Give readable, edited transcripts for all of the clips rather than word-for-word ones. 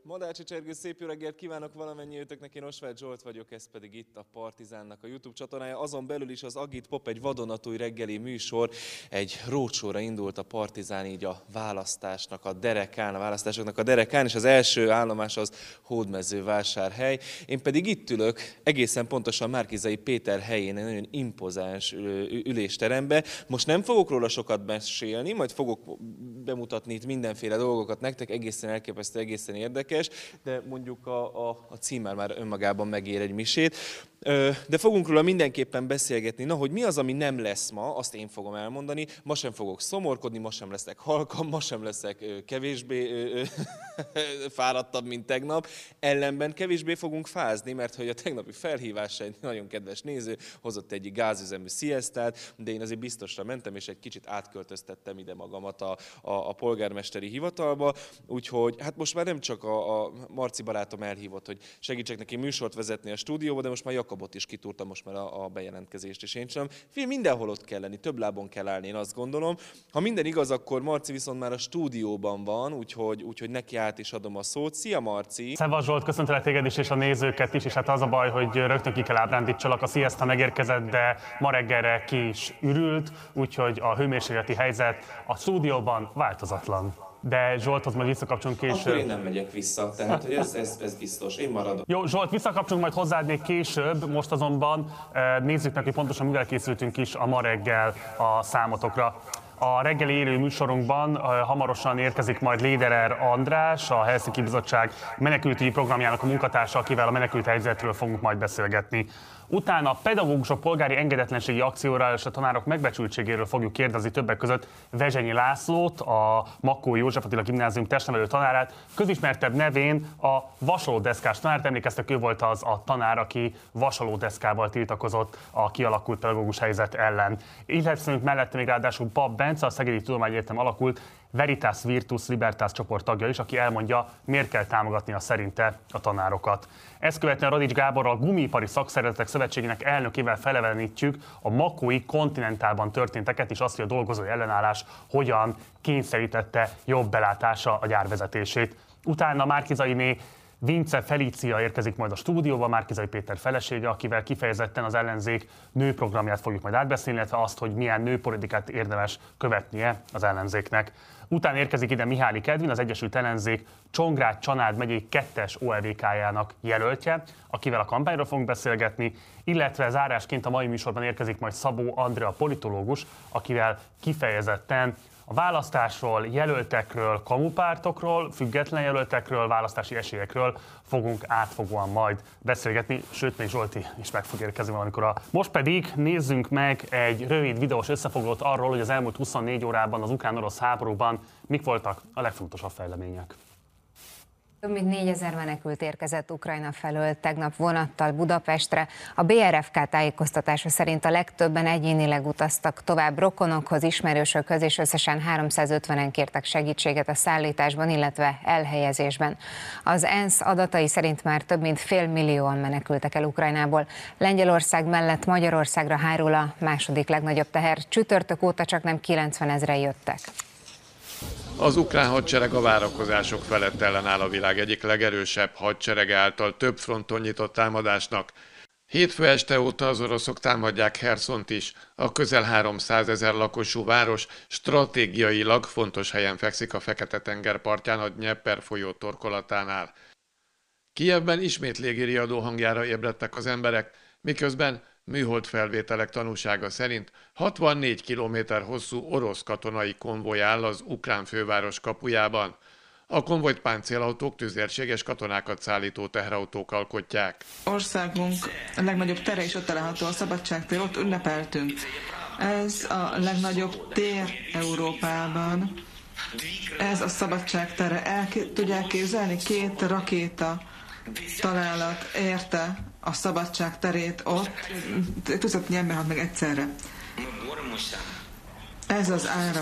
Madácsi Csergő, szép jó reggelt kívánok valamennyiőtöknek, én Osváth Zsolt vagyok, ez pedig itt a Partizánnak a YouTube csatornája. Azon belül is az Agit Pop, egy vadonatúj reggeli műsor, egy roadshow-ra indult a Partizán így a választásoknak a derekán, és az első állomás az Hódmezővásárhely. Én pedig itt ülök, egészen pontosan Márki-Zay Péter helyén, egy nagyon impozáns ülésterembe. Most nem fogok róla sokat mesélni, majd fogok bemutatni itt mindenféle dolgokat nektek, egészen elképesztő, egészen érdekes, de mondjuk a címmel már önmagában megér egy misét. De fogunk róla mindenképpen beszélgetni. Na, hogy mi az, ami nem lesz ma, azt én fogom elmondani. Ma sem fogok szomorkodni, ma sem leszek halkan, ma sem leszek kevésbé fáradtabb, mint tegnap. Ellenben kevésbé fogunk fázni, mert hogy a tegnapi felhívásra egy nagyon kedves néző hozott egy gázüzemű sziasztát, de én azért biztosra mentem, és egy kicsit átköltöztettem ide magamat a polgármesteri hivatalba. Úgyhogy hát most már nem csak a Marci barátom elhívott, hogy segítsek neki műsort vezetni a stúdióba, de most már Jakabot is kitúrtam, most már a bejelentkezést is én sem. Mindenhol ott kell lenni, több lábon kell állni, én azt gondolom. Ha minden igaz, akkor Marci viszont már a stúdióban van, úgyhogy neki át is adom a szót. Szia, Marci! Szevasz Zsolt, köszöntelek téged is, és a nézőket is, és hát az a baj, hogy rögtön ki kell ábrándítsalak, a sziaszta megérkezett, de ma reggelre ki is ürült, úgyhogy a hőmérsékleti helyzet a stúdióban változatlan. De Zsolthoz majd visszakapcsolunk később. Akkor én nem megyek vissza, tehát hogy ez biztos, én maradok. Jó, Zsolt, visszakapcsolunk majd hozzád még később, most azonban nézzük meg, hogy pontosan mivel készültünk is a ma reggel a számotokra. A reggeli élő műsorunkban hamarosan érkezik majd Léderer András, a Helsinki Bizottság menekültügyi programjának a munkatársa, akivel a menekült helyzetről fogunk majd beszélgetni. Utána a pedagógusok polgári engedetlenségi akcióra és a tanárok megbecsültségéről fogjuk kérdezni többek között Vezsenyi Lászlót, a Makó József Attila Gimnázium testnevelő tanárát, közismertebb nevén a vasalódeszkás tanárt. Emlékeztek, ő volt az a tanár, aki vasalódeszkával tiltakozott a kialakult pedagógus helyzet ellen. Illetve mellette még ráadásul Pap Bence, a Szegedi Tudományegyetem alakult Veritas Virtus Libertas csoport tagja is, aki elmondja, miért kell támogatnia szerinte a tanárokat. Ezt követően Radics Gáborral, a Gumipari Szakszervezetek Szövetségének elnökével felevenítjük a makói Kontinentálban történteket, és azt, hogy a dolgozói ellenállás hogyan kényszerítette jobb belátása a gyárvezetését. Utána Márki-Zayné Vince Felícia érkezik majd a stúdióba, Márki-Zay Péter felesége, akivel kifejezetten az ellenzék nőprogramját fogjuk majd átbeszélni, illetve azt, hogy milyen nőpolitikát érdemes követnie az ellenzéknek. Utána érkezik ide Mihály Kedvin, az Egyesült Ellenzék Csongrád-Csanád megyei 2-es OLVK-jának jelöltje, akivel a kampányról fogunk beszélgetni, illetve zárásként a mai műsorban érkezik majd Szabó Andrea politológus, akivel kifejezetten a választásról, jelöltekről, kamupártokról, független jelöltekről, választási esélyekről fogunk átfogóan majd beszélgetni, sőt, még Zsolti is meg fog érkezni valamikor. Most pedig nézzünk meg egy rövid videós összefoglalót arról, hogy az elmúlt 24 órában az ukrán-orosz háborúban mik voltak a legfontosabb fejlemények. Több mint 4000 menekült érkezett Ukrajna felől tegnap vonattal Budapestre. A BRFK tájékoztatása szerint a legtöbben egyénileg utaztak tovább rokonokhoz, ismerősökhöz, és összesen 350-en kértek segítséget a szállításban, illetve elhelyezésben. Az ENSZ adatai szerint már több mint 500 000-an menekültek el Ukrajnából. Lengyelország mellett Magyarországra hárul a második legnagyobb teher. Csütörtök óta csak nem 90 000-en jöttek. Az ukrán hadsereg a várakozások felett ellenáll a világ egyik legerősebb hadserege által több fronton nyitott támadásnak. Hétfő este óta az oroszok támadják Herszont is. A közel 300 000 lakosú város stratégiailag fontos helyen fekszik a Fekete-tenger partján, a Dnyeper folyó torkolatánál. Kijevben ismét légiriadó hangjára ébredtek az emberek, miközben műhold felvételek tanúsága szerint 64 kilométer hosszú orosz katonai konvoj áll az ukrán főváros kapujában. A konvojt páncélautók, tüzérséges katonákat szállító teherautók alkotják. Országunk a legnagyobb tere is ott található, a Szabadságtér, ott ünnepeltünk. Ez a legnagyobb tér Európában. Ez a Szabadság tere. Tudják képzelni, 2 rakéta találat érte a Szabadság terét ott, tucatnyi ember halt meg egyszerre. Ez az ára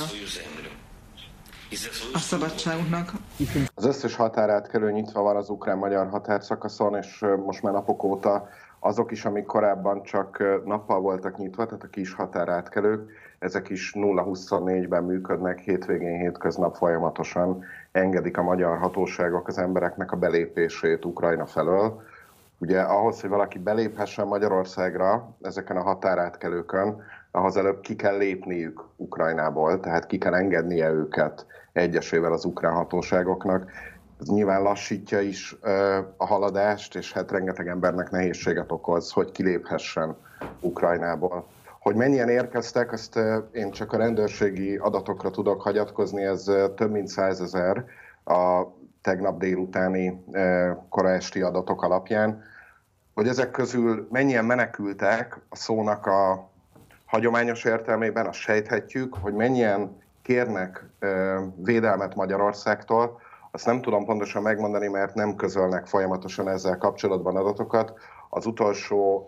a szabadságunknak. Az összes határátkelő nyitva van az ukrán-magyar határszakaszon, és most már napok óta azok is, amik korábban csak nappal voltak nyitva, tehát a kis határátkelők, ezek is 0-24-ben működnek, hétvégén, hétköznap folyamatosan engedik a magyar hatóságok az embereknek a belépését Ukrajna felől. Ugye ahhoz, hogy valaki beléphessen Magyarországra ezeken a határátkelőkön, ahhoz előbb ki kell lépniük Ukrajnából, tehát ki kell engednie őket egyesével az ukrán hatóságoknak. Ez nyilván lassítja is a haladást, és hát rengeteg embernek nehézséget okoz, hogy kiléphessen Ukrajnából. Hogy mennyien érkeztek, azt én csak a rendőrségi adatokra tudok hagyatkozni, ez több mint 100 000 a tegnap délutáni koraesti adatok alapján. Hogy ezek közül mennyien menekültek a szónak a hagyományos értelmében, azt sejthetjük, hogy mennyien kérnek védelmet Magyarországtól, azt nem tudom pontosan megmondani, mert nem közölnek folyamatosan ezzel kapcsolatban adatokat. Az utolsó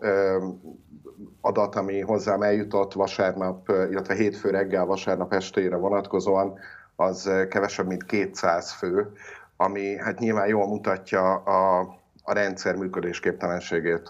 adat, ami hozzám eljutott vasárnap, illetve hétfő reggel, vasárnap estére vonatkozóan, az kevesebb, mint 200 fő, ami hát nyilván jól mutatja a rendszer működésképtelenségét.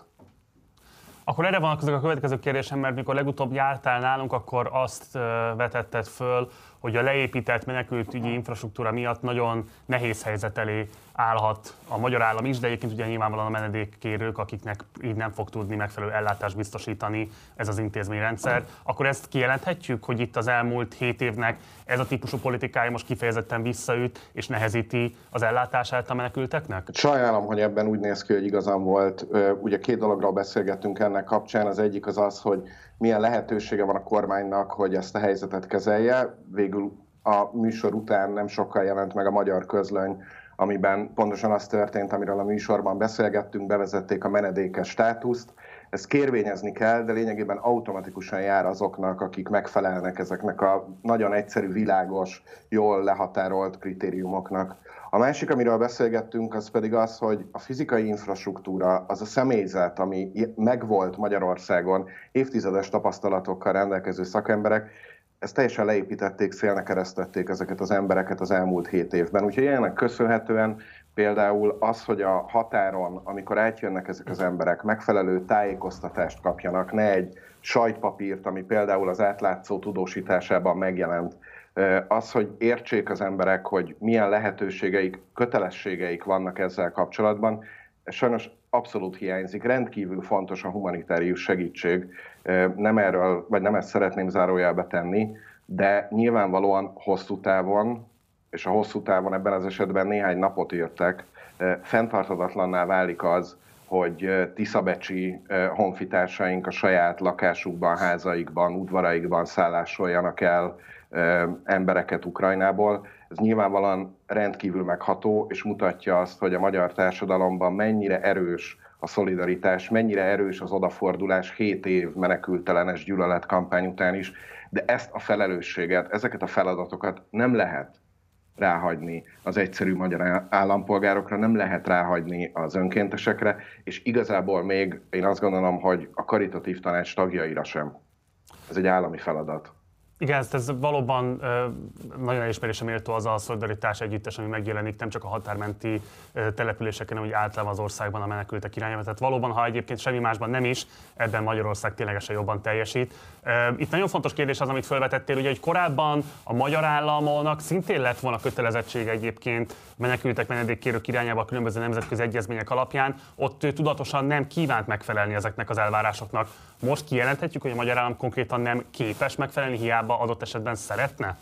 Akkor erre vonatkozik a következő kérdésem, mert mikor legutóbb jártál nálunk, akkor azt vetetted föl, hogy a leépített menekültügyi infrastruktúra miatt nagyon nehéz helyzet elé állhat a magyar állam is, de egyébként ugye nyilvánvalóan a menedékkérők, akiknek így nem fog tudni megfelelő ellátást biztosítani ez az intézményrendszer. Akkor ezt kijelenthetjük, hogy itt az elmúlt 7 évnek ez a típusú politikája most kifejezetten visszaüt és nehezíti az ellátását a menekülteknek? Sajnálom, hogy ebben úgy néz ki, hogy igazam volt. Ugye 2 dologról beszélgettünk ennek kapcsán. Az egyik az, hogy milyen lehetősége van a kormánynak, hogy ezt a helyzetet kezelje. Végül a műsor után nem sokkal jelent meg a Magyar Közlöny, amiben pontosan az történt, amiről a műsorban beszélgettünk, bevezették a menedékes státuszt. Ezt kérvényezni kell, de lényegében automatikusan jár azoknak, akik megfelelnek ezeknek a nagyon egyszerű, világos, jól lehatárolt kritériumoknak. A másik, amiről beszélgettünk, az pedig az, hogy a fizikai infrastruktúra, az a személyzet, ami megvolt Magyarországon, évtizedes tapasztalatokkal rendelkező szakemberek, ezt teljesen leépítették, szélnek eresztették ezeket az embereket az elmúlt 7 évben. Úgyhogy ennek köszönhetően például az, hogy a határon, amikor átjönnek ezek az emberek, megfelelő tájékoztatást kapjanak, ne egy sajtpapírt, ami például az átlátszó tudósításában megjelent, az, hogy értsék az emberek, hogy milyen lehetőségeik, kötelességeik vannak ezzel kapcsolatban, ez sajnos abszolút hiányzik. Rendkívül fontos a humanitárius segítség. Nem erről, vagy nem ezt szeretném zárójelbe tenni, de nyilvánvalóan hosszú távon, és a hosszú távon ebben az esetben néhány napot értek, fenntarthatatlanná válik az, hogy tiszabecsi honfitársaink a saját lakásukban, házaikban, udvaraikban szállásoljanak el embereket Ukrajnából. Ez nyilvánvalóan rendkívül megható, és mutatja azt, hogy a magyar társadalomban mennyire erős a szolidaritás, mennyire erős az odafordulás 7 év menekültelenes gyűlöletkampány után is, de ezt a felelősséget, ezeket a feladatokat nem lehet ráhagyni az egyszerű magyar állampolgárokra, nem lehet ráhagyni az önkéntesekre, és igazából még én azt gondolom, hogy a karitatív tanács tagjaira sem. Ez egy állami feladat. Igen, ez valóban nagyon elismerésre méltó az a szolidaritás együttes, ami megjelenik nem csak a határmenti településeken, hanem úgy általában az országban a menekültek irányába. Tehát valóban, ha egyébként semmi másban nem is, ebben Magyarország ténylegesen jobban teljesít. Itt nagyon fontos kérdés az, amit felvetettél, ugye, hogy korábban a magyar államnak szintén lett volna kötelezettsége egyébként menekültek, menedékkérők irányába a különböző nemzetközi egyezmények alapján. Ott tudatosan nem kívánt megfelelni ezeknek az elvárásoknak. Most kijelenthetjük, hogy a magyar állam konkrétan nem képes megfelelni, hiába adott esetben szeretne?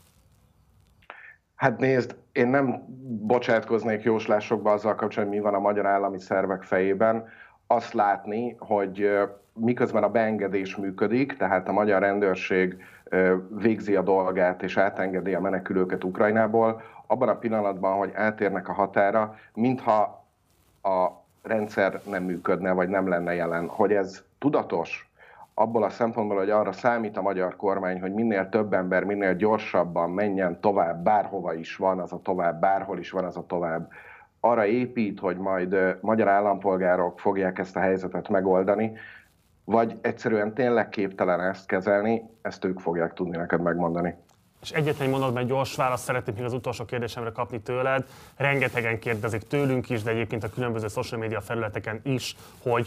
Hát nézd, én nem bocsátkoznék jóslásokba azzal kapcsolatban, mi van a magyar állami szervek fejében. Azt látni, hogy miközben a beengedés működik, tehát a magyar rendőrség végzi a dolgát és átengedi a menekülőket Ukrajnából, abban a pillanatban, hogy átérnek a határa, mintha a rendszer nem működne, vagy nem lenne jelen. Hogy ez tudatos, abból a szempontból, hogy arra számít a magyar kormány, hogy minél több ember, minél gyorsabban menjen tovább, bárhova is van az a tovább, bárhol is van az a tovább, arra épít, hogy majd magyar állampolgárok fogják ezt a helyzetet megoldani, vagy egyszerűen tényleg képtelen ezt kezelni, ezt ők fogják tudni neked megmondani. És egyetlen mondatban egy gyors választ szeretnék még az utolsó kérdésemre kapni tőled. Rengetegen kérdezik tőlünk is, de egyébként a különböző social media felületeken is, hogy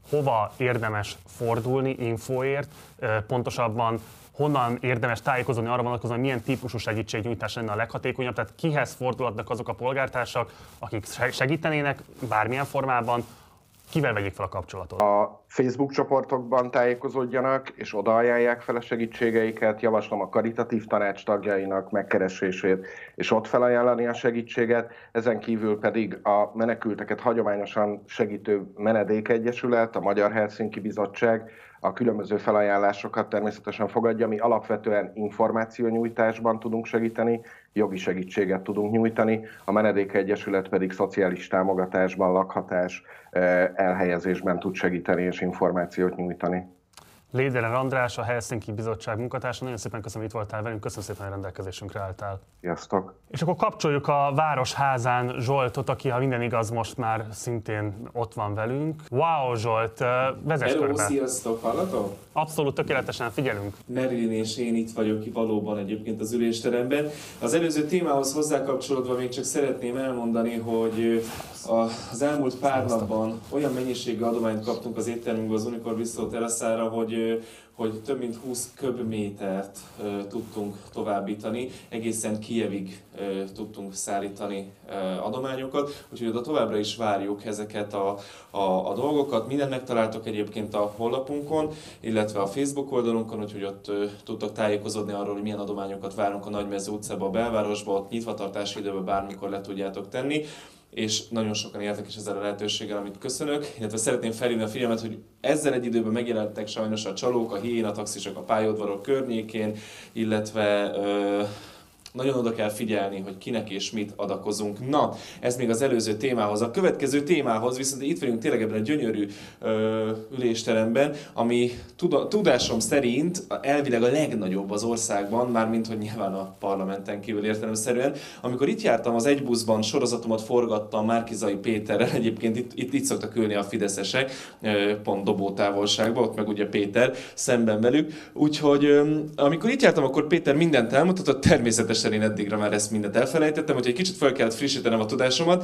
hova érdemes fordulni infóért, pontosabban honnan érdemes tájékozódni arra vonatkozóan, milyen típusú segítségnyújtás lenne a leghatékonyabb, tehát kihez fordulhatnak azok a polgártársak, akik segítenének bármilyen formában, kivel vegyék fel a kapcsolatot? A Facebook csoportokban tájékozódjanak, és oda ajánlják fel a segítségeiket. Javaslom a karitatív tanács tagjainak megkeresését, és ott felajánlani a segítséget. Ezen kívül pedig a menekülteket hagyományosan segítő menedékegyesület, a Magyar Helsinki Bizottság a különböző felajánlásokat természetesen fogadja. Mi alapvetően információnyújtásban tudunk segíteni, jogi segítséget tudunk nyújtani, a menedékegyesület pedig szociális támogatásban, lakhatás, elhelyezésben tud segíteni és információt nyújtani. Lederer András, a Helsinki Bizottság munkatársa. Nagyon szépen köszönöm, hogy itt voltál velünk, köszönöm szépen, hogy rendelkezésünkre álltál. Sziasztok! És akkor kapcsoljuk a Városházán Zsoltot, aki, ha minden igaz, most már szintén ott van velünk. Wow, Zsolt, vezess körbe! Sziasztok, hallatom? Abszolút tökéletesen figyelünk. Marilyn és én itt vagyok valóban egyébként az ülésteremben. Az előző témához hozzákapcsolódva még csak szeretném elmondani, hogy az elmúlt pár napban olyan mennyiségű adományt kaptunk az éttermünkbe az Unicor Bistro teraszára, hogy több mint 20 köbmétert tudtunk továbbítani, egészen Kijevig tudtunk szállítani adományokat, úgyhogy oda továbbra is várjuk ezeket a dolgokat. Mindent megtaláltok egyébként a honlapunkon, illetve a Facebook oldalunkon, úgyhogy ott tudtok tájékozódni arról, hogy milyen adományokat várunk a Nagymező utcába, a belvárosba, ott nyitvatartási időben bármikor le tudjátok tenni. És nagyon sokan éltek is ezzel a lehetőséggel, amit köszönök, illetve szeretném felhívni a figyelmet, hogy ezzel egy időben megjelentek sajnos a csalók, a hiénataxisok a pályaudvarok környékén, illetve nagyon oda kell figyelni, hogy kinek és mit adakozunk. Na, ez még az előző témához. A következő témához viszont itt vagyunk tényleg ebben a gyönyörű ülésteremben, ami tudásom szerint elvileg a legnagyobb az országban, mármint hogy nyilván a parlamenten kívül értelemszerűen. Amikor itt jártam, az Egy buszban sorozatomat forgattam Márki-Zay Péterrel, egyébként itt szoktak ülni a fideszesek, pont dobótávolságban, ott meg ugye Péter szemben velük. Úgyhogy amikor itt jártam, akkor Péter mindent elmutatott, természetesen én eddigre már ezt mindent elfelejtettem, úgyhogy egy kicsit fel kellett frissítenem a tudásomat.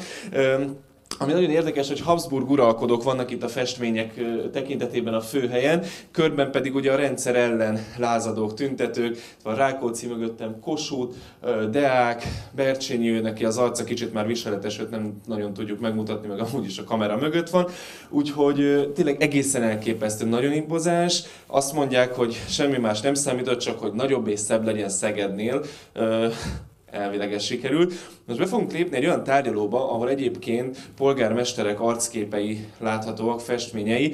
Ami nagyon érdekes, hogy Habsburg uralkodók vannak itt a festmények tekintetében a főhelyen, körben pedig ugye a rendszer ellen lázadók, tüntetők, van Rákóczi mögöttem, Kossuth, Deák, Bercsényi, neki az arca kicsit már viseletes, őt nem nagyon tudjuk megmutatni, meg amúgy is a kamera mögött van. Úgyhogy tényleg egészen elképesztő, nagyon impozás. Azt mondják, hogy semmi más nem számított, csak hogy nagyobb és szebb legyen Szegednél. Elvileg ez sikerült. Most be fogunk lépni egy olyan tárgyalóba, ahol egyébként polgármesterek arcképei láthatóak, festményei.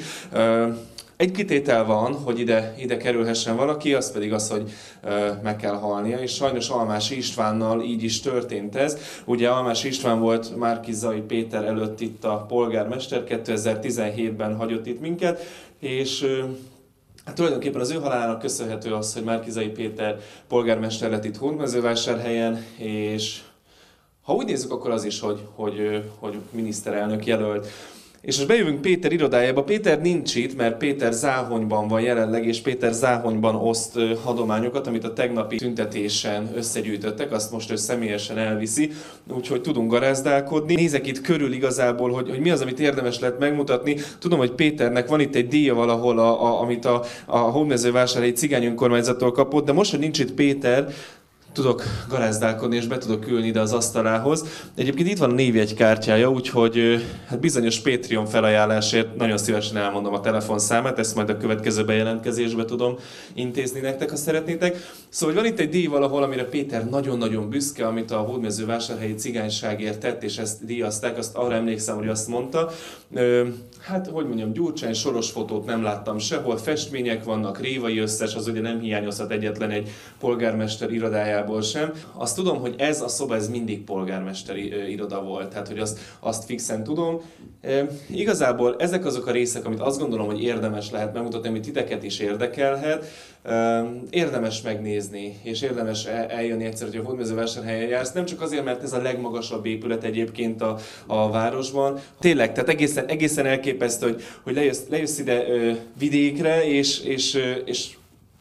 Egy kitétel van, hogy ide kerülhessen valaki, az pedig az, hogy meg kell halnia, és sajnos Almási Istvánnal így is történt ez. Ugye Almási István volt Márki-Zay Péter előtt itt a polgármester, 2017-ben hagyott itt minket, és hát tulajdonképpen az ő halálának köszönhető az, hogy Márki-Zay Péter polgármester lett itt Hódmezővásárhelyen, és ha úgy nézzük, akkor az is, hogy miniszterelnök jelölt. És most bejövünk Péter irodájába. Péter nincs itt, mert Péter Záhonyban van jelenleg, és Péter Záhonyban oszt adományokat, amit a tegnapi tüntetésen összegyűjtöttek, azt most ő személyesen elviszi, úgyhogy tudunk garázdálkodni. Nézek itt körül igazából, hogy mi az, amit érdemes lehet megmutatni. Tudom, hogy Péternek van itt egy díja valahol, amit a Hódmezővásárhelyi cigány önkormányzattól kapott, de most, hogy nincs itt Péter, tudok garázdálkodni, és be tudok ülni ide az asztalához. Egyébként itt van a névjegykártyája, úgyhogy hát bizonyos Patreon felajánlásért nagyon szívesen elmondom a telefonszámát, ezt majd a következő bejelentkezésbe tudom intézni nektek, ha szeretnétek. Szóval van itt egy díj valahol, amire Péter nagyon-nagyon büszke, amit a Hódmezővásárhelyi cigányságért tett, és ezt díjazták, azt arra emlékszem, hogy azt mondta. Hát, hogy mondjam, Gyurcsány Soros fotót nem láttam sehol, festmények vannak, Révai összes, az ugye nem hiányozhat egyetlen egy polgármester irodájából sem. Azt tudom, hogy ez a szoba, ez mindig polgármesteri iroda volt, tehát hogy azt fixen tudom. Igazából ezek azok a részek, amit azt gondolom, hogy érdemes lehet megmutatni, amit titeket is érdekelhet. Érdemes megnézni, és érdemes eljönni egyszer, hogy a Hódmezővásárhelyen jársz. Nem csak azért, mert ez a legmagasabb épület egyébként a városban. Tényleg, tehát egészen elképesztő, hogy lejössz ide vidékre, és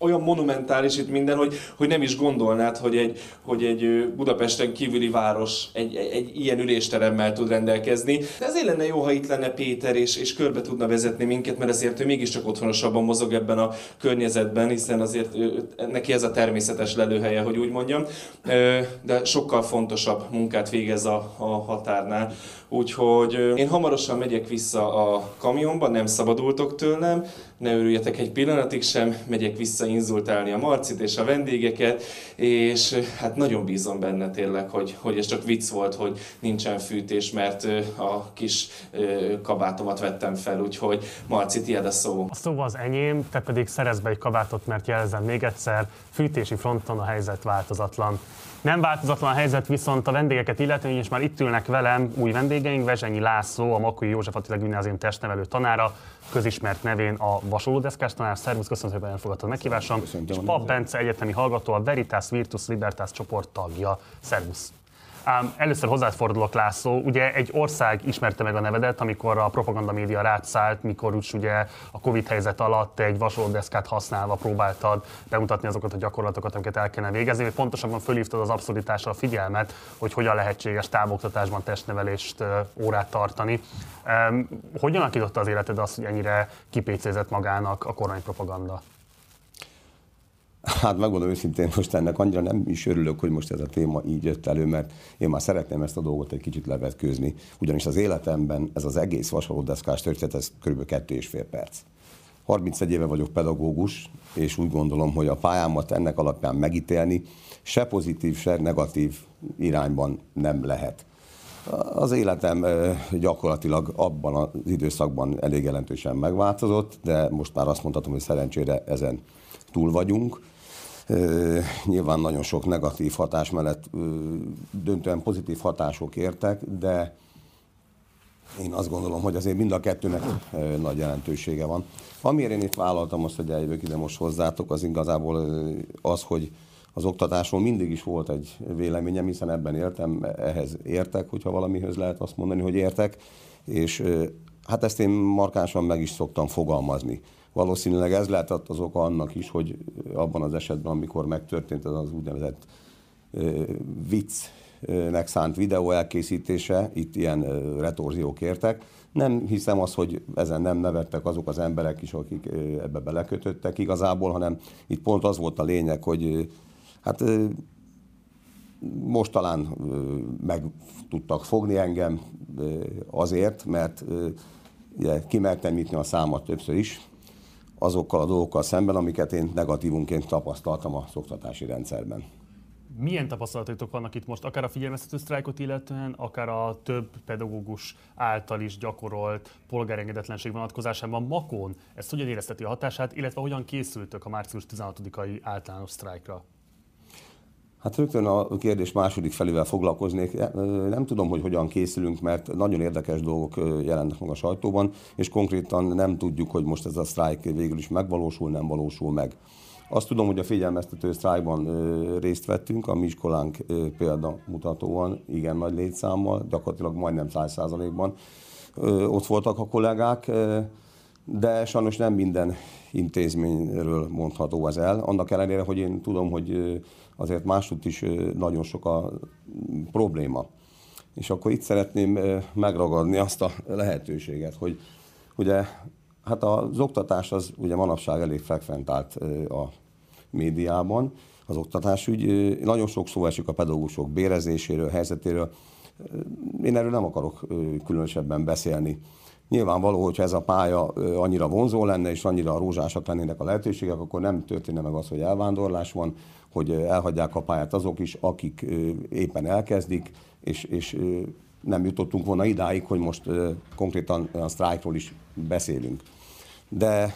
olyan monumentális itt minden, hogy nem is gondolnád, hogy egy Budapesten kívüli város egy ilyen ülésteremmel tud rendelkezni. De ezért lenne jó, ha itt lenne Péter, és körbe tudna vezetni minket, mert azért ő mégiscsak otthonosabban mozog ebben a környezetben, hiszen azért neki ez a természetes lelőhelye, hogy úgy mondjam. De sokkal fontosabb munkát végez a határnál. Úgyhogy én hamarosan megyek vissza a kamionba, nem szabadultok tőlem, ne örüljetek egy pillanatig sem, megyek vissza inzultálni a Marcit és a vendégeket, és hát nagyon bízom benne tényleg, hogy ez csak vicc volt, hogy nincsen fűtés, mert a kis kabátomat vettem fel, úgyhogy Marci, tiéd a szó. A szó az enyém, te pedig szerezz be egy kabátot, mert jelzem még egyszer, fűtési fronton a helyzet változatlan. Nem változatlan a helyzet viszont a vendégeket illetően, és már itt ülnek velem új vendégeink, Vezsenyi László, a Makói József Attila Gimnázium testnevelő tanára, közismert nevén a vasolódeszkás tanár. Szervusz, köszönöm, hogy elfogadtad meghívásom. És Pap Bence egyetemi hallgató, a Veritas Virtus Libertas csoport tagja. Szervusz. Először hozzád fordulok, László. Ugye egy ország ismerte meg a nevedet, amikor a propaganda média rád szállt, mikor úgy ugye a Covid helyzet alatt egy vasolódeszkát használva próbáltad bemutatni azokat a gyakorlatokat, amiket el kellene végezni, vagy pontosabban fölhívtad az abszurditásra a figyelmet, hogy hogyan lehetséges távoktatásban testnevelést órát tartani. Hogyan alakította az életed azt, hogy ennyire kipécézett magának a kormánypropaganda? Hát megmondom őszintén, most ennek annyira nem is örülök, hogy most ez a téma így jött elő, mert én már szeretném ezt a dolgot egy kicsit levetkőzni, ugyanis az életemben ez az egész vasalódeszkás történet, ez kb. 2,5 perc. 31 éve vagyok pedagógus, és úgy gondolom, hogy a pályámat ennek alapján megítélni se pozitív, se negatív irányban nem lehet. Az életem gyakorlatilag abban az időszakban elég jelentősen megváltozott, de most már azt mondhatom, hogy szerencsére ezen túl vagyunk. Nyilván nagyon sok negatív hatás mellett döntően pozitív hatások értek, de én azt gondolom, hogy azért mind a kettőnek nagy jelentősége van. Amiért én itt vállaltam azt, hogy eljövök ide most hozzátok, az igazából az, hogy az oktatásról mindig is volt egy véleményem, hiszen ebben éltem, ehhez értek, hogyha valamihez lehet azt mondani, hogy értek, és hát ezt én markánsan meg is szoktam fogalmazni. Valószínűleg ez lehetett az oka annak is, hogy abban az esetben, amikor megtörtént az úgynevezett viccnek szánt videó elkészítése, itt ilyen retorziók értek. Nem hiszem azt, hogy ezen nem nevettek azok az emberek is, akik ebbe belekötöttek igazából, hanem itt pont az volt a lényeg, hogy hát most talán meg tudtak fogni engem azért, mert ugye, kimertem nyitni a számat többször is, azokkal a dolgokkal szemben, amiket én negatívunként tapasztaltam az oktatási rendszerben. Milyen tapasztalatotok vannak itt most, akár a figyelmeztető sztrájkot illetően, akár a több pedagógus által is gyakorolt polgárengedetlenség vonatkozásában Makón? Ezt hogyan érezteti a hatását, illetve hogyan készültök a március 16-ai általános sztrájkra? Hát rögtön a kérdés második felével foglalkoznék. Nem tudom, hogy hogyan készülünk, mert nagyon érdekes dolgok jelennek meg a sajtóban, és konkrétan nem tudjuk, hogy most ez a sztrájk végül is megvalósul, nem valósul meg. Azt tudom, hogy a figyelmeztető sztrájkban részt vettünk, a mi iskolánk példamutatóan, igen nagy létszámmal, gyakorlatilag majdnem 100%-ban ott voltak a kollégák, de sajnos nem minden intézményről mondható ez el. Annak ellenére, hogy én tudom, hogy azért máshogy is nagyon sok a probléma. És akkor itt szeretném megragadni azt a lehetőséget, hogy ugye hát az oktatás az ugye manapság elég frekventált a médiában, az oktatásügy. Nagyon sok szó esik a pedagógusok bérezéséről, helyzetéről. Én erről nem akarok különösebben beszélni. Nyilvánvaló, hogyha ez a pálya annyira vonzó lenne, és annyira rózsásak lennének a lehetőségek, akkor nem történne meg az, hogy elvándorlás van, hogy elhagyják a pályát azok is, akik éppen elkezdik, és nem jutottunk volna idáig, hogy most konkrétan a sztrájkról is beszélünk. De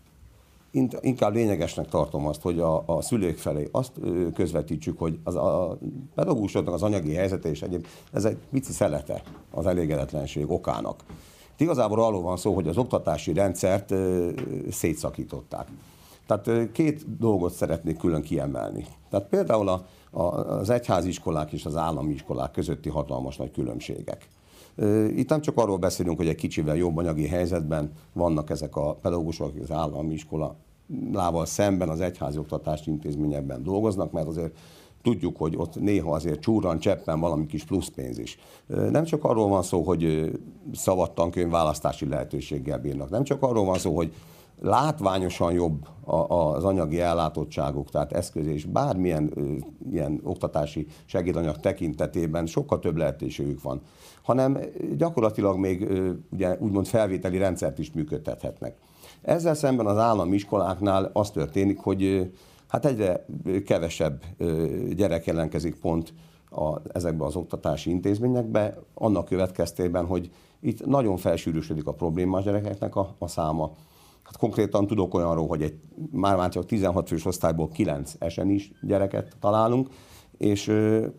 inkább lényegesnek tartom azt, hogy a szülők felé azt közvetítsük, hogy a pedagógusoknak az anyagi helyzete és egyéb, ez egy pici szelete az elégedetlenség okának. Itt igazából arról van szó, hogy az oktatási rendszert szétszakították. Tehát két dolgot szeretnék külön kiemelni. Tehát például az egyházi iskolák és az állami iskolák közötti hatalmas nagy különbségek. Itt nem csak arról beszélünk, hogy egy kicsivel jobb anyagi helyzetben vannak ezek a pedagógusok, az állami iskola iskolával szemben az egyházi oktatási intézményekben dolgoznak, mert azért tudjuk, hogy ott néha azért csúran cseppen valami kis pluszpénz is. Nem csak arról van szó, hogy szabadtankönyv választási lehetőséggel bírnak, nem csak arról van szó, hogy látványosan jobb az anyagi ellátottságuk, tehát eszköz és bármilyen ilyen oktatási segédanyag tekintetében sokkal több lehetőségük van, hanem gyakorlatilag még ugye, úgymond felvételi rendszert is működtethetnek. Ezzel szemben az állami iskoláknál az történik, hogy hát egyre kevesebb gyerek jelentkezik pont ezekben az oktatási intézményekben, annak következtében, hogy itt nagyon felsűrűsödik a problémás gyerekeknek a száma. Hát konkrétan tudok olyanról, hogy már csak 16 fős osztályból 9 SNI-s gyereket találunk, és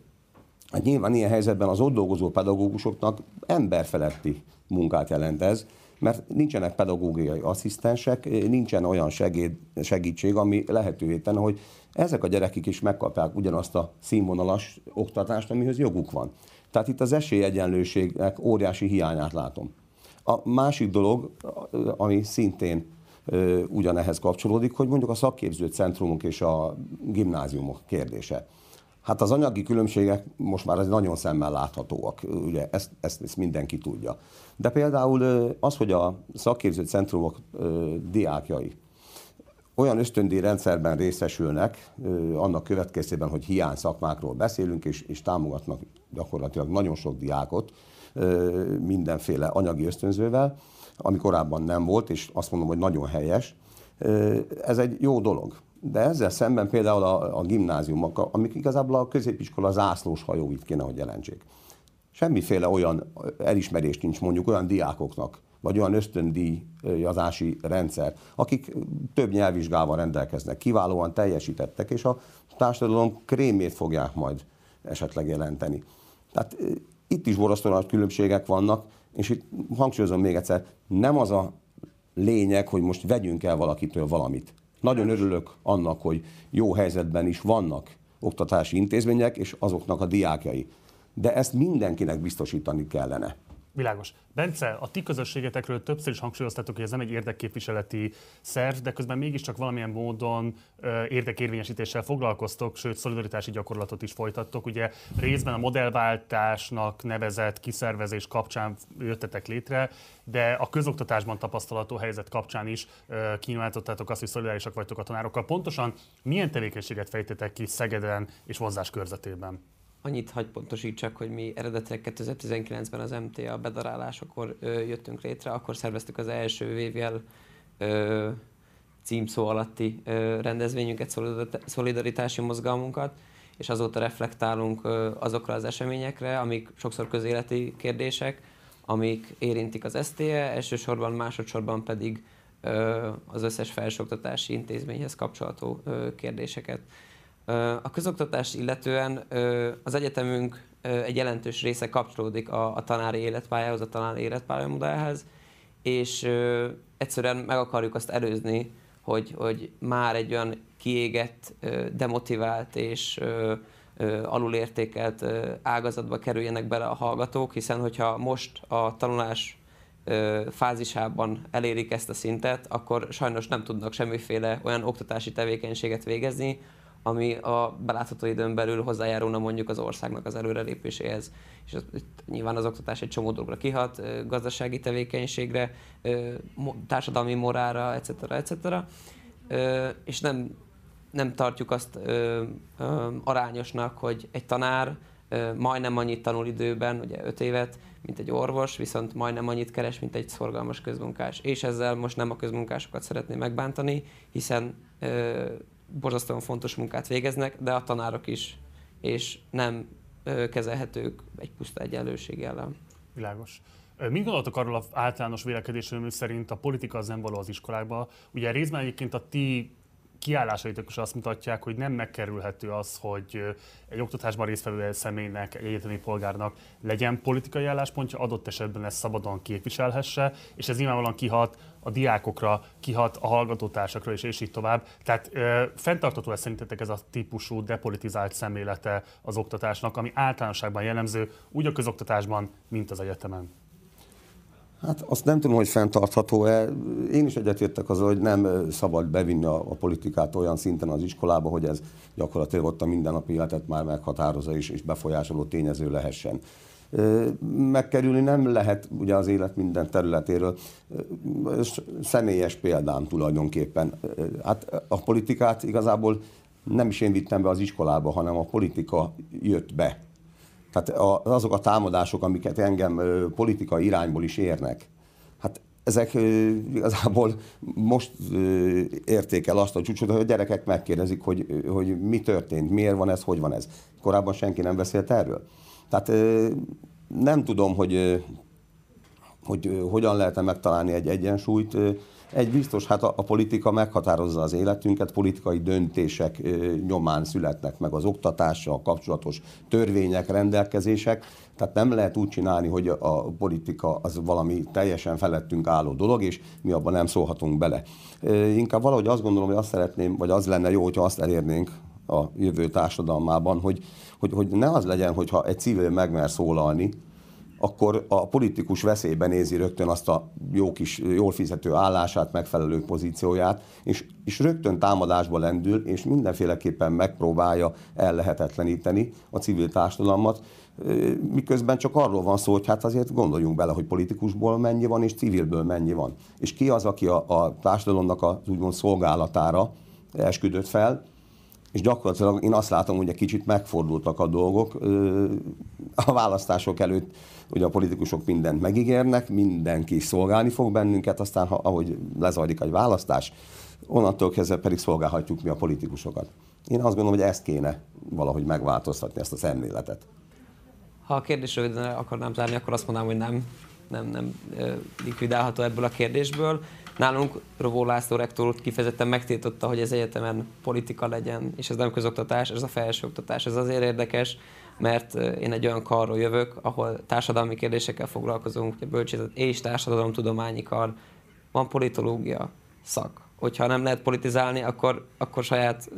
hát nyilván ilyen helyzetben az ott dolgozó pedagógusoknak emberfeletti munkát jelent ez, mert nincsenek pedagógiai asszisztensek, nincsen olyan segítség, ami lehetővé tenne, hogy ezek a gyerekek is megkapják ugyanazt a színvonalas oktatást, amihez joguk van. Tehát itt az esélyegyenlőségnek óriási hiányát látom. A másik dolog, ami szintén ugyanehhez kapcsolódik, hogy mondjuk a szakképző centrumok és a gimnáziumok kérdése. Hát az anyagi különbségek most már nagyon szemmel láthatóak, ugye ezt mindenki tudja. De például az, hogy a szakképző centrumok diákjai olyan ösztöndíj rendszerben részesülnek, annak következtében, hogy hiány szakmákról beszélünk, és támogatnak gyakorlatilag nagyon sok diákot mindenféle anyagi ösztönzővel, ami korábban nem volt, és azt mondom, hogy nagyon helyes. Ez egy jó dolog. De ezzel szemben például a gimnáziumok, amik igazából a középiskola zászlós hajóit kéne, hogy jelentsék. Semmiféle olyan elismerés nincs mondjuk olyan diákoknak, vagy olyan ösztöndíjazási rendszer, akik több nyelvvizsgával rendelkeznek, kiválóan teljesítettek, és a társadalom krémjét fogják majd esetleg jelenteni. Tehát itt is borzasztó nagy különbségek vannak, és itt hangsúlyozom még egyszer, nem az a lényeg, hogy most vegyünk el valakitől valamit. Nagyon örülök annak, hogy jó helyzetben is vannak oktatási intézmények, és azoknak a diákjai. De ezt mindenkinek biztosítani kellene. Világos. Bence, a ti közösségetekről többször is hangsúlyoztatok, hogy ez nem egy érdekképviseleti szerv, de közben mégiscsak valamilyen módon érdekérvényesítéssel foglalkoztok, sőt szolidaritási gyakorlatot is folytattok. Ugye részben a modellváltásnak nevezett kiszervezés kapcsán jöttetek létre, de a közoktatásban tapasztalható helyzet kapcsán is kinyilvánítottátok azt, hogy szolidárisak vagytok a tanárokkal. Pontosan milyen tevékenységet fejtetek ki Szegeden és vonzás körzetében? Annyit hagy pontosítsak, hogy mi eredetileg 2019-ben az MTA bedarálásakor jöttünk létre, akkor szerveztük az első VVL címszó alatti rendezvényünket, szolidaritási mozgalmunkat, és azóta reflektálunk azokra az eseményekre, amik sokszor közéleti kérdések, amik érintik az STE, elsősorban, másodszorban pedig az összes felsőoktatási intézményhez kapcsolható kérdéseket. A közoktatást illetően az egyetemünk egy jelentős része kapcsolódik a tanári életpályához, a tanári életpályamodellhez, és egyszerűen meg akarjuk azt előzni, hogy már egy olyan kiégett, demotivált és alulértékelt ágazatba kerüljenek bele a hallgatók, hiszen hogyha most a tanulás fázisában elérik ezt a szintet, akkor sajnos nem tudnak semmiféle olyan oktatási tevékenységet végezni, ami a belátható időn belül hozzájárulna mondjuk az országnak az előrelépéséhez. És nyilván az oktatás egy csomó dologra kihat, gazdasági tevékenységre, társadalmi morálra, etc. És nem tartjuk azt arányosnak, hogy egy tanár majdnem annyit tanul időben, ugye 5 évet, mint egy orvos, viszont majdnem annyit keres, mint egy szorgalmas közmunkás. És ezzel most nem a közmunkásokat szeretném megbántani, hiszen borzasztóan fontos munkát végeznek, de a tanárok is, és nem kezelhetők egy puszta egyenlőséggel. Világos. Mit gondoltok arról az általános vélekedésről, mi szerint a politika az nem való az iskolákba? Ugye részben egyébként a ti kiállásaitok is azt mutatják, hogy nem megkerülhető az, hogy egy oktatásban résztvevő személynek, egy egyetemi polgárnak legyen politikai álláspontja, adott esetben ezt szabadon képviselhesse, és ez nyilvánvalóan kihat a diákokra, kihat a hallgatótársakra, és így tovább. Tehát fenntartható ez szerintetek ez a típusú depolitizált szemlélete az oktatásnak, ami általánosságban jellemző úgy a közoktatásban, mint az egyetemen? Hát azt nem tudom, hogy fenntartható-e. Én is egyetértek azzal, hogy nem szabad bevinni a politikát olyan szinten az iskolába, hogy ez gyakorlatilag ott a mindennapi életet már meghatározza és befolyásoló tényező lehessen. Megkerülni nem lehet ugye az élet minden területéről. Személyes példám tulajdonképpen. Hát a politikát igazából nem is én vittem be az iskolába, hanem a politika jött be. Tehát azok a támadások, amiket engem politikai irányból is érnek, hát ezek igazából most érték el azt a csúcsot, hogy a gyerekek megkérdezik, hogy mi történt, miért van ez, hogy van ez. Korábban senki nem beszélt erről. Tehát nem tudom, hogy hogyan lehetne megtalálni egy egyensúlyt. Egy biztos, hát a politika meghatározza az életünket, politikai döntések nyomán születnek meg az oktatással kapcsolatos törvények, rendelkezések, tehát nem lehet úgy csinálni, hogy a politika az valami teljesen felettünk álló dolog, és mi abban nem szólhatunk bele. Inkább valahogy azt gondolom, hogy azt szeretném, vagy az lenne jó, hogyha azt elérnénk a jövő társadalmában, hogy ne az legyen, hogyha egy civil megmer szólalni, akkor a politikus veszélybe nézi rögtön azt a jól fizető állását, megfelelő pozícióját, és rögtön támadásba lendül, és mindenféleképpen megpróbálja ellehetetleníteni a civil társadalmat, miközben csak arról van szó, hogy hát azért gondoljunk bele, hogy politikusból mennyi van, és civilből mennyi van. És ki az, aki a társadalomnak az úgymond szolgálatára esküdött fel, és gyakorlatilag én azt látom, hogy egy kicsit megfordultak a dolgok. A választások előtt ugye a politikusok mindent megígérnek, mindenki szolgálni fog bennünket, aztán ahogy lezajlik egy választás, onnantól kezdve pedig szolgálhatjuk mi a politikusokat. Én azt gondolom, hogy ezt kéne valahogy megváltoztatni, ezt a szemléletet. Ha a kérdés röviden akarnám zárni, akkor azt mondanám, hogy nem likvidálható ebből a kérdésből. Nálunk Rovó László rektor kifejezetten megtiltotta, hogy ez egyetemen politika legyen, és ez nem közoktatás, ez a felsőoktatás. Ez azért érdekes, mert én egy olyan karról jövök, ahol társadalmi kérdésekkel foglalkozunk, ugye bölcsészet és társadalomtudományi kar, van politológia szak. Hogyha nem lehet politizálni, akkor saját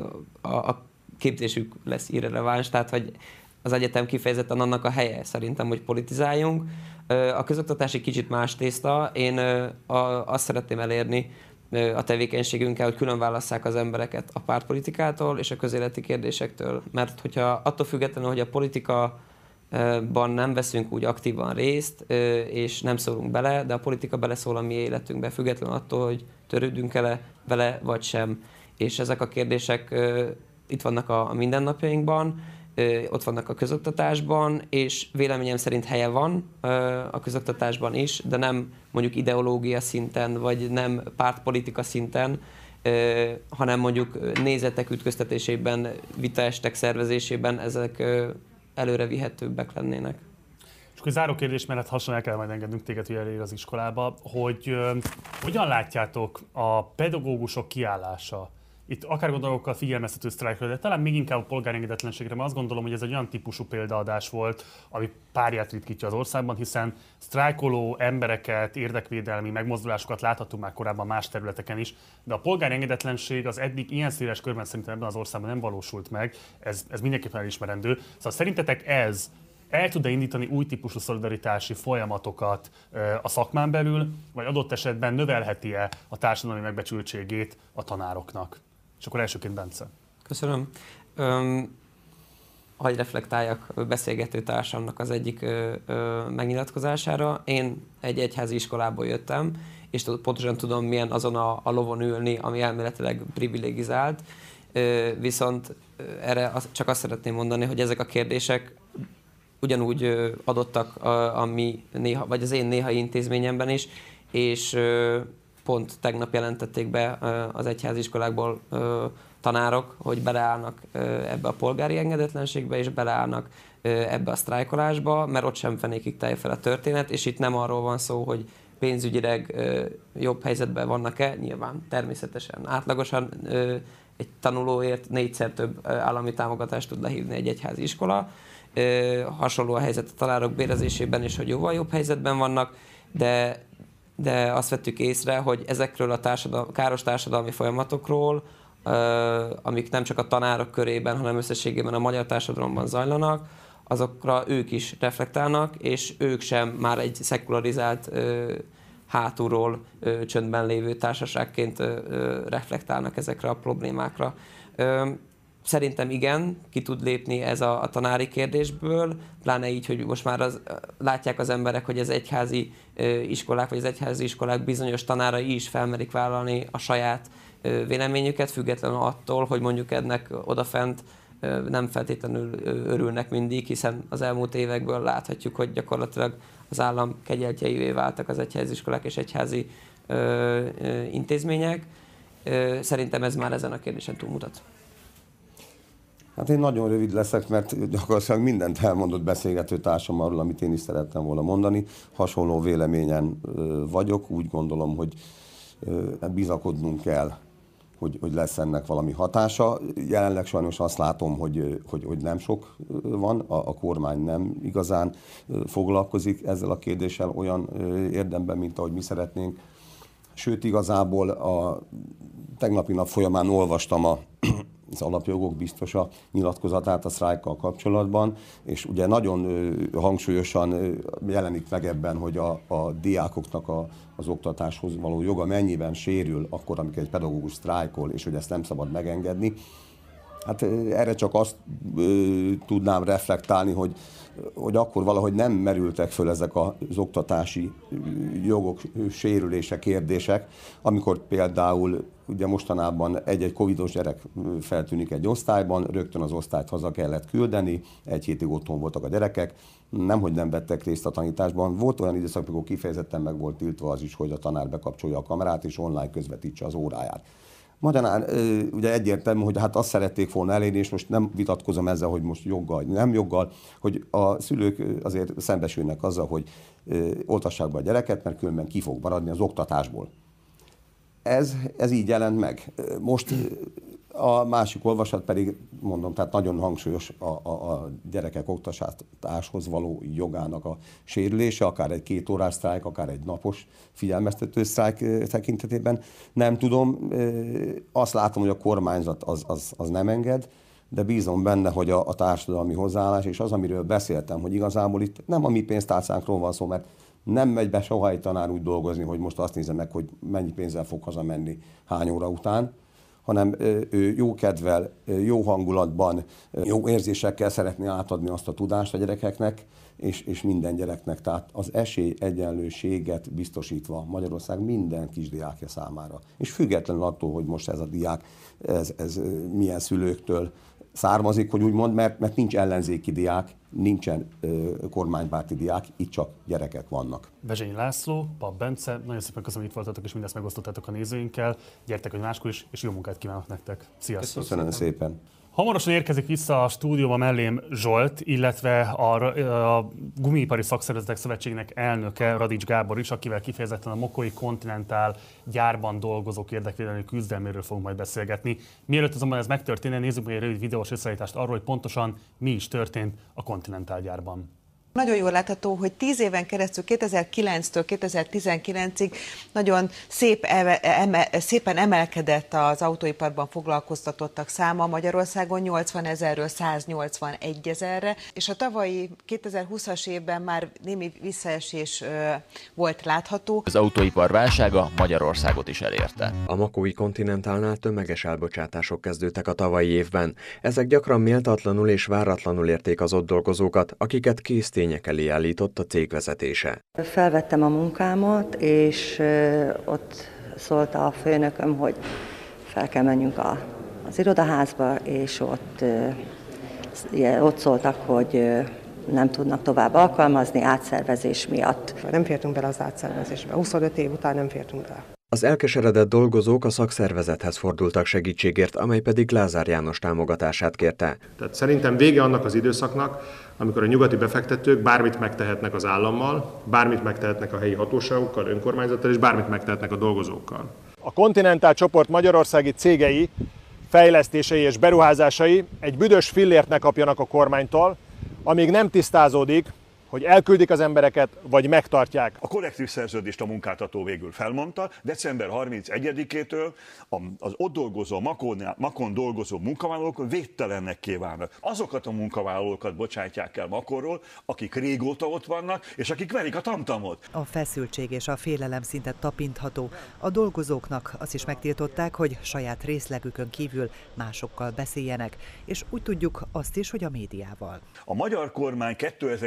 a képzésük lesz irreleváns, tehát hogy az egyetem kifejezetten annak a helye szerintem, hogy politizáljunk. A közoktatás egy kicsit más tészta. Én azt szeretném elérni a tevékenységünkkel, hogy külön válasszák az embereket a pártpolitikától és a közéleti kérdésektől. Mert hogyha attól függetlenül, hogy a politikaban nem veszünk úgy aktívan részt, és nem szólunk bele, de a politika beleszól a mi életünkbe, függetlenül attól, hogy törődünk-e vele, vagy sem. És ezek a kérdések itt vannak a mindennapjainkban, ott vannak a közoktatásban, és véleményem szerint helye van a közoktatásban is, de nem mondjuk ideológia szinten, vagy nem pártpolitika szinten, hanem mondjuk nézetek ütköztetésében, vitaestek szervezésében ezek előre vihetőbbek lennének. És akkor záró kérdés mellett hasonlóan el kell majd engednünk téged, hogy elérj az iskolába, hogy hogyan látjátok a pedagógusok kiállása? Itt akár gondolok a figyelmeztető sztrájkra, de talán még inkább a polgári engedetlenségre, mert azt gondolom, hogy ez egy olyan típusú példaadás volt, ami párját ritkítja az országban, hiszen sztrájkoló embereket, érdekvédelmi megmozdulásokat láthatunk már korábban más területeken is, de a polgári engedetlenség az eddig ilyen széles körben szerintem ebben az országban nem valósult meg, ez mindenképpen elismerendő. Szóval szerintetek ez el tud-e indítani új típusú szolidaritási folyamatokat a szakmán belül, vagy adott esetben növelheti-e a társadalmi megbecsültségét a tanároknak? És akkor elsőként Bence. Köszönöm. Hagy reflektáljak beszélgető társamnak az egyik megnyilatkozására. Én egy egyházi iskolából jöttem, és pontosan tudom, milyen azon a lovon ülni, ami elméletileg privilegizált. Viszont erre csak azt szeretném mondani, hogy ezek a kérdések ugyanúgy adottak vagy az én néhai intézményemben is, és pont tegnap jelentették be az egyházi iskolákból tanárok, hogy beleállnak ebbe a polgári engedetlenségbe, és beleállnak ebbe a sztrájkolásba, mert ott sem fenékig telje fel a történet, és itt nem arról van szó, hogy pénzügyileg jobb helyzetben vannak-e, nyilván természetesen. Átlagosan egy tanulóért 4-szer több állami támogatást tud lehívni egy egyházi iskola. Hasonló a helyzet a tanárok bérezésében is, hogy jóval jobb helyzetben vannak, de azt vettük észre, hogy ezekről a káros társadalmi folyamatokról, amik nem csak a tanárok körében, hanem összességében a magyar társadalomban zajlanak, azokra ők is reflektálnak, és ők sem már egy szekularizált, hátulról csöndben lévő társaságként reflektálnak ezekre a problémákra. Szerintem igen, ki tud lépni ez a tanári kérdésből, pláne így, hogy most már látják az emberek, hogy az egyházi iskolák, vagy az egyházi iskolák bizonyos tanárai is felmerik vállalni a saját véleményüket, függetlenül attól, hogy mondjuk ennek odafent nem feltétlenül örülnek mindig, hiszen az elmúlt évekből láthatjuk, hogy gyakorlatilag az állam kegyeltjeivé váltak az egyházi iskolák és egyházi intézmények. Szerintem ez már ezen a kérdésen túlmutat. Hát én nagyon rövid leszek, mert gyakorlatilag mindent elmondott beszélgető társam arról, amit én is szerettem volna mondani. Hasonló véleményen vagyok, úgy gondolom, hogy bizakodnunk kell, hogy lesz ennek valami hatása. Jelenleg sajnos azt látom, hogy nem sok van, a kormány nem igazán foglalkozik ezzel a kérdéssel olyan érdemben, mint ahogy mi szeretnénk. Sőt, igazából a tegnapi nap folyamán olvastam az alapjogok biztosa nyilatkozatát a sztrájkkal kapcsolatban, és ugye nagyon hangsúlyosan jelenik meg ebben, hogy a diákoknak az oktatáshoz való joga mennyiben sérül akkor, amikor egy pedagógus sztrájkol, és hogy ezt nem szabad megengedni. Hát erre csak azt tudnám reflektálni, hogy akkor valahogy nem merültek föl ezek az oktatási jogok sérülése kérdések, amikor például ugye mostanában egy covidos gyerek feltűnik egy osztályban, rögtön az osztályt haza kellett küldeni, egy hétig otthon voltak a gyerekek, nemhogy nem vettek részt a tanításban. Volt olyan időszak, amikor kifejezetten meg volt tiltva az is, hogy a tanár bekapcsolja a kamerát és online közvetítse az óráját. Magyarán ugye egyértelmű, hogy hát azt szerették volna elérni, és most nem vitatkozom ezzel, hogy most joggal, nem joggal, hogy a szülők azért szembesülnek azzal, hogy oltassák be a gyereket, mert különben ki fog maradni az oktatásból. Ez így jelent meg. Most a másik olvasat pedig, mondom, tehát nagyon hangsúlyos a gyerekek oktatáshoz való jogának a sérülése, akár egy 2 órás sztrájk, akár egy napos figyelmeztető sztrájk tekintetében. Nem tudom, azt látom, hogy a kormányzat az nem enged, de bízom benne, hogy a társadalmi hozzáállás, és az, amiről beszéltem, hogy igazából itt nem a mi pénztárcánkról van szó, mert nem megy be soha egy tanár úgy dolgozni, hogy most azt nézze meg, hogy mennyi pénzzel fog hazamenni hány óra után, hanem ő jó kedvel, jó hangulatban, jó érzésekkel szeretné átadni azt a tudást a gyerekeknek, és minden gyereknek. Tehát az esélyegyenlőséget biztosítva Magyarország minden kisdiákja számára. És függetlenül attól, hogy most ez a diák, ez milyen szülőktől származik, hogy úgy mond, mert nincs ellenzéki diák, nincsen kormánypárti diák, itt csak gyerekek vannak. Vezsény László, Papp Bence, nagyon szépen köszönöm, hogy itt voltatok, és mindezt megosztottátok a nézőinkkel. Gyertek, hogy máskor is, és jó munkát kívánok nektek. Sziasztok! Köszönöm szépen! Hamarosan érkezik vissza a stúdióba mellém Zsolt, illetve a Gumiipari Szakszervezetek Szövetségének elnöke Radics Gábor is, akivel kifejezetten a Mokói Continental gyárban dolgozók érdekvédelmi küzdelméről fogunk majd beszélgetni. Mielőtt azonban ez megtörténne, nézzük meg egy rövid videós összeállítást arról, hogy pontosan mi is történt a Continental gyárban. Nagyon jól látható, hogy 10 éven keresztül 2009-től 2019-ig nagyon szépen emelkedett az autóiparban foglalkoztatottak száma Magyarországon 80 000-ről 181 000-re, és a tavalyi 2020-as évben már némi visszaesés volt látható. Az autóipar válsága Magyarországot is elérte. A Mokói Continentalnál tömeges elbocsátások kezdődtek a tavalyi évben. Ezek gyakran méltatlanul és váratlanul érték az ott dolgozókat, akiket késztények elé állított a cég vezetése. Felvettem a munkámat, és ott szólt a főnököm, hogy fel kell menjünk az irodaházba, és ott szóltak, hogy nem tudnak tovább alkalmazni átszervezés miatt. Nem fértünk bele az átszervezésbe. 25 év után nem fértünk bele. Az elkeseredett dolgozók a szakszervezethez fordultak segítségért, amely pedig Lázár János támogatását kérte. Tehát szerintem vége annak az időszaknak, amikor a nyugati befektetők bármit megtehetnek az állammal, bármit megtehetnek a helyi hatóságokkal, önkormányzattal, és bármit megtehetnek a dolgozókkal. A Continental csoport magyarországi cégei, fejlesztései és beruházásai egy büdös fillért ne kapjanak a kormánytól, amíg nem tisztázódik, hogy elküldik az embereket, vagy megtartják. A kollektív szerződést a munkáltató végül felmondta, december 31-től az ott dolgozó, Makón dolgozó munkavállalók védtelennek válnak. Azokat a munkavállalókat bocsátják el Makonról, akik régóta ott vannak, és akik verik a tamtamot. A feszültség és a félelem szinte tapintható. A dolgozóknak azt is megtiltották, hogy saját részlegükön kívül másokkal beszéljenek, és úgy tudjuk azt is, hogy a médiával. A magyar kormány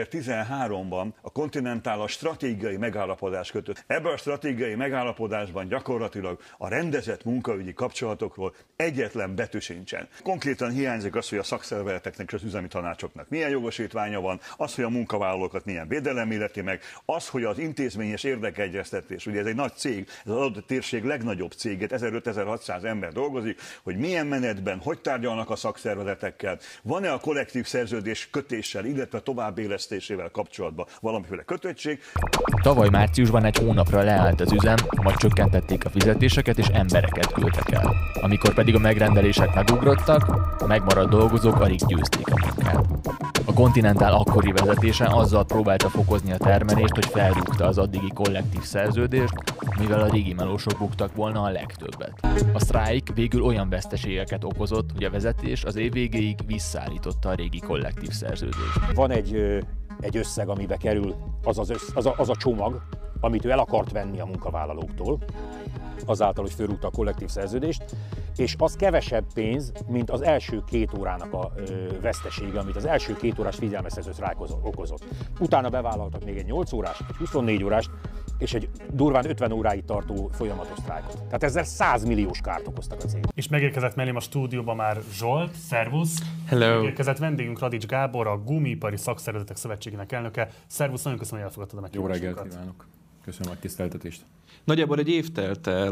2013-ban a Continental a stratégiai megállapodást kötött. Ebben a stratégiai megállapodásban gyakorlatilag a rendezett munkaügyi kapcsolatokról egyetlen betű sincsen. Konkrétan hiányzik az, hogy a szakszervezeteknek és az üzemi tanácsoknak milyen jogosítványa van, az, hogy a munkavállalókat milyen védelem illeti meg, az, hogy az intézményes érdekegyeztetés, ugye ez egy nagy cég, ez az adott térség legnagyobb cégét, 1500-1600 ember dolgozik, hogy milyen menetben, hogy tárgyalnak a szakszervezetekkel, van-e a kollektív szerződés kötéssel, illetve továbbélesztésével kapcsolatban valamiféle kötöttség. Tavaly márciusban egy hónapra leállt az üzem, majd csökkentették a fizetéseket és embereket küldtek el. Amikor pedig a megrendelések megugrottak, a megmaradt dolgozók alig győzték a munkát. A Continental akkori vezetése azzal próbálta fokozni a termelést, hogy felrúgta az addigi kollektív szerződést, mivel a régi melósok buktak volna a legtöbbet. A sztrájk végül olyan veszteségeket okozott, hogy a vezetés az év végéig visszaállította a régi kollektív szerződést. Van egy összeg, amibe kerül az a csomag, amit ő el akart venni a munkavállalóktól, azáltal, hogy fölrúgta a kollektív szerződést, és az kevesebb pénz, mint az első 2 órának a vesztesége, amit az első 2 órás figyelmeztető sztrájk okozott. Utána bevállaltak még egy 8 órás, egy 24 órás, és egy durván 50 óráig tartó folyamatos sztrájkot. Tehát ezzel 100 milliós kárt okoztak a cég. És megérkezett mellém a stúdióban már Zsolt, szervusz! Hello! Megérkezett vendégünk Radics Gábor, a Gumiipari Szakszervezetek Szövetségének elnöke. Szervusz, nagyon köszönöm, hogy elfogadtad a meghívásunkat. Jó reggelt kívánok! Köszönöm a tiszteltetést. Nagyjából egy év telt el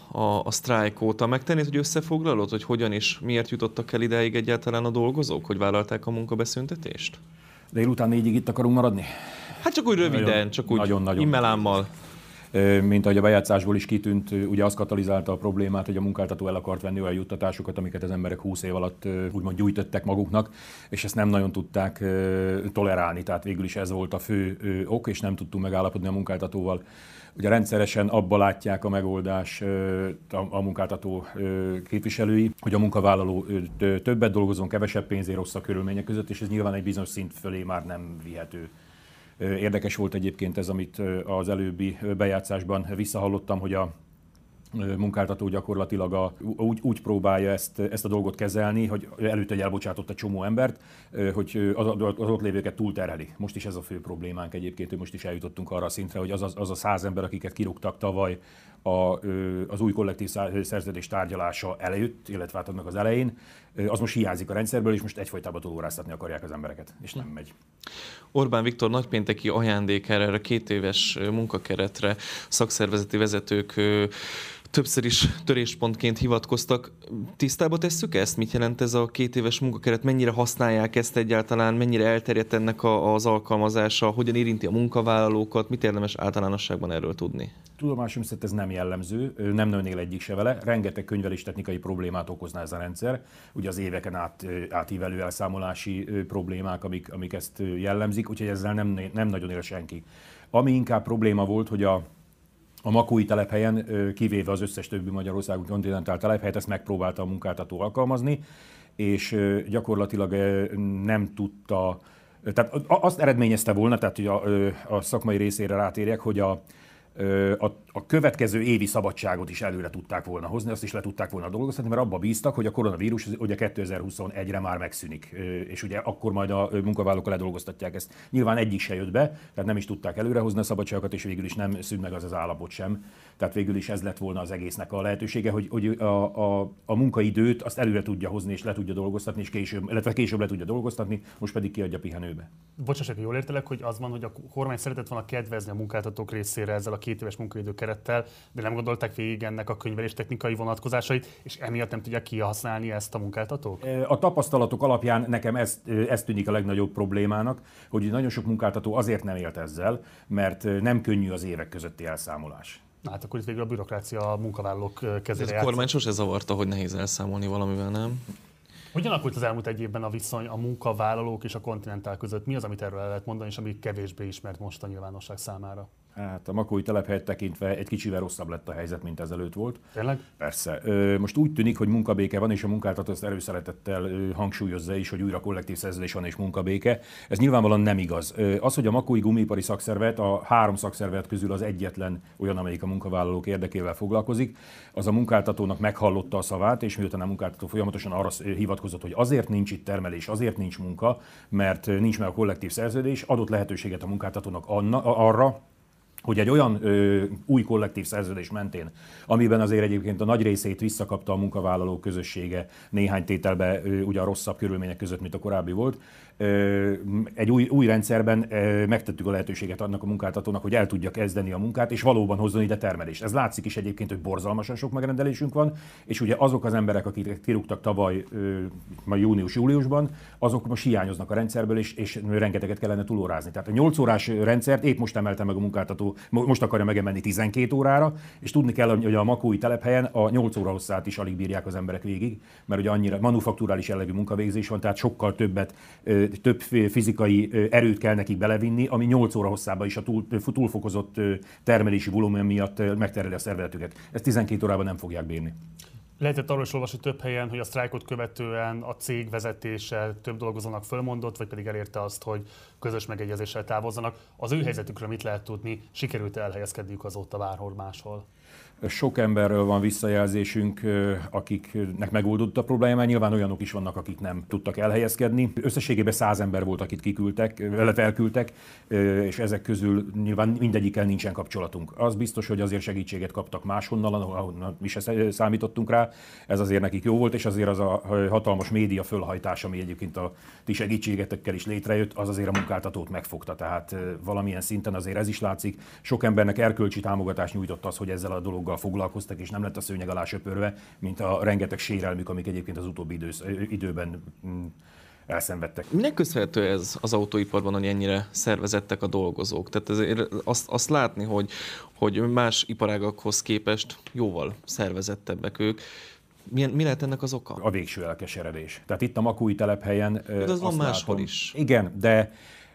a sztrájk óta. Megtennéd, hogy összefoglalod, hogy hogyan és miért jutottak el ideig egyáltalán a dolgozók, hogy vállalták a munkabeszüntetést? Délután 4-ig itt akarunk maradni? Hát csak úgy röviden, csak úgy immelámmal. Mint ahogy a bejátszásból is kitűnt, ugye az katalizálta a problémát, hogy a munkáltató el akart venni olyan juttatásokat, amiket az emberek 20 év alatt úgymond gyújtöttek maguknak, és ezt nem nagyon tudták tolerálni, tehát végül is ez volt a fő ok, és nem tudtunk megállapodni a munkáltatóval. Ugye rendszeresen abba látják a megoldás a munkáltató képviselői, hogy a munkavállaló többet dolgozzon, kevesebb pénzért, rosszabb körülmények között, és ez nyilván egy bizonyos szint fölé már nem vihető. Érdekes volt egyébként ez, amit az előbbi bejátszásban visszahallottam, hogy a munkáltató gyakorlatilag úgy próbálja ezt a dolgot kezelni, hogy előtte elbocsátott egy csomó embert, hogy az ott lévőket túlterheli. Most is ez a fő problémánk egyébként, hogy most is eljutottunk arra a szintre, hogy az a 100 ember, akiket kirúgtak tavaly az új kollektív szerződés tárgyalása előtt, illetve hát annak az elején, az most hiányzik a rendszerből, és most egyfolytában túlóráztatni akarják az embereket, és nem megy. Orbán Viktor nagypénteki ajándékára, erre 2 éves munkakeretre szakszervezeti vezetők többször is töréspontként hivatkoztak. Tisztába tesszük ezt? Mit jelent ez a 2 éves munkakeret? Mennyire használják ezt egyáltalán? Mennyire elterjedt ennek az alkalmazása? Hogyan érinti a munkavállalókat? Mit érdemes általánosságban erről tudni? Tudomásom szerint ez nem jellemző, nem nagyon él egyik se vele. Rengeteg könyvelés technikai problémát okozna ez a rendszer. Ugye az éveken átívelő elszámolási problémák, amik ezt jellemzik, úgyhogy ezzel nem nagyon él senki. Ami inkább probléma volt, hogy a makói telephelyen, kivéve az összes többi Magyarországon kontinentál telephelyet, ezt megpróbálta a munkáltató alkalmazni, és gyakorlatilag nem tudta, tehát azt eredményezte volna, tehát hogy a szakmai részére rátérjek, hogy a következő évi szabadságot is előre tudták volna hozni, azt is le tudták volna dolgoztatni, mert abba bíztak, hogy a koronavírus ugye 2021-re már megszűnik, és ugye akkor majd a munkavállalók ledolgoztatják ezt. Nyilván egyik se jött be, tehát nem is tudták előrehozni a szabadságokat, és végül is nem szűnt meg az állapot sem. Tehát végül is ez lett volna az egésznek a lehetősége, hogy a munkaidőt azt előre tudja hozni, és le tudja dolgoztatni, és később le tudja dolgoztatni, most pedig kiadja pihenőbe. Bocsássak, jól értelek, hogy az van, hogy a kormány szeretett volna kedvezni a munkáltatók részére ezzel a 2 éves munkaidőkerettel, de nem gondolták végig ennek a könyvelés technikai vonatkozásait, és emiatt nem tudják kihasználni ezt a munkáltatók? A tapasztalatok alapján nekem ez tűnik a legnagyobb problémának, hogy nagyon sok munkáltató azért nem élt ezzel, mert nem könnyű az évek közötti elszámolás. Na hát akkor itt végül a bürokrácia a munkavállalók kezére játszik. A kormány sose zavarta, hogy nehéz elszámolni valamivel, nem? Hogyan alakult az elmúlt egy évben a viszony a munkavállalók és a Continental között? Mi az, amit erről el lehet mondani, és ami kevésbé ismert most a nyilvánosság számára? Hát a makói telephelyet tekintve egy kicsivel rosszabb lett a helyzet, mint ezelőtt volt. Tényleg? Persze. Most úgy tűnik, hogy munkabéke van, és a munkáltató ezt előszeretettel hangsúlyozza is, hogy újra kollektív szerződés van és munkabéke. Ez nyilvánvalóan nem igaz. Az, hogy a makói gumipari szakszervezet a 3 szakszervezet közül az egyetlen olyan, amelyik a munkavállalók érdekével foglalkozik, az a munkáltatónak meghallotta a szavát, és miután a munkáltató folyamatosan arra hivatkozott, hogy azért nincs itt termelés, azért nincs munka, mert nincs meg a kollektív szerződés, adott lehetőséget a munkáltatónak arra, hogy egy olyan új kollektív szerződés mentén, amiben azért egyébként a nagy részét visszakapta a munkavállalók közössége néhány tételbe ugye a rosszabb körülmények között, mint a korábbi volt, egy új rendszerben megtettük a lehetőséget annak a munkáltatónak, hogy el tudja kezdeni a munkát, és valóban hozzon ide termelést. Ez látszik is egyébként, hogy borzalmasan sok megrendelésünk van, és ugye azok az emberek, akik kirúgtak tavaly június-júliusban, azok most hiányoznak a rendszerből, és rengeteget kellene túlórázni. Tehát a 8 órás rendszert épp most emelte meg a munkáltató, most akarja megemelni 12 órára, és tudni kell, hogy a makói telephelyen a 8 óra hosszát is alig bírják az emberek végig, mert ugye annyira manufakturális jellegű munkavégzés van, tehát sokkal több fizikai erőt kell nekik belevinni, ami 8 óra hosszában is a túlfokozott termelési volumen miatt megterheli a szervezetüket. Ezt 12 órában nem fogják bírni. Lehetett arról is olvasni több helyen, hogy a sztrájkot követően a cég vezetése több dolgozónak fölmondott, vagy pedig elérte azt, hogy közös megegyezéssel távozzanak. Az ő helyzetükről mit lehet tudni? Sikerült elhelyezkedniük azóta bárhol máshol? Sok emberről van visszajelzésünk, akiknek megoldott a probléma, nyilván olyanok is vannak, akik nem tudtak elhelyezkedni. Összességében 100 ember volt, akit kiküldtek, elküldtek, és ezek közül nyilván mindegyikkel nincsen kapcsolatunk. Az biztos, hogy azért segítséget kaptak máshonnan, ahonnan mi se számítottunk rá, ez azért nekik jó volt, és azért az a hatalmas média fölhajtás, ami egyébként a ti segítségetekkel is létrejött, az azért a munkáltatót megfogta, tehát valamilyen szinten azért ez is látszik. Sok embernek erkölcsi támogatást nyújtott az, hogy ezzel a dologgal foglalkoztak, és nem lett a szőnyeg alá söpörve, mint a rengeteg sérelmük, amik egyébként az utóbbi időben elszenvedtek. Minek köszönhető ez az autóiparban, hogy ennyire szervezettek a dolgozók? Tehát azért azt látni, hogy más iparágakhoz képest jóval szervezettebbek ők. Mi lehet ennek az oka? A végső elkeseredés. Tehát itt a makói telephelyen... De az van máshol is. Igen, de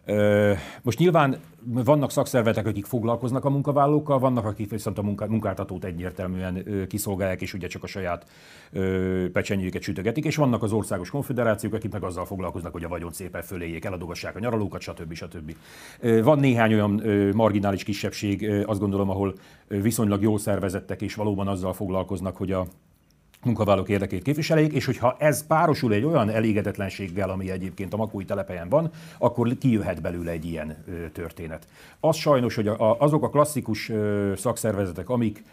most nyilván vannak szakszervezetek, akik foglalkoznak a munkavállalókkal, vannak, akik viszont a munkáltatót egyértelműen kiszolgálják, és ugye csak a saját pecsenyőjüket sütögetik, és vannak az országos konfederációk, akik meg azzal foglalkoznak, hogy a vagyont szépen föléjék, eladogassák a nyaralókat, stb. Van néhány olyan marginális kisebbség, azt gondolom, ahol viszonylag jól szervezettek, és valóban azzal foglalkoznak, hogy a munkavállalók érdekét képviseljék, és hogyha ez párosul egy olyan elégedetlenséggel, ami egyébként a makói telephelyen van, akkor kijöhet belőle egy ilyen történet. Az sajnos, hogy azok a klasszikus szakszervezetek,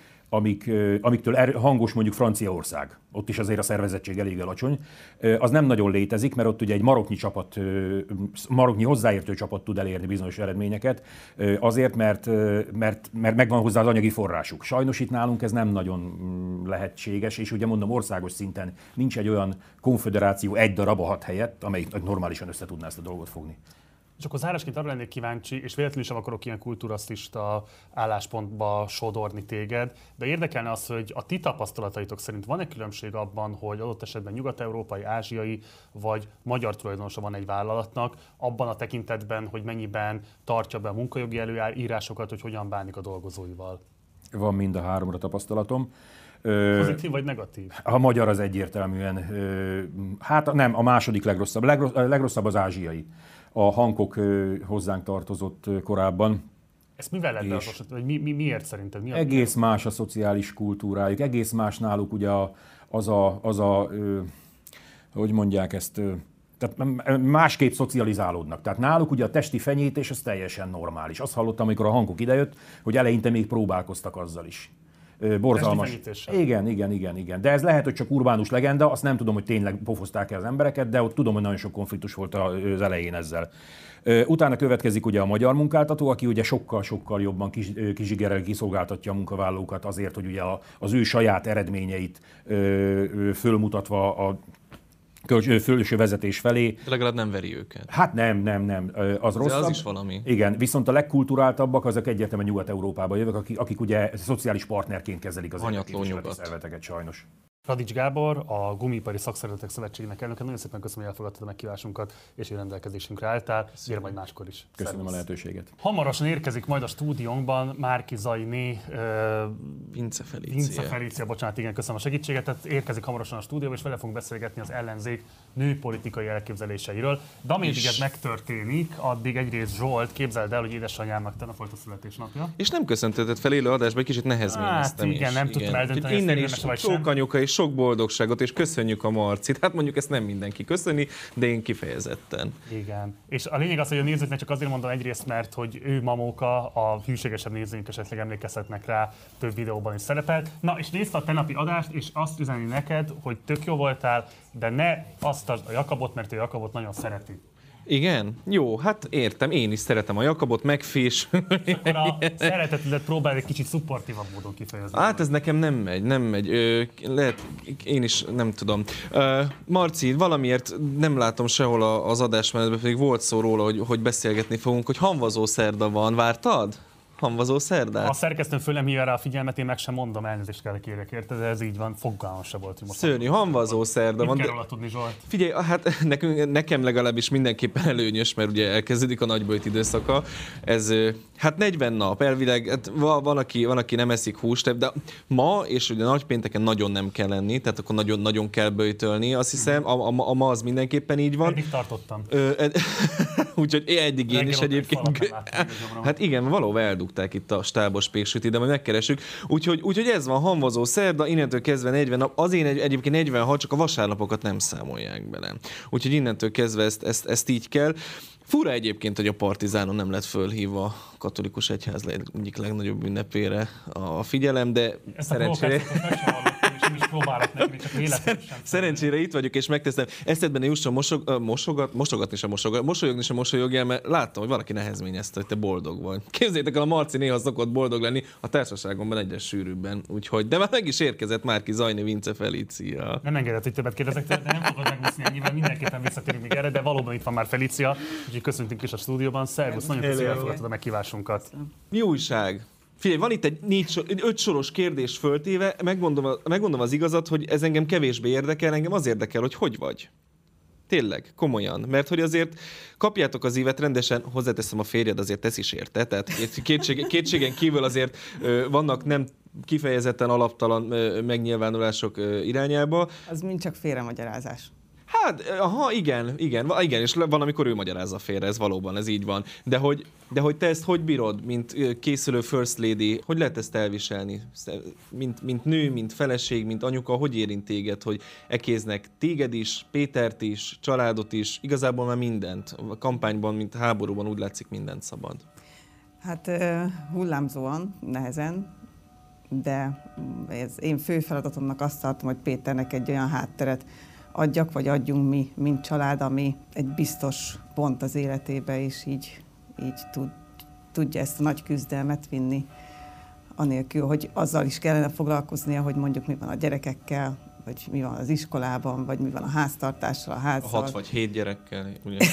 amiktől hangos mondjuk Franciaország, ott is azért a szervezettség elég alacsony, az nem nagyon létezik, mert ott ugye egy maroknyi hozzáértő csapat tud elérni bizonyos eredményeket, azért, mert megvan hozzá az anyagi forrásuk. Sajnos itt nálunk ez nem nagyon lehetséges, és ugye mondom, országos szinten nincs egy olyan konföderáció egy darab a 6 helyett, amelyik normálisan össze tudná ezt a dolgot fogni. És akkor zárásként arra lennék kíváncsi, és véletlenül sem akarok ilyen kultúrasztista álláspontba sodorni téged, de érdekelne az, hogy a ti tapasztalataitok szerint van-e különbség abban, hogy adott esetben nyugat-európai, ázsiai vagy magyar tulajdonosa van egy vállalatnak, abban a tekintetben, hogy mennyiben tartja be a munkajogi előírásokat, hogy hogyan bánik a dolgozóival? Van mind a 3-ra tapasztalatom. Pozitív vagy negatív? A magyar az egyértelműen, hát nem, a második legrosszabb. Legrosszabb az ázsiai. A Hankook hozzánk tartozott korábban. Ezt mivel lehet beazonosítani, vagy miért szerinted? Egész más a szociális kultúrájuk, egész más náluk ugye hogy mondják ezt, tehát másképp szocializálódnak. Tehát náluk ugye a testi fenyítés az teljesen normális. Azt hallottam, amikor a Hankook idejött, hogy eleinte még próbálkoztak azzal is. Borzalmas. Igen. De ez lehet, hogy csak urbánus legenda, azt nem tudom, hogy tényleg pofozták-e az embereket, de ott tudom, hogy nagyon sok konfliktus volt az elején ezzel. Utána következik ugye a magyar munkáltató, aki ugye sokkal jobban kizsigerel kiszolgáltatja a munkavállalókat azért, hogy ugye az ő saját eredményeit fölmutatva a fölső vezetés felé. De legalább nem veri őket. Hát nem. Az rosszabb. Az is valami. Igen, viszont a legkulturáltabbak azok egyértelműen Nyugat-Európába jövök, akik ugye szociális partnerként kezelik az hanyatló szervezeteket sajnos. Radics Gábor, a Gumipari Szakszervezetek Szövetségének elnöke. Nagyon szépen köszönöm, hogy elfogadtad a meghívásunkat, és hogy rendelkezésünkre álltál. Gyere majd máskor is. Köszönöm a lehetőséget. Hamarosan érkezik majd a stúdiónkban Márki Zajné, Vince Felícia, bocsánat, igen, köszönöm a segítséget. Tehát érkezik hamarosan a stúdióba, és vele fogunk beszélgetni az ellenzék nőpolitikai elképzeléseiről. De amíg ez megtörténik, addig egyrészt Zsolt, képzeld el, hogy édesanyámnak tegnap volt a születésnapja. És nem köszöntötted fel élő adásban, egy kicsit nehezményeztem igen, nem tudtam eldönteni, innen is sok anyuka és sok boldogságot, és köszönjük a Marcit. Hát mondjuk ezt nem mindenki köszöni, de én kifejezetten. Igen. És a lényeg az, hogy a nézőknek csak azért mondom egyrészt, mert hogy ő Mamóka, a hűségesebb nézőink esetleg emlékezhetnek rá, több videóban is szerepelt. Na, és nézd a tegnapi adást, és azt üzeni neked, hogy tök jó voltál, de ne azt a Jakabot, mert ő Jakabot nagyon szereti. Igen? Jó, hát értem, én is szeretem a Jakabot, megfés. Akkor a szeretetedet próbálj egy kicsit szupportívabb módon kifejezni. Hát ez nekem nem megy. Lehet, én is nem tudom. Marci, valamiért nem látom sehol az adásmenetben, pedig volt szó róla, hogy beszélgetni fogunk, hogy hamvazó szerda van. Vártad? Hamvazó szerdát? A szerkesztőm föl nem hívja rá a figyelmet, én meg sem mondom, elnézést kell kérjek érte, de ez így van, fogalmam se volt. Hogy most szörnyű, hamvazó szerda van. Mit kell róla tudni, Zsolt? Figyelj, hát nekem legalábbis mindenképpen előnyös, mert ugye elkezdődik a nagyböjt időszaka. Ez hát 40 nap, elvileg, hát van, aki nem eszik húst, de ma és ugye nagypénteken nagyon nem kell enni, tehát akkor nagyon kell böjtölni. Azt hiszem, a ma az mindenképpen így van. Eddig tartottam. Úgyhogy eddig én is egyébként. Hát igen, valóban eldugták itt a stábos péksüt, de majd megkeresünk. Úgyhogy ez van, hamvazó szerda, innentől kezdve 40 nap. Azért egyébként 46, csak a vasárnapokat nem számolják bele. Úgyhogy innentől kezdve ezt így kell. Fura egyébként, hogy a Partizánon nem lett fölhívva a katolikus egyház egyik legnagyobb ünnepére a figyelem, de szerencsére... Szerencsére itt vagyok, és megteszem. Eszedben ne jusson mosolyogni sem mosolyogjál, mert láttam, hogy valaki nehezményezte, hogy te boldog vagy. Képzeljétek el, a Marci néha szokott boldog lenni, a társaságomban egyre sűrűbben. Úgyhogy, de már meg is érkezett Márki Zajné, Vince Felícia. Nem engedett, hogy többet kérdezek tőle, de nem fogod megúszni ennyivel, mindenképpen visszatérünk még erre, de valóban itt van már Felícia, úgyhogy köszöntünk is a stúdióban. Szervusz, nagyon köszönöm, hogy elfogadtad a meghívásunkat. Mi újság? Figyelj, van itt egy 5 soros kérdés föltéve, megmondom az igazat, hogy ez engem kevésbé érdekel, engem az érdekel, hogy vagy. Tényleg, komolyan. Mert hogy azért kapjátok az ívet rendesen, hozzáteszem, a férjed azért tesz is érte, tehát kétségen kívül azért vannak nem kifejezetten alaptalan megnyilvánulások irányába. Az mind csak félremagyarázás. Hát, igen, és van, amikor ő magyarázza félre, ez valóban, ez így van. De hogy te ezt hogy bírod, mint készülő First Lady, hogy lehet ezt elviselni? Mint nő, mint feleség, mint anyuka, hogy érint téged, hogy ekéznek téged is, Pétert is, családot is, igazából már mindent. A kampányban, mint háborúban úgy látszik, mindent szabad. Hát hullámzóan, nehezen, de én fő feladatomnak azt tartom, hogy Péternek egy olyan hátteret adjak, vagy adjunk mi, mint család, ami egy biztos pont az életébe, és így tudja ezt a nagy küzdelmet vinni, anélkül, hogy azzal is kellene foglalkoznia, hogy mondjuk mi van a gyerekekkel, vagy mi van az iskolában, vagy mi van a háztartással, a házzal. A 6 vagy 7 gyerekkel, ugye?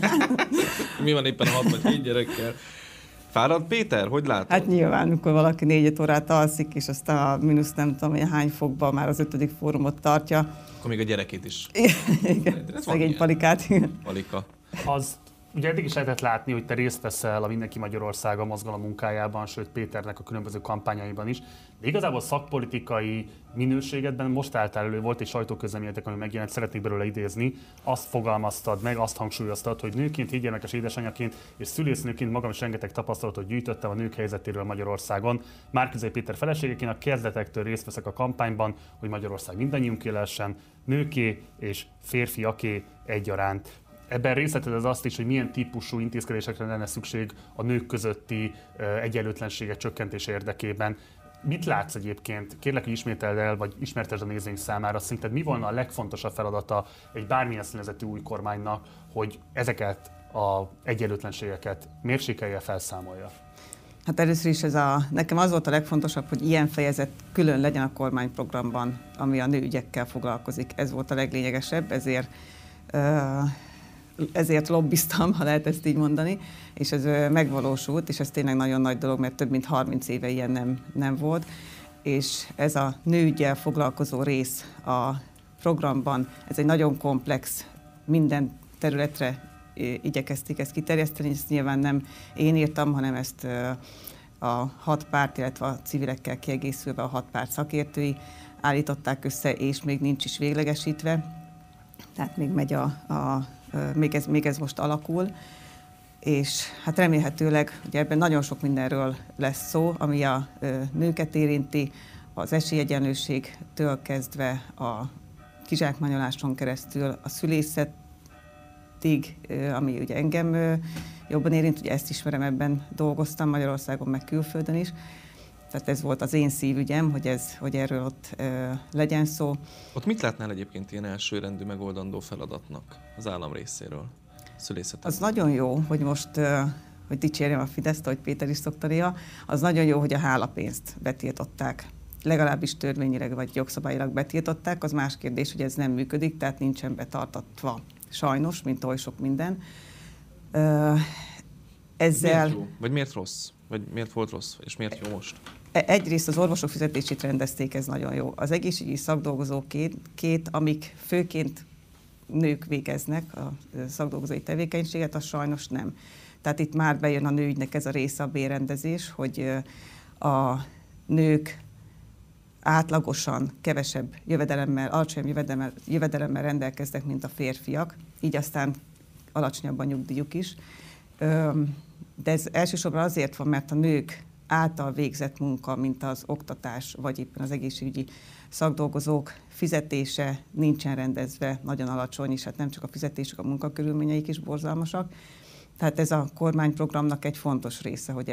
Mi van éppen a 6 vagy 7 gyerekkel? Fárad Péter? Hogy látod? Hát nyilván, amikor valaki 4 órát alszik, és aztán a mínusz nem tudom, hogy hány fokban már az 5. fórumot tartja. Akkor még a gyerekét is. Igen, szegény Palikát. Palika. Az ugye eddig is lehetett látni, hogy te részt veszel a Mindenki Magyarországa mozgalom munkájában, sőt Péternek a különböző kampányaiban is, de igazából szakpolitikai minőségedben most álltál elő, volt egy sajtóközleményetek, ami megjelent, szeretnék belőle idézni, azt fogalmaztad meg, azt hangsúlyoztad, hogy nőként, 7 gyermekes édesanyjaként és szülésznőként magam is rengeteg tapasztalatot gyűjtöttem a nők helyzetéről Magyarországon. Márki Péter feleségeként a kezdetektől részt veszek a kampányban, hogy Magyarország mindannyiunké lehessen, nőké és férfiaké egyaránt. Ebben részletezed azt is, hogy milyen típusú intézkedésekre lenne szükség a nők közötti egyenlőtlenségek csökkentése érdekében. Mit látsz egyébként? Kérlek, hogy ismételd el, vagy ismertesd a nézőink számára. Szerinted mi volna a legfontosabb feladata egy bármilyen színezetű új kormánynak, hogy ezeket az egyenlőtlenségeket mérsékelje, felszámolja? Hát először is nekem az volt a legfontosabb, hogy ilyen fejezet külön legyen a kormányprogramban, ami a nőügyekkel foglalkozik. Ez volt a leglényegesebb, ezért lobbiztam, ha lehet ezt így mondani, és ez megvalósult, és ez tényleg nagyon nagy dolog, mert több mint 30 éve ilyen nem volt. és ez a nőüggyel foglalkozó rész a programban, ez egy nagyon komplex, minden területre igyekezték ezt kiterjeszteni, ezt nyilván nem én írtam, hanem ezt a 6 párt, illetve a civilekkel kiegészülve a 6 párt szakértői állították össze, és még nincs is véglegesítve. Tehát még megy még ez most alakul. És hát remélhetőleg, ugye ebben nagyon sok mindenről lesz szó, ami a nőket érinti, az esélyegyenlőségtől kezdve a kizsákmányoláson keresztül a szülészetig, ami ugye engem jobban érint, ugye ezt ismerem, ebben dolgoztam Magyarországon, meg külföldön is. Tehát ez volt az én szívügyem, hogy erről ott legyen szó. Ott mit látnál egyébként ilyen elsőrendű megoldandó feladatnak az állam részéről? Szülészeten. Az nagyon jó, hogy most, hogy dicsérjem a Fideszt, ahogy Péter is szokta néha, az nagyon jó, hogy a hálapénzt betiltották. Legalábbis törvényileg vagy jogszabályilag betiltották, az más kérdés, hogy ez nem működik, tehát nincsen betartatva. Sajnos, mint oly sok minden. Ezzel... Miért jó? Vagy miért rossz? Vagy miért volt rossz? És miért jó most? Egyrészt az orvosok fizetését rendezték, ez nagyon jó. Az egészségügyi szakdolgozókét, amik főként nők végeznek a szakdolgozói tevékenységet, az sajnos nem. Tehát itt már bejön a nőügynek ez a része, a bérrendezés, hogy a nők átlagosan kevesebb jövedelemmel, alacsonyabb jövedelemmel rendelkeznek, mint a férfiak, így aztán alacsonyabb a nyugdíjuk is. De ez elsősorban azért van, mert a nők által végzett munka, mint az oktatás, vagy éppen az egészségügyi szakdolgozók fizetése nincsen rendezve, nagyon alacsony, és hát nem csak a fizetések, a munkakörülményeik is borzalmasak. Tehát ez a kormányprogramnak egy fontos része, hogy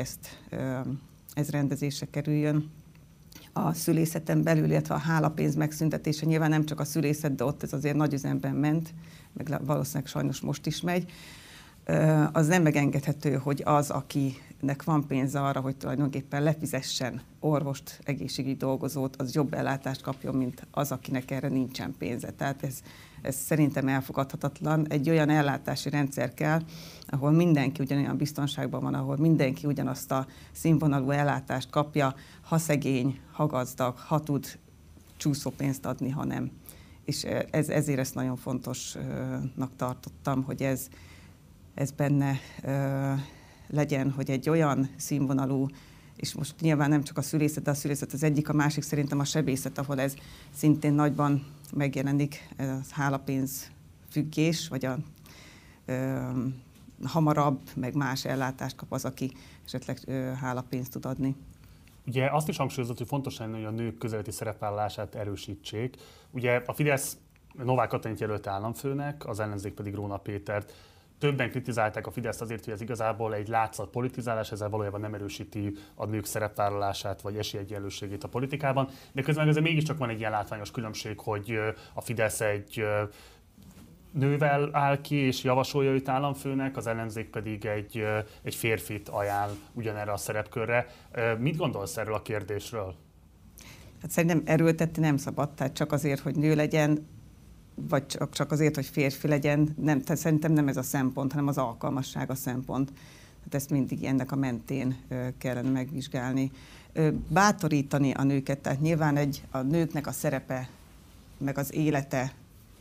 ez rendezésre kerüljön. A szülészeten belül, illetve a hálapénz megszüntetése, nyilván nem csak a szülészet, de ott ez azért nagy üzemben ment, meg valószínűleg sajnos most is megy. Az nem megengedhető, hogy az, akinek van pénze arra, hogy tulajdonképpen lefizessen orvost, egészségügyi dolgozót, az jobb ellátást kapjon, mint az, akinek erre nincsen pénze. Tehát ez szerintem elfogadhatatlan. Egy olyan ellátási rendszer kell, ahol mindenki ugyanolyan biztonságban van, ahol mindenki ugyanazt a színvonalú ellátást kapja, ha szegény, ha gazdag, ha tud csúszópénzt adni, ha nem. És ezért ezt nagyon fontosnak tartottam, hogy ez benne legyen, hogy egy olyan színvonalú, és most nyilván nem csak a szülészet, de a szülészet az egyik, a másik szerintem a sebészet, ahol ez szintén nagyban megjelenik, ez a hálapénz függés, vagy a hamarabb, meg más ellátást kap az, aki esetleg hálapénzt tud adni. Ugye azt is hangsúlyozott, hogy fontos lenne, hogy a nők közeleti szerepvállalását erősítsék. Ugye a Fidesz Novák Katalint jelölt államfőnek, az ellenzék pedig Róna Pétert. Többen kritizálták a Fideszt azért, hogy ez igazából egy látszat politizálás, ezzel valójában nem erősíti a nők szerepvállalását vagy esélyegyenlőségét a politikában. De közben azért mégiscsak van egy ilyen látványos különbség, hogy a Fidesz egy nővel áll ki és javasolja őt államfőnek, az ellenzék pedig egy férfit ajánl ugyanerre a szerepkörre. Mit gondolsz erről a kérdésről? Hát szerintem erőltetni nem szabad, tehát csak azért, hogy nő legyen, vagy csak azért, hogy férfi legyen, tehát szerintem nem ez a szempont, hanem az alkalmasság a szempont. Tehát ezt mindig ennek a mentén kellene megvizsgálni. Bátorítani a nőket, tehát nyilván a nőknek a szerepe, meg az élete,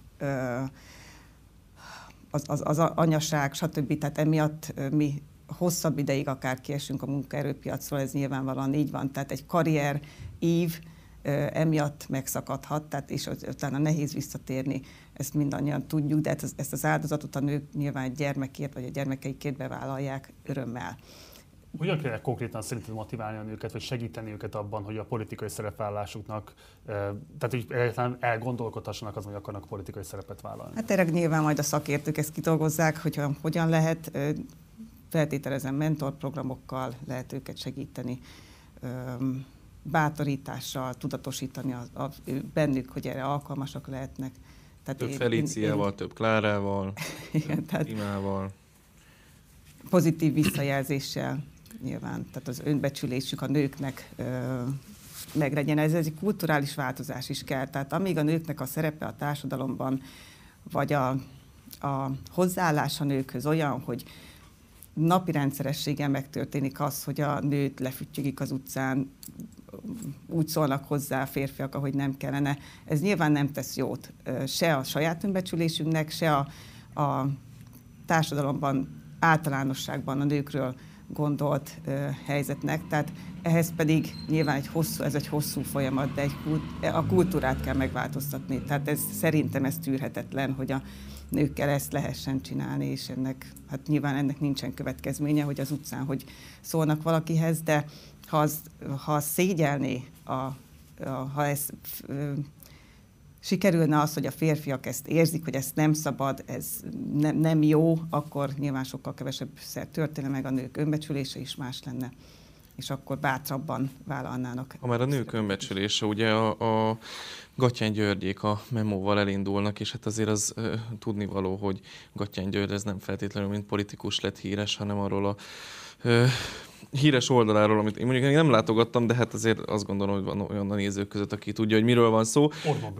az anyaság, stb. Tehát emiatt mi hosszabb ideig akár kiesünk a munkaerőpiacról, ez nyilvánvalóan így van. Tehát egy karrier ív emiatt megszakadhat, tehát és utána nehéz visszatérni, ezt mindannyian tudjuk, de ezt az áldozatot a nők nyilván egy gyermekért vagy a gyermekeikért bevállalják örömmel. Hogyan kell konkrétan szerinted motiválni a nőket, vagy segíteni őket abban, hogy a politikai szerepvállalásuknak, tehát hogy egyáltalán elgondolkodhassanak azon, hogy akarnak politikai szerepet vállalni? Hát erre nyilván majd a szakértők ezt kidolgozzák, hogy hogyan lehet, feltételezem mentorprogramokkal lehet őket segíteni, bátorítással, tudatosítani bennük, hogy erre alkalmasak lehetnek. Tehát több Felíciával, több Klárával, több Imával. Pozitív visszajelzéssel nyilván, tehát az önbecsülésük a nőknek meglegyen. Ez egy kulturális változás is kell. Tehát amíg a nőknek a szerepe a társadalomban, vagy a hozzáállás a nőkhöz olyan, hogy napi rendszerességgel megtörténik az, hogy a nőt lefüttyögik az utcán, úgy szólnak hozzá a férfiak, ahogy nem kellene. Ez nyilván nem tesz jót se a saját önbecsülésünknek, se a társadalomban általánosságban a nőkről gondolt helyzetnek. Tehát ehhez pedig nyilván ez egy hosszú folyamat, de a kultúrát kell megváltoztatni. Tehát szerintem ez tűrhetetlen, hogy a nőkkel ezt lehessen csinálni, és nyilván ennek nincsen következménye, hogy az utcán hogy szólnak valakihez, de ha szégyelné, ha ez sikerülne az, hogy a férfiak ezt érzik, hogy ezt nem szabad, ez nem jó, akkor nyilván sokkal kevesebb történne meg, a nők önbecsülése is más lenne, és akkor bátrabban vállalnának. Ha már a nők önbecsülése, ugye a Gattyán Györgyék a memóval elindulnak, és hát azért az tudnivaló, hogy Gattyán György ez nem feltétlenül mint politikus lett híres, hanem arról a híres oldaláról, amit én mondjuk nem látogattam, de hát azért azt gondolom, hogy van olyan a nézők között, aki tudja, hogy miről van szó.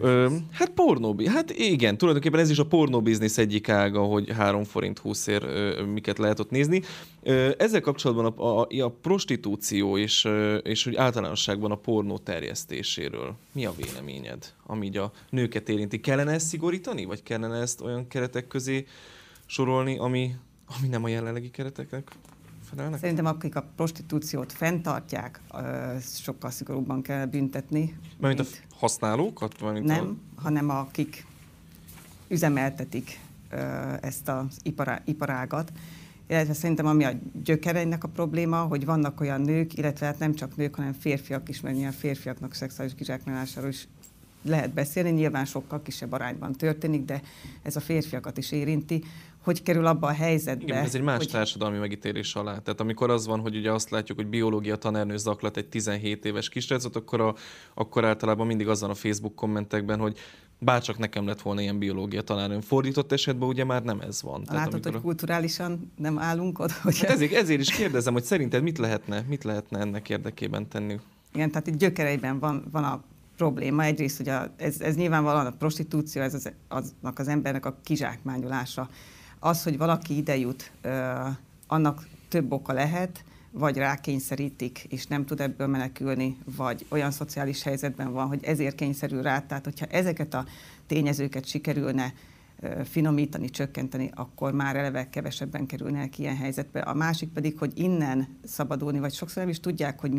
Hát igen, tulajdonképpen ez is a pornóbiznisz egyik ága, hogy 3 forint 20 miket lehet ott nézni. Ezzel kapcsolatban a prostitúció és hogy általánosságban a pornó terjesztéséről mi a véleményed, ami így a nőket érinti? Kellene ezt szigorítani, vagy kellene ezt olyan keretek közé sorolni, ami nem a jelenlegi kereteknek? Szerintem akik a prostitúciót fenntartják, sokkal szigorúbban kell büntetni. Mint a használókat? Nem, hanem akik üzemeltetik ezt az iparágat. Illetve szerintem ami a gyökereinek a probléma, hogy vannak olyan nők, illetve hát nem csak nők, hanem férfiak is, mert ilyen férfiaknak szexuális kizsákmányolásáról is lehet beszélni, nyilván sokkal kisebb arányban történik, de ez a férfiakat is érinti, hogy kerül abba a helyzetbe. Igen, ez egy más társadalmi megítélés alá. Tehát amikor az van, hogy ugye azt látjuk, hogy biológia tanárnő zaklat egy 17 éves kisrácot, akkor általában mindig az van a Facebook kommentekben, hogy bárcsak nekem lett volna ilyen biológia tanárnőm. Fordított esetben ugye már nem ez van. Látod, hogy kulturálisan nem állunk oda, hogy... Hát ezért is kérdezem, hogy szerinted mit lehetne ennek érdekében tenni? Igen, tehát itt gyökereiben van a probléma. Egyrészt, hogy ez nyilvánvalóan a prostitúció, ez aznak az embernek a kizsákmányolása. Az, hogy valaki ide jut, annak több oka lehet, vagy rákényszerítik, és nem tud ebből menekülni, vagy olyan szociális helyzetben van, hogy ezért kényszerül rá. Tehát, hogyha ezeket a tényezőket sikerülne finomítani, csökkenteni, akkor már eleve kevesebben kerülnek ilyen helyzetbe. A másik pedig, hogy innen szabadulni, vagy sokszor nem is tudják, hogy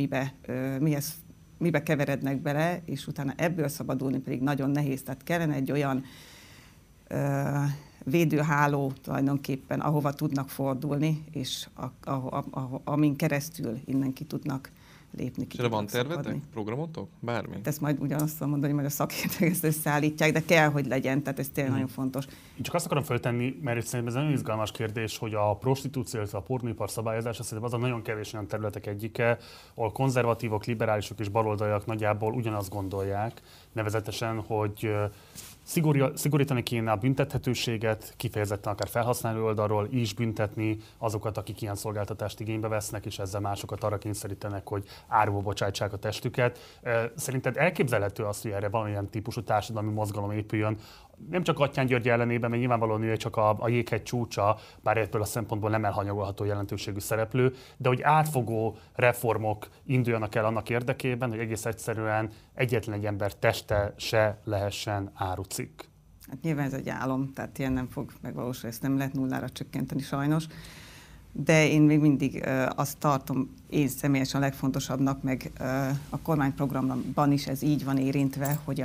mibe keverednek bele, és utána ebből szabadulni pedig nagyon nehéz. Tehát kellene egy olyan védőháló tulajdonképpen, ahova tudnak fordulni, és amin keresztül innen ki tudnak lépni. És erre van tervetek? Programotok? Bármi? Ezt majd ugyanazt tudom mondani, hogy a szakértők ezt összeállítják, de kell, hogy legyen, tehát ez tényleg nagyon fontos. Én csak azt akarom föltenni, mert szerintem ez egy nagyon izgalmas kérdés, hogy a prostitúció, illetve a pornóipar szabályozása szerintem az a nagyon kevés olyan területek egyike, ahol konzervatívok, liberálisok és baloldaliak nagyjából ugyanazt gondolják, nevezetesen, hogy szigorítani kéne a büntethetőséget, kifejezetten akár felhasználó oldalról is büntetni azokat, akik ilyen szolgáltatást igénybe vesznek, és ezzel másokat arra kényszerítenek, hogy áruba bocsájtsák a testüket. Szerinted elképzelhető az, hogy erre valamilyen típusú társadalmi mozgalom épüljön, nem csak Gattyán György ellenében, mert nyilvánvalóan ő csak a jéghegy csúcsa, bár ebből a szempontból nem elhanyagolható jelentőségű szereplő, de hogy átfogó reformok induljanak el annak érdekében, hogy egész egyszerűen egyetlen egy ember teste se lehessen árucikk. Hát nyilván ez egy álom, tehát ilyen nem fog megvalósulni, ezt nem lehet nullára csökkenteni sajnos. De én még mindig azt tartom én személyesen a legfontosabbnak, meg a kormányprogramban is ez így van érintve, hogy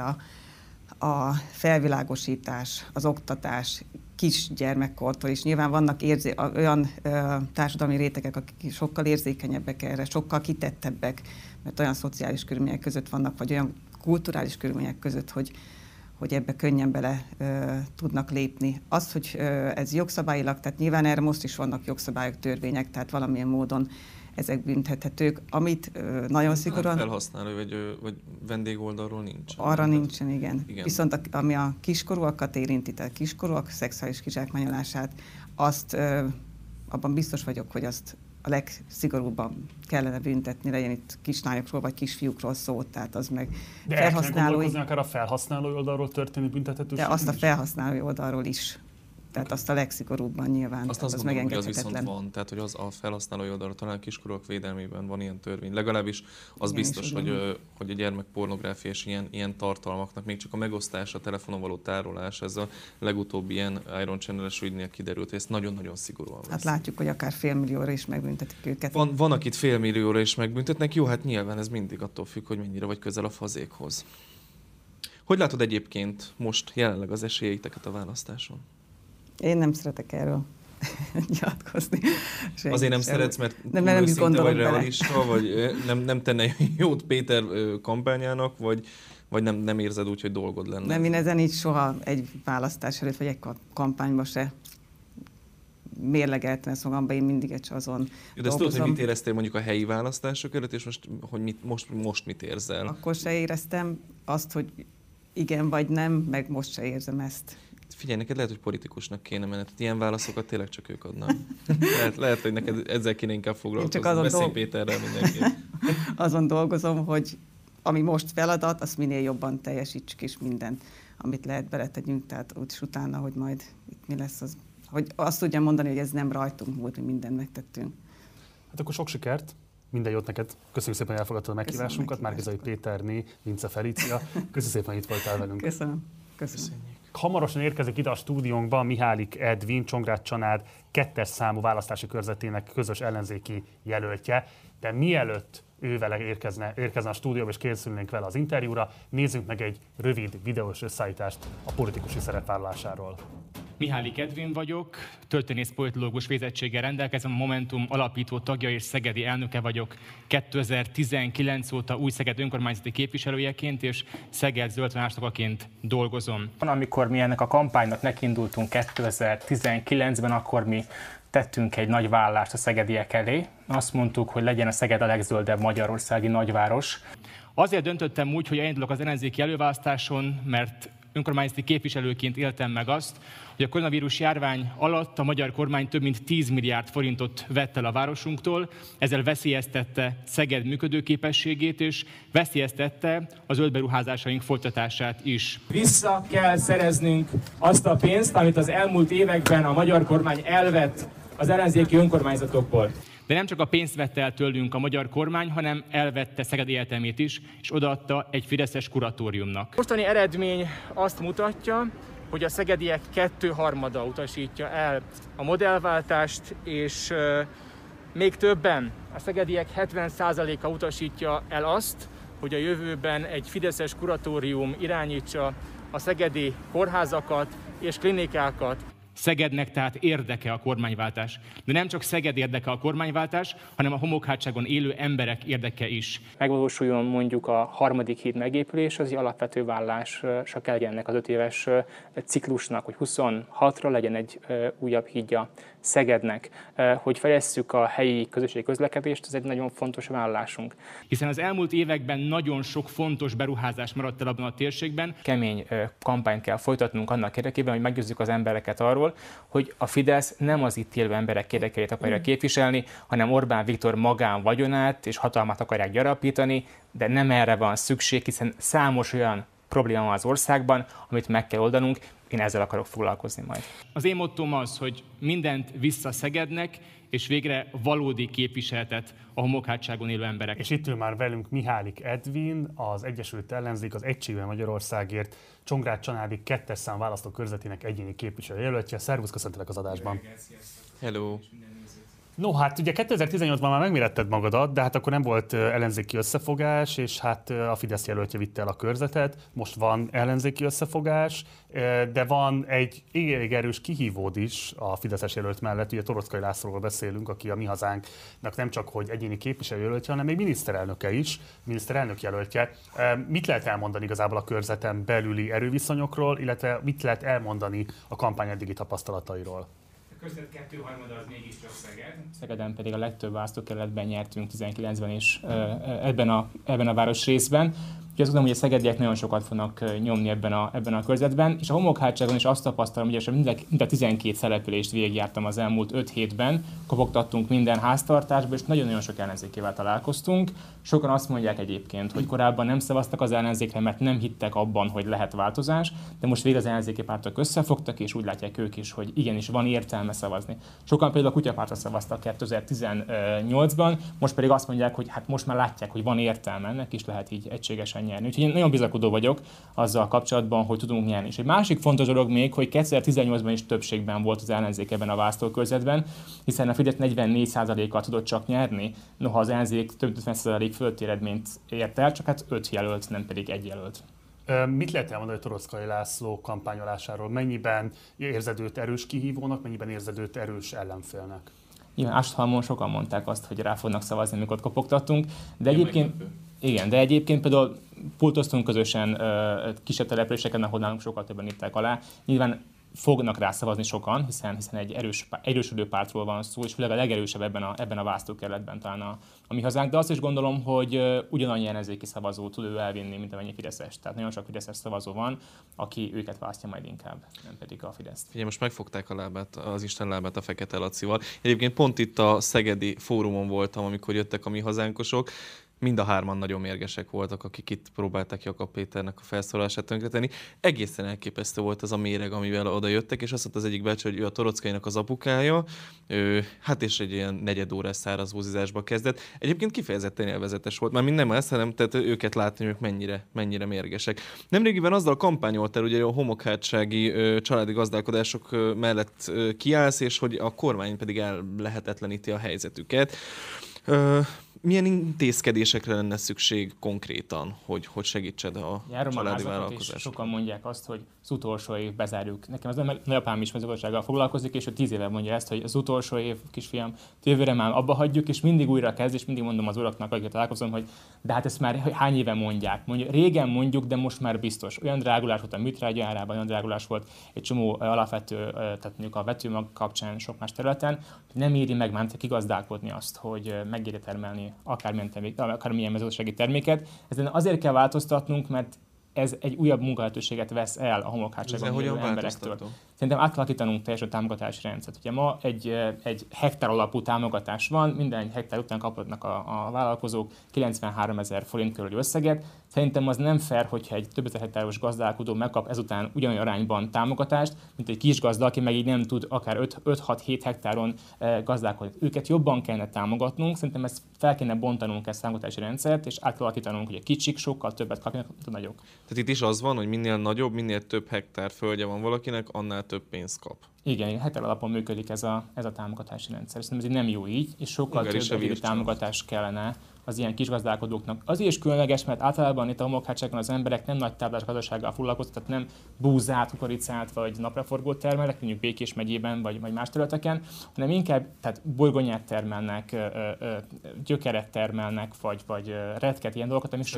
a felvilágosítás, az oktatás kisgyermekkortól is. Nyilván vannak olyan társadalmi rétegek, akik sokkal érzékenyebbek erre, sokkal kitettebbek, mert olyan szociális körülmények között vannak, vagy olyan kulturális körülmények között, hogy ebbe könnyen bele tudnak lépni. Az, hogy ez jogszabályilag, tehát nyilván erre most is vannak jogszabályok, törvények, tehát valamilyen módon ezek büntethetők, amit nagyon szigorúan... Felhasználó vagy vendégoldalról nincs. Arra nincsen, igen. Viszont ami a kiskorúakat érinti, tehát kiskorúak szexuális kizsákmányolását, azt abban biztos vagyok, hogy azt a legszigorúbban kellene büntetni, legyen itt kislányokról vagy kisfiúkról szó, tehát az meg de felhasználói... De akár a felhasználói oldalról történő büntethetőség? De azt a felhasználói oldalról is. Tehát azt a legszigorúbban nyilván. Azt gondolom, hogy az viszont van, tehát hogy az a felhasználói oldalra talán kiskorúak védelmében van ilyen törvény. Legalábbis az igen, biztos, hogy a gyermekpornográfia és ilyen tartalmaknak még csak a megosztása, a telefonon való tárolás, ez a legutóbbi ilyen Iron Channel-es ügynél kiderült, hogy ezt nagyon-nagyon szigorúan veszik. Hát látjuk, hogy akár $1 millióra is megbüntetik őket. Van akit $1 millióra is megbüntetnek, jó, hát nyilván ez mindig attól függ, hogy mennyire vagy közel a fazékhoz. Hogy látod egyébként most jelenleg az esélyeiteket a választáson? Én nem szeretek erről nyilatkozni. Azért nem szeretsz, mert nem is gondolom vagy realista, vagy nem tenne jót Péter kampányának, vagy nem érzed úgy, hogy dolgod lenne? Nem, én ezen így soha egy választás előtt, vagy egy kampányban se mérlegeltem ezt magamban, én mindig azon de ezt tudod, hogy mit éreztél mondjuk a helyi választások előtt, és most mit érzel? Akkor se éreztem azt, hogy igen vagy nem, meg most se érzem ezt. Figyelj, neked lehet, hogy politikusnak kéne menned. Ilyen válaszokat tényleg csak ők adnak. lehet, hogy neked ezzel kéne inkább foglalkozni. Beszélj Péterrel mindenki. Azon dolgozom, hogy ami most feladat, azt minél jobban teljesítsük, és mindent, amit lehet beletegyünk, tehát úgyis utána, hogy majd itt mi lesz, az, hogy azt tudjam mondani, hogy ez nem rajtunk múlt, hogy mindent megtettünk. Hát akkor sok sikert! Minden jót neked. Köszönjük szépen, hogy elfogadtad a meghívásunkat. Márki-Zay Péterné, Vince Felícia. Köszönjük szépen, hogy itt voltál velünk. Köszönöm. Hamarosan érkezik ide a stúdiónkba Mihálik Edvin, Csongrád Csanád 2. számú választási körzetének közös ellenzéki jelöltje. De mielőtt ő vele érkezne a stúdióba és készülnénk vele az interjúra, nézzünk meg egy rövid videós összeállítást a politikusi szerepvállalásáról. Mihálik Edvin vagyok, történész politológus végzettséggel rendelkezem, a Momentum alapító tagja és szegedi elnöke vagyok 2019 óta Új-Szeged önkormányzati képviselőjeként és Szeged zöldvonásnokaként dolgozom. Amikor mi ennek a kampánynak nekindultunk 2019-ben, akkor mi tettünk egy nagy vállalást a szegediek elé. Azt mondtuk, hogy legyen a Szeged a legzöldebb magyarországi nagyváros. Azért döntöttem úgy, hogy elindulok az ellenzéki előválasztáson, mert önkormányzati képviselőként éltem meg azt, hogy a koronavírus járvány alatt a magyar kormány több mint 10 milliárd forintot vett el a városunktól, ezzel veszélyeztette Szeged működőképességét és veszélyeztette a zöld beruházásaink folytatását is. Vissza kell szereznünk azt a pénzt, amit az elmúlt években a magyar kormány elvett az ellenzéki önkormányzatokból. De nem csak a pénzt vette el tőlünk a magyar kormány, hanem elvette Szeged életemét is, és odaadta egy fideszes kuratóriumnak. Mostani eredmény azt mutatja, hogy a szegediek 2/3 utasítja el a modellváltást, és még többen, a szegediek 70%-a utasítja el azt, hogy a jövőben egy fideszes kuratórium irányítsa a szegedi kórházakat és klinikákat. Szegednek tehát érdeke a kormányváltás. De nem csak Szeged érdeke a kormányváltás, hanem a homokhátságon élő emberek érdeke is. Megvalósuljon mondjuk a 3. híd megépülés, az egy alapvető vállalása kell ennek az 5 éves ciklusnak, hogy 26-ra legyen egy újabb hídja Szegednek, hogy fejlesszük a helyi közösségi közlekedést, ez egy nagyon fontos vállalásunk. Hiszen az elmúlt években nagyon sok fontos beruházás maradt el abban a térségben. Kemény kampányt kell folytatnunk annak érdekében, hogy meggyőzzük az embereket arról, hogy a Fidesz nem az itt élő emberek érdekeit akarja képviselni, hanem Orbán Viktor magánvagyonát és hatalmat akarják gyarapítani, de nem erre van szükség, hiszen számos olyan probléma van az országban, amit meg kell oldanunk. Én ezzel akarok foglalkozni majd. Az én mottóm az, hogy mindent vissza Szegednek, és végre valódi képviseletet a homokhátságon élő emberek. És itt ül már velünk Mihálik Edvin, az Egyesült Ellenzék, az Egységben Magyarországért Csongrád Csanádi 2. számú választókörzetének egyéni képviselőjelöltje. Szervusz, köszöntelek az adásban. Hello. No, hát ugye 2018-ban már megméretted magadat, de hát akkor nem volt ellenzéki összefogás, és hát a Fidesz jelöltje vitte el a körzetet. Most van ellenzéki összefogás, de van egy elég erős kihívód is a fideszes jelölt mellett. Ugye Toroczkai Lászlóról beszélünk, aki a Mi Hazánknak nem csak hogy egyéni képviselőjelöltje, hanem még miniszterelnöke is, miniszterelnök jelöltje. Mit lehet elmondani igazából a körzeten belüli erőviszonyokról, illetve mit lehet elmondani a kampány eddigi tapasztalatairól? A körzet 2/3 az mégiscsak Szeged. Szegeden pedig a legtöbb választókerületben nyertünk 19-ben is ebben a városrészben. Ugye azt gondolom, hogy a szegediek nagyon sokat fognak nyomni ebben a körzetben, és a homokhátságon is azt tapasztalom, hogy mind a 12 települést végigjártam az elmúlt 5 hétben, kopogtattunk minden háztartásba, és nagyon-nagyon sok ellenzékével találkoztunk. Sokan azt mondják egyébként, hogy korábban nem szavaztak az ellenzékre, mert nem hittek abban, hogy lehet változás, de most végre az ellenzéki pártok összefogtak, és úgy látják ők is, hogy igenis van értelme szavazni. Sokan például a Kutyapártra szavaztak 2018-ban, most pedig azt mondják, hogy hát most már látják, hogy van értelme, ennek is lehet így egységesen nyerni. Úgyhogy én nagyon bizakodó vagyok azzal kapcsolatban, hogy tudunk nyerni. És egy másik fontos dolog még, hogy 2018-ban is többségben volt az ellenzék ebben a választókörzetben, hiszen a Fidesz 44%-kal tudott csak nyerni, noha az ellenzék több 50% fölötti eredményt ért el, csak hát 5 jelölt, nem pedig 1 jelölt. Mit lehet elmondani Toroczkai László kampányolásáról? Mennyiben érzed őt erős kihívónak, mennyiben érzed őt erős ellenfélnek? Igen, Ásthalmon sokan mondták azt, hogy rá fognak szavazni, amikor ott kopogtattunk, de egyébként például pultoztunk közösen kisebb településeken, ahol nálunk sokkal többen írták alá. Nyilván fognak rá szavazni sokan, hiszen egy erősödő pártról van szó, és főleg a legerősebb ebben a választókerületben talán a mi hazánk, de azt is gondolom, hogy ugyanannyi ellenzéki szavazó tud ő elvinni, mint amennyi fideszes. Tehát nagyon sok fideszes szavazó van, aki őket választja majd inkább, nem pedig a Fideszt. Figyelj, most megfogták a lábát, az Isten lábát a Fekete Lacival. Egyébként pont itt a szegedi fórumon voltam, amikor jöttek a mi hazánkosok. Mind a hárman nagyon mérgesek voltak, akik itt próbálták Jakab Péternek a felszólalását tönkretenni. Egészen elképesztő volt az a méreg, amivel oda jöttek, és azt mondta az egyik bácsi, hogy ő a Toroczkainak az apukája, hát és egy ilyen negyedórás száraz húzizásba kezdett. Egyébként kifejezetten élvezetes volt, már nem ezt, hanem tehát őket látni, hogy ők mennyire mérgesek. Nemrégiben azzal kampányoltál, ugye a homokhátsági családi gazdálkodások mellett kiállsz, és hogy a kormány pedig ellehetetleníti a helyzetüket. Milyen intézkedésekre lenne szükség konkrétan, hogy segítsed a családi vállalkozást? Sokan mondják azt, hogy az utolsó év bezárjuk. Nekem az nagyapám is mezőgazdasággal foglalkozik, és ő 10 éve mondja ezt, hogy az utolsó év, kisfiam, jövőre már abba hagyjuk, és mindig újra kezd, és mindig mondom az uraknak, akikkel találkozom, hogy de hát ezt már hány éve mondják. Régen mondjuk, de most már biztos. Olyan drágulás volt a műtrágya árában, olyan drágulás volt egy csomó alapvető, tehát mondjuk a vetőmag kapcsán sok más területen, hogy nem éri meg már kigazdálkodni azt, hogy megéri termelni akármilyen mezőgazdasági terméket. Ezen azért kell változtatnunk, mert ez egy újabb munkalehetőséget vesz el a homokhátságon élő emberektől. Szerintem át kell alakítanunk teljesen a támogatási rendszert. Ugye ma egy hektár alapú támogatás van, minden hektár után kaphatnak a vállalkozók 93 000 forint körüli összeget. Szerintem az nem fair, hogyha egy több ezer hektáros gazdálkodó megkap ezután ugyanolyan arányban támogatást, mint egy kis gazda, aki meg így nem tud akár 5-6-7 hektáron gazdálkodni. Őket jobban kellene támogatnunk, szerintem ezt fel kéne bontanunk ezt a támogatási rendszert, és át kell alakítanunk, hogy a kicsik sokkal többet kapjanak, mint a nagyok. Tehát itt is az van, hogy minél nagyobb, minél több hektár földje van valakinek, annál több pénzt kap. Igen, hektár alapon működik ez a támogatási rendszer. Szerintem ez nem jó így, és sokkal több támogatás kellene az ilyen kisgazdálkodóknak. Azért is különleges, mert általában itt a homokhátságon az emberek nem nagy táblás gazdasággal foglalkoznak, tehát nem búzát, kukoricát vagy napraforgót termelnek, mondjuk Békés megyében vagy más területeken, hanem inkább tehát bolygonyát termelnek, gyökeret termelnek, vagy retket, ilyen dolgokat, ami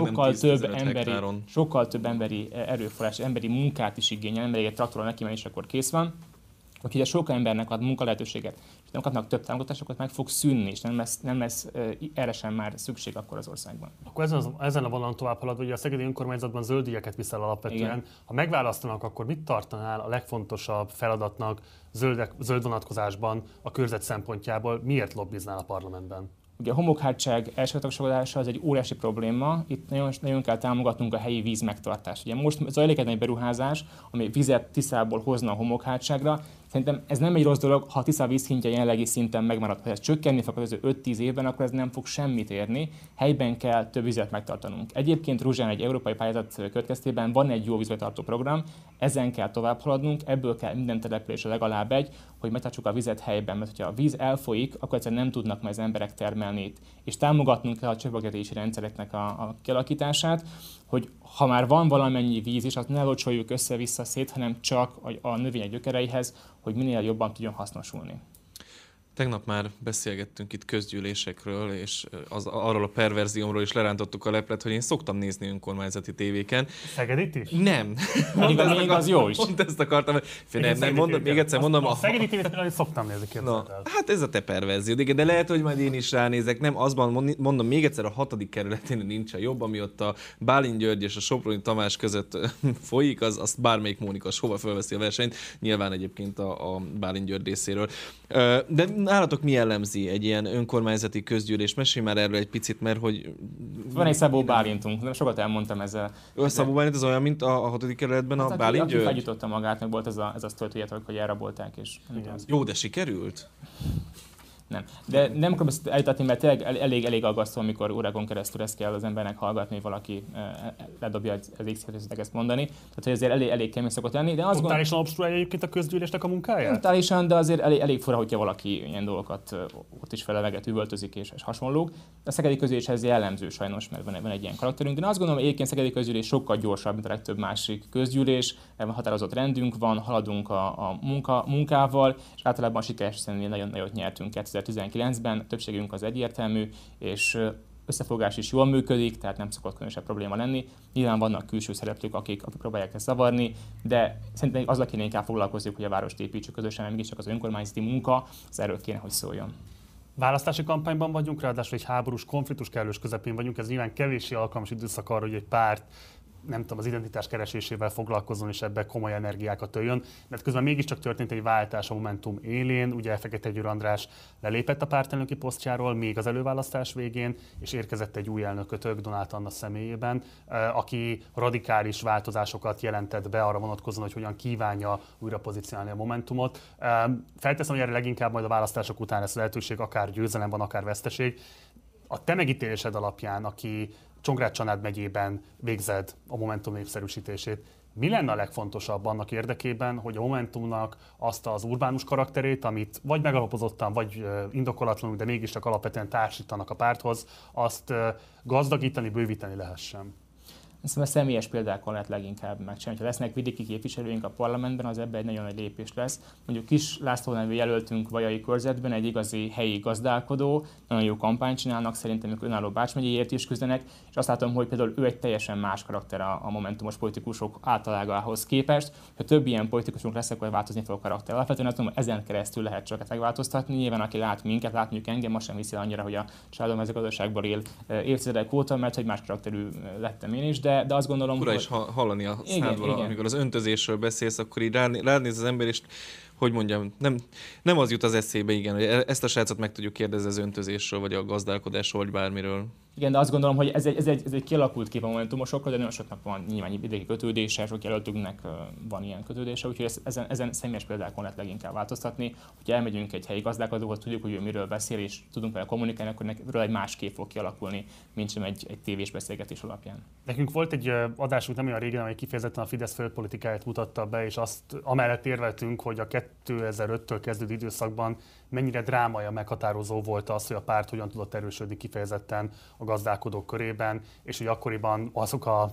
sokkal több emberi erőforrás, emberi munkát is igényel, nem elég egy traktorral neki menni, és akkor kész van. Úgyhogy sok embernek ad munkalehetőséget, és nem kapnak több támogatásokat, meg fog szűnni, és nem lesz erre sem már szükség akkor az országban. Akkor ezen a vonalon tovább haladva, ugye a szegedi önkormányzatban zöld ügyeket viszel alapvetően. Igen. Ha megválasztanak, akkor mit tartanál a legfontosabb feladatnak zöld vonatkozásban a körzet szempontjából? Miért lobbiznál a parlamentben? Ugye a homokhátság elsőtagsolása az egy óriási probléma, itt nagyon kell támogatnunk a helyi víz megtartást. Ugye most zajlik egy beruházás, ami vizet Tiszából hozna a homokhátságra. Szerintem ez nem egy rossz dolog, ha a Tisza vízszintje jelenlegi szinten megmarad. Ha ez csökkenni fog az 5-10 évben, akkor ez nem fog semmit érni. Helyben kell több vizet megtartanunk. Egyébként Ruzsán egy európai pályázat következtében van egy jó vízbetartó program, ezen kell tovább haladnunk, ebből kell minden településre legalább egy, hogy megtartsuk a vizet helyben, mert ha a víz elfolyik, akkor egyszerűen nem tudnak majd az emberek termelni itt. És támogatnunk kell a csöpögetési rendszereknek a kialakítását, hogy ha már van valamennyi víz is, azt ne locsoljuk össze-vissza szét, hanem csak a növények gyökereihez, hogy minél jobban tudjon hasznosulni. Tegnap már beszélgettünk itt közgyűlésekről, és arról a perverziómról is lerántottuk a leplet, hogy én szoktam nézni önkormányzati tévéken. Szegedit is? Nem. Az jó is. Pont ezt akartam. Még egyszer mondom. A Szegedi tévét szoktam nézni, képzeld el. Hát ez a te perverzió, de lehet, hogy majd én is ránézek. Nem, azban mondom, még egyszer a 6. kerületén nincs a jobb, ami ott a Bálint György és a Soproni Tamás között folyik, azt bármelyik Mónikas hova fölveszi a versenyt. Nyilván egyébként a Bálint György részéről. De nálatok mi jellemzi egy ilyen önkormányzati közgyűlés? Mesélj már erről egy picit, mert hogy... Van egy Szabó Bálintunk, de sokat elmondtam ezzel. A Szabó Bálint az olyan, mint a 6. kerületben a Bálint György? Aki felgyújtotta magát, meg volt ez a sztori, hogy elrabolták. És jó, de sikerült? Nem. De nem akarom ezt eljutatni, mert tényleg elég aggasztó, amikor órákon keresztül ezt kell az embernek hallgatni, hogy valaki ledobja az X-et, ezt mondani. Tehát, hogy azért elég kemény szokott lenni. De totálisan obstruálja egyébként a közgyűlésnek a munkáját? Totálisan, de azért elég fura, hogyha valaki ilyen dolgokat ott is feleveget, üvöltözik és hasonlók. A szegedi közgyűléshez jellemző sajnos, mert van egy ilyen karakterünk. De azt gondolom, hogy egyébként szegedi közgyűlés sokkal gyorsabb, mint a legtöbb másik közgyűlés. Határozott rendünk van, haladunk a munkával, és általában sikeresen nagyon nagyot nyertünk 2019-ben, többségünk az egyértelmű, és összefogás is jól működik, tehát nem szokott különösebb probléma lenni. Nyilván vannak külső szereplők, akik próbálják ezt zavarni, de szerintem azzal kéne inkább foglalkozni, hogy a várost építsük közösen, mert mégiscsak az önkormányzati munka, az erről kéne, hogy szóljon. Választási kampányban vagyunk, ráadásul egy háborús, konfliktus kellős közepén vagyunk, ez nyilván kevéssé alkalmas időszak arra, hogy egy párt nem tudom, az identitás keresésével foglalkozzon és ebbe komoly energiákat öljön, de közben mégiscsak történt egy váltás a Momentum élén, ugye Fekete Győr András lelépett a pártelnöki posztjáról még az előválasztás végén, és érkezett egy új elnökötök Donát Anna személyében, aki radikális változásokat jelentett be arra vonatkozóan, hogy hogyan kívánja újra pozícionálni a Momentumot. Felteszem, hogy erre leginkább majd a választások után lesz lehetőség, akár győzelem van, akár veszteség. A te megítélésed alapján, aki Csongrád-Csanád megyében végzed a Momentum népszerűsítését. Mi lenne a legfontosabb annak érdekében, hogy a Momentumnak azt az urbánus karakterét, amit vagy megalapozottan, vagy indokolatlanul, de mégiscsak alapvetően társítanak a párthoz, azt gazdagítani, bővíteni lehessen? Szerintem a személyes példákon lehet leginkább megcsinálni. Ha lesznek vidéki képviselőink a parlamentben, az ebben egy nagyon nagy lépés lesz. Mondjuk Kis László nevű jelöltünk Vajai körzetben, egy igazi helyi gazdálkodó, nagyon jó kampányt csinálnak, szerintem ők önálló Bács megyéért is küzdenek, és azt látom, hogy például ő egy teljesen más karakter a momentumos politikusok általágához képest. Ha több ilyen politikusunk lesz, akkor változni fog a karakter. Alapvetően azt mondom, ezen keresztül lehet csak megváltoztatni. Nyilván aki lát minket, lát mondjuk engem, most sem viszi annyira, hogy a családom mezőgazdaságból él évtizedek óta, mert hogy más karakterű lettem én is. De azt gondolom, hogy... is hallani a szádból, amikor az öntözésről beszélsz, akkor így ránéz az ember, és hogy mondjam, nem az jut az eszébe, igen, hogy ezt a srácot meg tudjuk kérdezni az öntözésről, vagy a gazdálkodásról, vagy bármiről. Igen, de azt gondolom, hogy ez egy kialakult kép a momentumosokról, de nagyon soknak van nyilván vidéki kötődése, sok jelöltünknek van ilyen kötődése, úgyhogy ezen személyes példákon lehet leginkább változtatni. Hogyha elmegyünk egy helyi gazdálkodóhoz, tudjuk, hogy ő miről beszél, és tudunk vele kommunikálni, akkor nekről egy más kép fog kialakulni, mint sem egy tévés beszélgetés alapján. Nekünk volt egy adásunk nem olyan régen, amely kifejezetten a Fidesz földpolitikáját mutatta be, és azt amellett érveltünk, hogy a 2005-től kezdődő időszakban mennyire drámaian meghatározó volt az, hogy a párt hogyan tudott erősödni kifejezetten a gazdálkodók körében, és hogy akkoriban azok a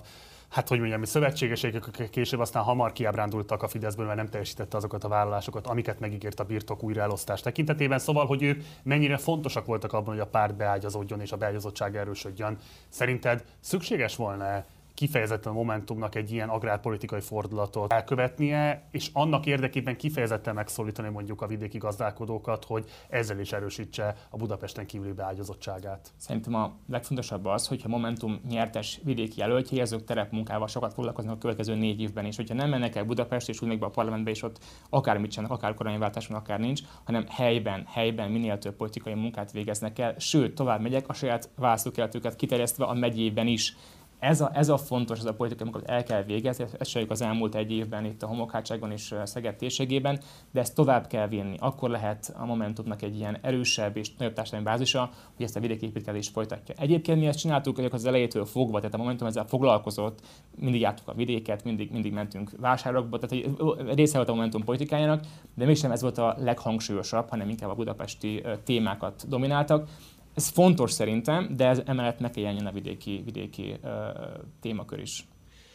szövetségesek később aztán hamar kiábrándultak a Fideszből, mert nem teljesítette azokat a vállalásokat, amiket megígért a birtok újraelosztás tekintetében. Szóval, hogy ők mennyire fontosak voltak abban, hogy a párt beágyazódjon és a beágyazottság erősödjön. Szerinted szükséges volna kifejezetten a Momentumnak egy ilyen agrárpolitikai fordulatot elkövetnie, és annak érdekében kifejezetten megszólítani mondjuk a vidéki gazdálkodókat, hogy ezzel is erősítse a Budapesten kívüli beágyazottságát? Szerintem a legfontosabb az, hogyha Momentum nyertes vidéki jelöltjei, azok terepmunkával sokat foglalkoznak a következő 4 évben is. Hogyha nem mennek el Budapest és ülnek be a parlamentbe, és ott akármit csinálnak, akár kormányváltáson, akár nincs, hanem helyben minél több politikai munkát végeznek el, sőt, tovább megyek, a saját választókerületüket kiterjesztve a megyében is. Ez a fontos, ez a politikai munkát el kell végezni, ezt csináljuk az elmúlt 1 évben itt a Homokhátságon és Szeged térségében, de ezt tovább kell vinni. Akkor lehet a Momentumnak egy ilyen erősebb és nagyobb társadalmi bázisa, hogy ezt a vidéki építkezést folytatja. Egyébként mi ezt csináltuk az elejétől fogva, tehát a Momentum ezzel foglalkozott, mindig jártuk a vidéket, mindig mentünk vásárokba, tehát része volt a Momentum politikájának, de mégsem ez volt a leghangsúlyosabb, hanem inkább a budapesti témákat domináltak. Ez fontos szerintem, de emellett meg kell jelenjen a vidéki témakör is.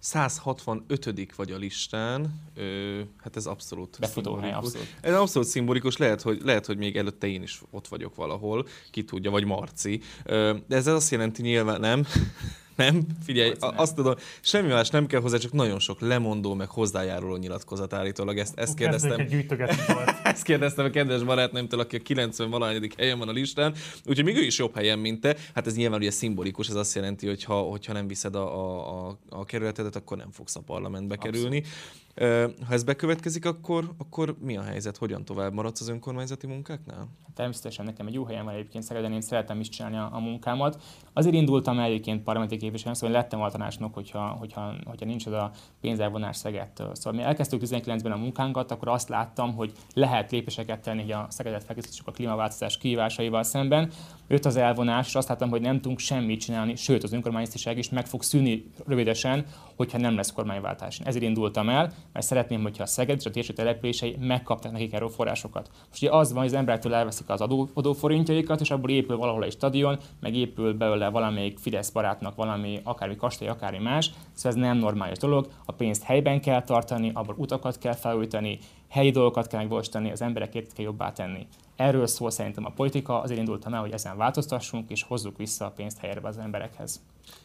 165. vagy a listán, hát ez abszolút befutóhely, szimbolikus. abszolút. Ez abszolút szimbolikus, lehet, hogy még előtte én is ott vagyok valahol, ki tudja, vagy Marci. De ez azt jelenti nyilván nem. Nem? Figyelj, azt tudom, semmi más nem kell hozzá, csak nagyon sok lemondó, meg hozzájáruló nyilatkozat állítólag. Ezt kérdeztem. Ezt kérdeztem a kedves barátnőmtől, aki a 90-valahányadik helyen van a listán. Úgyhogy még ő is jobb helyen, mint te. Hát ez nyilván ugye szimbolikus, ez azt jelenti, hogy ha nem viszed a kerületedet, akkor nem fogsz a parlamentbe kerülni. Ha ez bekövetkezik, akkor mi a helyzet? Hogyan tovább maradsz az önkormányzati munkáknál? Természetesen nekem egy jó helyen van egyébként Szegeden, én szeretem is csinálni a munkámat. Azért indultam el egyébként parlamenti képviselőnek, szóval lettem altanácsnok, hogyha nincs az a pénzelvonás Szegedtől. Szóval mi elkezdtük 19-ben a munkánkat, akkor azt láttam, hogy lehet lépéseket tenni, hogy a Szegedet felkészítsük a klímaváltozás kihívásaival szemben. Jött az elvonás, és azt láttam, hogy nem tudunk semmit csinálni, sőt az önkormányzatiság is meg fog szűnni rövidesen, hogyha nem lesz kormányváltás. Ezért indultam el, mert szeretném, hogyha a Szeged és a térség települései megkapták nekik erről forrásokat. Most ugye az van, hogy az emberektől elveszik az adóforintjaikat, és abból épül valahol egy stadion, meg épül belőle valamelyik Fidesz barátnak valami, akármi kastély, akármi más. Szóval ez nem normális dolog. A pénzt helyben kell tartani, abból utakat kell felújítani, helyi dolgokat kell megvalósítani, az emberek életet kell jobbá tenni. Erről szól szerintem a politika, azért indultam el, hogy ezen változtassunk, és hozzuk vissza a pénzt helyre az emberekhez.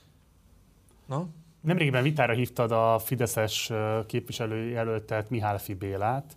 Na? Nemrégiben vitára hívtad a fideszes képviselőjelöltet, Mihály Bélát.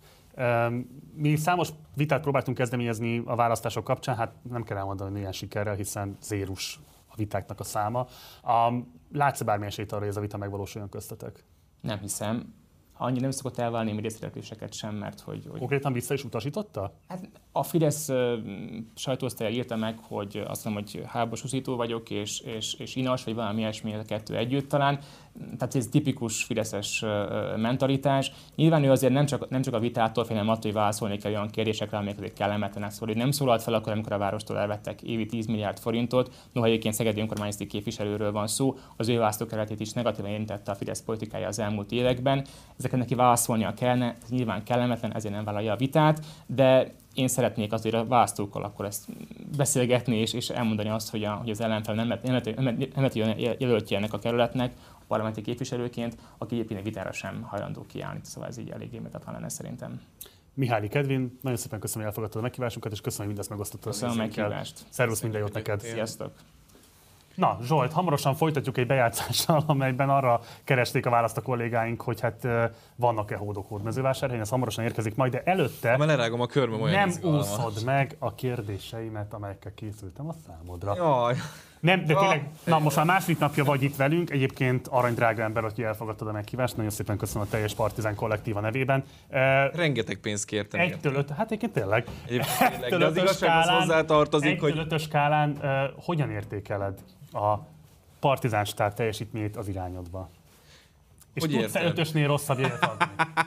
Mi számos vitát próbáltunk kezdeményezni a választások kapcsán, hát nem kell elmondani, hogy milyen sikerrel, hiszen zérus a vitáknak a száma. Látsz-e bármilyen esélyt arra, hogy ez a vita megvalósuljon köztetek? Nem hiszem. Annyira nem szokott elválni médiaszületéseket sem, mert hogy... Konkrétan vissza is utasította? Hát a Fidesz sajtóosztálya írta meg, hogy azt mondom, hogy háborús úszító vagyok, és inas, vagy valami ilyesmi, a kettő együtt talán. Tehát ez tipikus fideszes mentalitás. Nyilván ő azért nem csak a vitától, hanem attól, hogy válaszolni kell olyan kérdésekre, amelyek azért kellemetlenek. Szóval nem szólalt fel akkor, amikor a várostól elvettek évi 10 milliárd forintot. Noha egyébként szegedi önkormányzati képviselőről van szó, az ő választókerületét is negatívan érintette a Fidesz politikája az elmúlt években. Ezeket neki válaszolnia kellene, ez nyilván kellemetlen, ezért nem vállalja a vitát, de én szeretnék azért a választókkal akkor ezt beszélgetni, és elmondani azt, hogy az ellenfel nem jelöltje ennek a kerületnek, a parlamenti képviselőként, aki egyébként egy vitára sem hajlandó kiállni. Szóval ez így eléggé méltatlan lenne szerintem. Mihály Kedvin, nagyon szépen köszönöm, hogy elfogadtad a meghívásunkat, és köszönöm, hogy mindezt megosztottad. Köszönöm a meghívást. Szervusz, minden jót neked. Sziasztok. Na, Zsolt, hamarosan folytatjuk egy bejátszással, amelyben arra keresték a választ a kollégáink, hogy hát vannak-e hódok Hódmezővásárhelyen, ez hamarosan érkezik majd, de előtte lerágom a körmöm, olyan nem izgalmas. úszod meg a kérdéseimet, amelyekkel készültem a számodra. Jaj. Nem, de tényleg, na most már második napja vagy itt velünk, egyébként aranydrága ember, hogy elfogadtad a meghívást, nagyon szépen köszönöm a teljes Partizán kollektíva nevében. Rengeteg pénzt kértem. 1-től 5, hát egyébként tényleg. De az igazsághoz hozzátartozik, hogy... 1-től 5-ös skálán hogyan értékeled a Partizán stáb teljesítményét az irányodba? És tudsz-e 5-ösnél rosszabb jelet adni?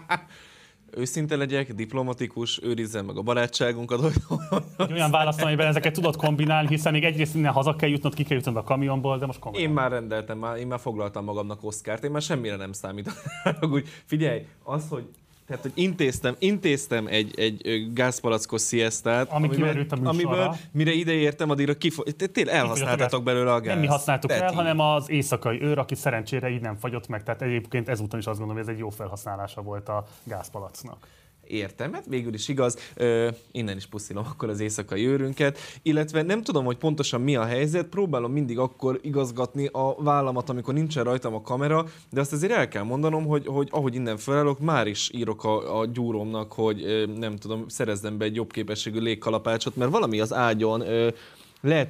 Őszinte legyek, diplomatikus, őrizzem meg a barátságunkat. Egy olyan választ, amiben ezeket tudod kombinálni, hiszen még egyrészt innen haza kell jutnod, ki kell jutnod a kamionból, de most komolyan. Én már rendeltem, én már foglaltam magamnak Oszkárt, én már semmire nem számítok. Úgy, figyelj, az, hogy tehát, hogy intéztem egy gázpalackos sziasztát, amiből mire ideértem, addigra tényleg elhasználtatok belőle a gázt. Nem mi használtuk el, hanem az éjszakai őr, aki szerencsére így nem fagyott meg. Tehát egyébként ezúton is azt gondolom, hogy ez egy jó felhasználása volt a gázpalacknak. Értem, hát végül is igaz, innen is puszilom akkor az éjszakai őrünket, illetve nem tudom, hogy pontosan mi a helyzet, próbálom mindig akkor igazgatni a vállamat, amikor nincsen rajtam a kamera, de azt azért el kell mondanom, hogy ahogy innen felállok, már is írok a gyúromnak, hogy nem tudom, szerezzem be egy jobb képességű légkalapácsot, mert valami az ágyon, lehet,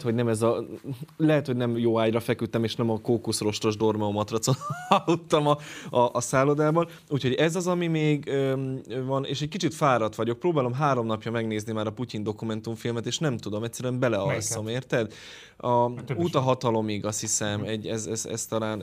hogy nem jó ágyra feküdtem, és nem a kókuszrostos Dormeo matracon aludtam a szállodában. Úgyhogy ez az, ami még van, és egy kicsit fáradt vagyok. Próbálom 3 napja megnézni már a Putyin dokumentumfilmet, és nem tudom, egyszerűen belealszom, érted? Út a hatalomig, azt hiszem, ez talán...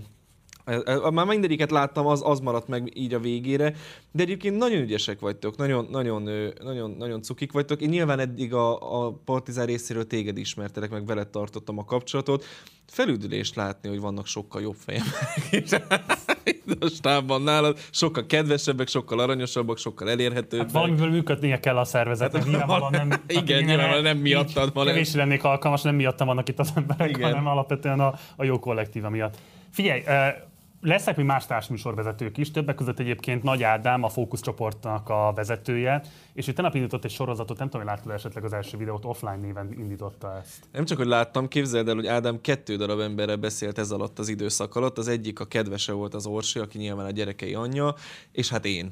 Már mindegyiket láttam, az maradt meg így a végére, de egyébként nagyon ügyesek vagytok, nagyon cukik vagytok. Én nyilván eddig a Partizán részéről téged ismertelek, meg veled tartottam a kapcsolatot. Felüdülést látni, hogy vannak sokkal jobb fejemek a stábban nálad, sokkal kedvesebbek, sokkal aranyosabbak, sokkal elérhetőbbek. Hát valamiből működnie kell a szervezetnek, nyilvánvalóan nem... Igen, nyilvánvalóan nem miattad van. Kevés lennék alkalmas, nem miattam vannak itt az emberek, hanem alapvetően a jó kollektíva miatt. Figyelj, Lesznek még más társműsorvezetők is, többek között egyébként Nagy Ádám, a fókuszcsoportnak a vezetője, és ő tegnap indított egy sorozatot, nem tudom, hogy láttad esetleg az első videót, Offline néven indította ezt. Nem csak, hogy láttam, képzeld el, hogy Ádám 2 darab emberrel beszélt ez alatt az időszak alatt. Az egyik a kedvese volt az Orsi, aki nyilván a gyerekei anyja, és hát én.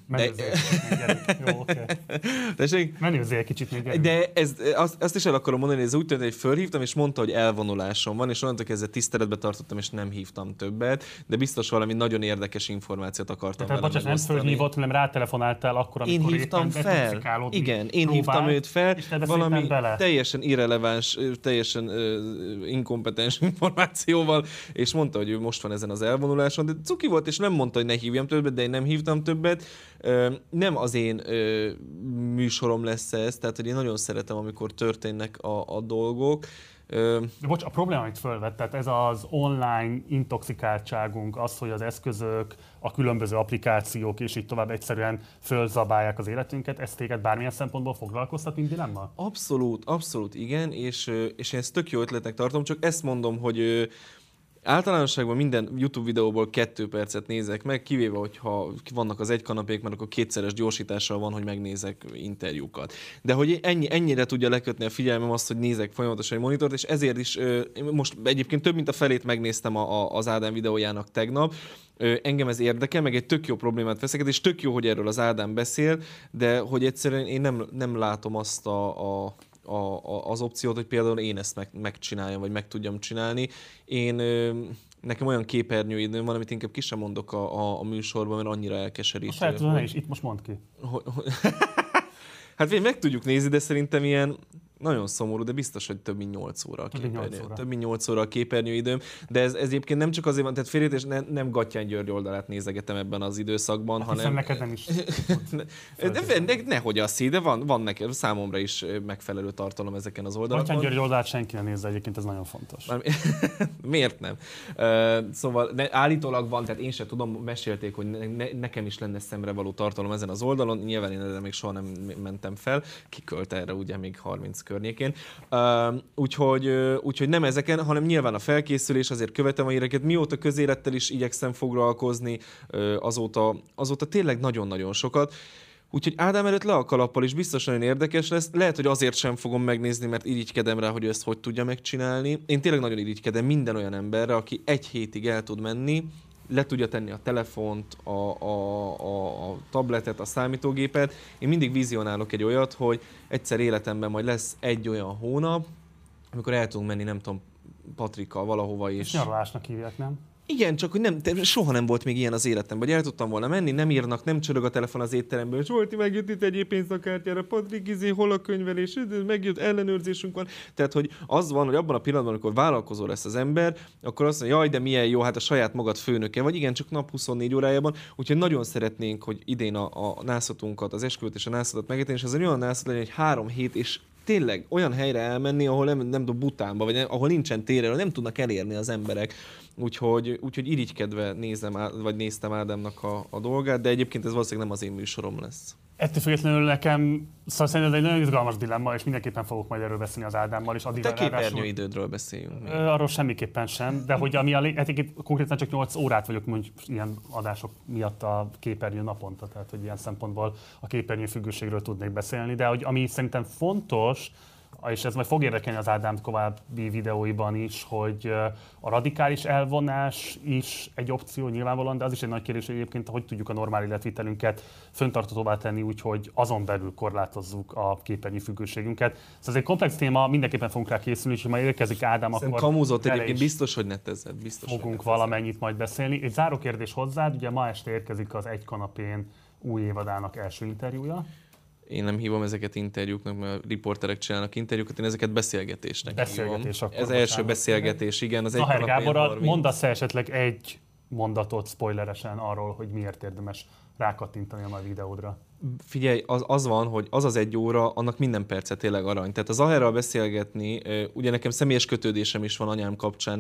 Menőzzél egy kicsit még. De azt is el akarom mondani, hogy ez úgy tűnt, hogy fölhívtam, és mondta, hogy elvonulásom van, és onnantól kezdve tiszteletbe tartottam, és nem hívtam többet, de biztos valami nagyon érdekes információt akartam vele megosztani. Nem fölhívott, hanem rátelefonáltál akkor, amikor én hívtam fel. Igen, én hívtam őt fel, valami teljesen irreleváns, teljesen inkompetens információval, és mondta, hogy ő most van ezen az elvonuláson, de cuki volt, és nem mondta, hogy ne hívjam többet, de én nem hívtam többet. Nem az én műsorom lesz ez, tehát hogy én nagyon szeretem, amikor történnek a dolgok. De bocs, a probléma, amit fölvett, tehát ez az online intoxikáltságunk, az, hogy az eszközök, a különböző applikációk és így tovább egyszerűen fölzabálják az életünket, ez téged bármilyen szempontból foglalkoztat, mint dilemma? Abszolút igen, és én ezt tök jó ötletnek tartom, csak ezt mondom, hogy általánosságban minden YouTube videóból 2 percet nézek meg, kivéve, hogyha vannak az egy kanapék, mert akkor 2-szeres gyorsítással van, hogy megnézek interjúkat. De hogy ennyire tudja lekötni a figyelmem azt, hogy nézek folyamatosan egy monitort, és ezért is most egyébként több mint a felét megnéztem az Ádám videójának tegnap. Engem ez érdekel, meg egy tök jó problémát feszeket, és tök jó, hogy erről az Ádám beszél, de hogy egyszerűen én nem látom azt az opciót, hogy például én ezt megcsináljam, vagy meg tudjam csinálni. Nekem olyan képernyőidőm van, amit inkább ki sem mondok a műsorban, mert annyira elkeserítő. A saját tudom, is itt most mondd ki. Hát meg tudjuk nézni, de szerintem ilyen nagyon szomorú, de biztos, hogy több mint 8 óra a képernyő. Több mint 8 óra a képernyőidőm, de ez egyébként nem csak azért van, tehát félreértés, nem Gattyán György oldalát nézegetem ebben az időszakban, hát hanem... neked nem is. Nehogy azt hidd, de van nekem számomra is megfelelő tartalom ezeken az oldalakon. Gattyán György oldalát senki nem nézze, egyébként ez nagyon fontos. Miért nem? Szóval állítólag van, tehát én sem tudom, mesélték, hogy nekem is lenne szemrevaló tartalom ezen az oldalon, nyilván én erre még soha nem mentem fel, kikölt erre ugye még 30 környékén. Úgyhogy nem ezeken, hanem nyilván a felkészülés, azért követem a híreket. Mióta közélettel is igyekszem foglalkozni, azóta tényleg nagyon-nagyon sokat. Úgyhogy Ádám előtt le a kalappal is biztos nagyon érdekes lesz. Lehet, hogy azért sem fogom megnézni, mert irigykedem rá, hogy ő ezt hogy tudja megcsinálni. Én tényleg nagyon irigykedem minden olyan emberre, aki 1 hétig el tud menni, le tudja tenni a telefont, a tabletet, a számítógépet. Én mindig vizionálok egy olyat, hogy egyszer életemben majd lesz egy olyan hónap, amikor el tudunk menni, nem tudom, Patrikkal valahova is. Nyaralásnak hívják, nem? Igen, csak hogy soha nem volt még ilyen az életemben, hogy el tudtam volna menni, nem írnak, nem csörög a telefon az étteremből, és Zsolti, megjött itt egy pénzakártyára, Patrik, hol a könyvelés, megjött, ellenőrzésünk van. Tehát, hogy az van, hogy abban a pillanatban, amikor vállalkozó lesz az ember, akkor azt mondja, jaj, de milyen jó, hát a saját magad főnöke, vagy igen, csak nap 24 órájában. Úgyhogy nagyon szeretnénk, hogy idén a nászatunkat, az esküvőt és a nászatot megérteni, és ez egy olyan nászat legyen, hogy 3 hét, és tényleg olyan helyre elmenni, ahol nem tudom, Butánba, vagy ahol nincsen tér, nem tudnak elérni az emberek. Úgyhogy irigykedve néztem Ádámnak a dolgát, de egyébként ez valószínűleg nem az én műsorom lesz. Ettől függetlenül nekem szerintem ez egy nagyon izgalmas dilemma, és mindenképpen fogok majd erről beszélni az Ádámmal. És te képernyőidődről beszéljünk. Arról semmiképpen sem, de hogy konkrétan csak 8 órát vagyok mondjuk ilyen adások miatt a képernyő naponta, tehát hogy ilyen szempontból a képernyő függőségről tudnék beszélni, de hogy ami szerintem fontos, és ez majd fog érdekelni az Ádám további videóiban is, hogy a radikális elvonás is egy opció nyilvánvalóan, de az is egy nagy kérdés, hogy egyébként hogy tudjuk a normál életvitelünket fenntarthatóvá tenni, úgyhogy azon belül korlátozzuk a képernyő függőségünket. Szóval ez egy komplex téma, mindenképpen fogunk rá készülni, és ha majd érkezik Ádám, akkor kamúzott egyébként biztos, hogy netezett. Fogunk valamennyit majd beszélni. Egy záró kérdés hozzád, ugye ma este érkezik az Egy kanapén új évadának első interjúja. Én nem hívom ezeket interjúknak, mert a riporterek csinálnak interjúkat, én ezeket beszélgetésnek hívom. Ez első beszélgetés, igen. Az Zahár Gáborral mondasz esetleg egy mondatot spoileresen arról, hogy miért érdemes rákattintani a mai videódra? Figyelj, az van, hogy az 1 óra, annak minden perce tényleg arany. Tehát az Zahárral beszélgetni, ugye nekem személyes kötődésem is van anyám kapcsán,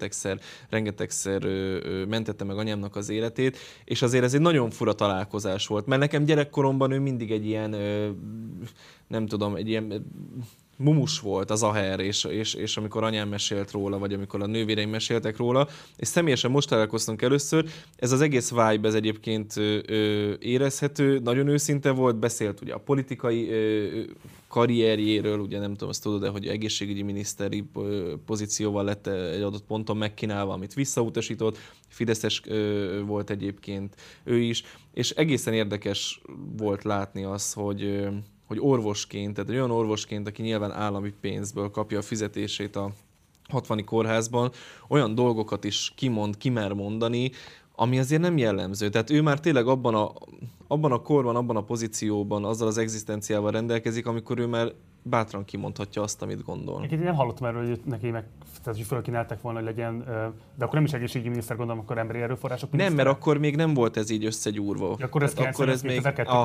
rengetegszer mentette meg anyámnak az életét, és azért ez egy nagyon fura találkozás volt, mert nekem gyerekkoromban ő mindig egy ilyen, nem tudom, egy ilyen mumus volt az Aher, és amikor anyám mesélt róla, vagy amikor a nővéreim meséltek róla, és személyesen most találkoztunk először, ez az egész vibe, ez egyébként érezhető, nagyon őszinte volt, beszélt ugye a politikai karrierjéről, ugye nem tudom, azt tudod, de hogy egészségügyi miniszteri pozícióval lett egy adott ponton megkínálva, amit visszautasított, fideszes volt egyébként ő is, és egészen érdekes volt látni azt, hogy orvosként, tehát olyan orvosként, aki nyilván állami pénzből kapja a fizetését a 60. kórházban, olyan dolgokat is kimer mondani, ami azért nem jellemző. Tehát ő már tényleg abban a korban, abban a pozícióban, azzal az egzisztenciával rendelkezik, amikor ő már bátran kimondhatja azt, amit gondol. Én nem hallottam erről, hogy neki tehát, hogy fölkínáltak volna, hogy legyen, de akkor nem is egészségügyi miniszter, gondolom, akkor emberi erőforrások miniszter. Nem, mert akkor még nem volt ez így összegyúrva. Akkor ez még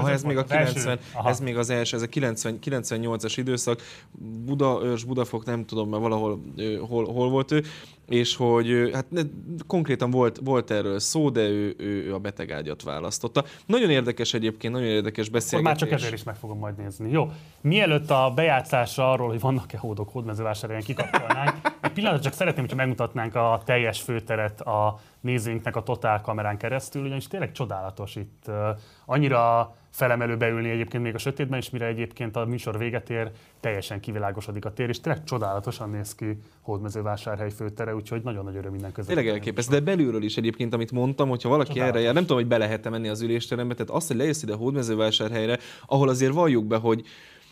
az első, ez a 98-as időszak, Budafok, nem tudom, mert valahol hol volt ő, és hogy hát konkrétan volt erről szó, de ő a betegágyat választotta. Nagyon érdekes egyébként, nagyon érdekes beszélgetés. Akkor már csak ezért is meg fogom majd nézni. Jó, mielőtt a bejátszásra arról, hogy vannak-e hódok Hódmezővásárhelyen kikapcsolnánk, egy pillanat csak szeretném, hogyha megmutatnánk a teljes főteret a nézőinknek a totál kamerán keresztül, ugyanis tényleg csodálatos itt annyira felemelő beülni egyébként még a sötétben, és mire egyébként a műsor véget ér, teljesen kivilágosodik a tér, és tényleg csodálatosan néz ki Hódmezővásárhely főtere, úgyhogy nagyon nagy öröm minden között. Tényleg elképesztő, de belülről is egyébként, amit mondtam, hogyha valaki erre jár, nem tudom, hogy be lehet menni az ülésterembe, tehát azt, hogy lejössz ide Hódmezővásárhelyre, ahol azért valljuk be, hogy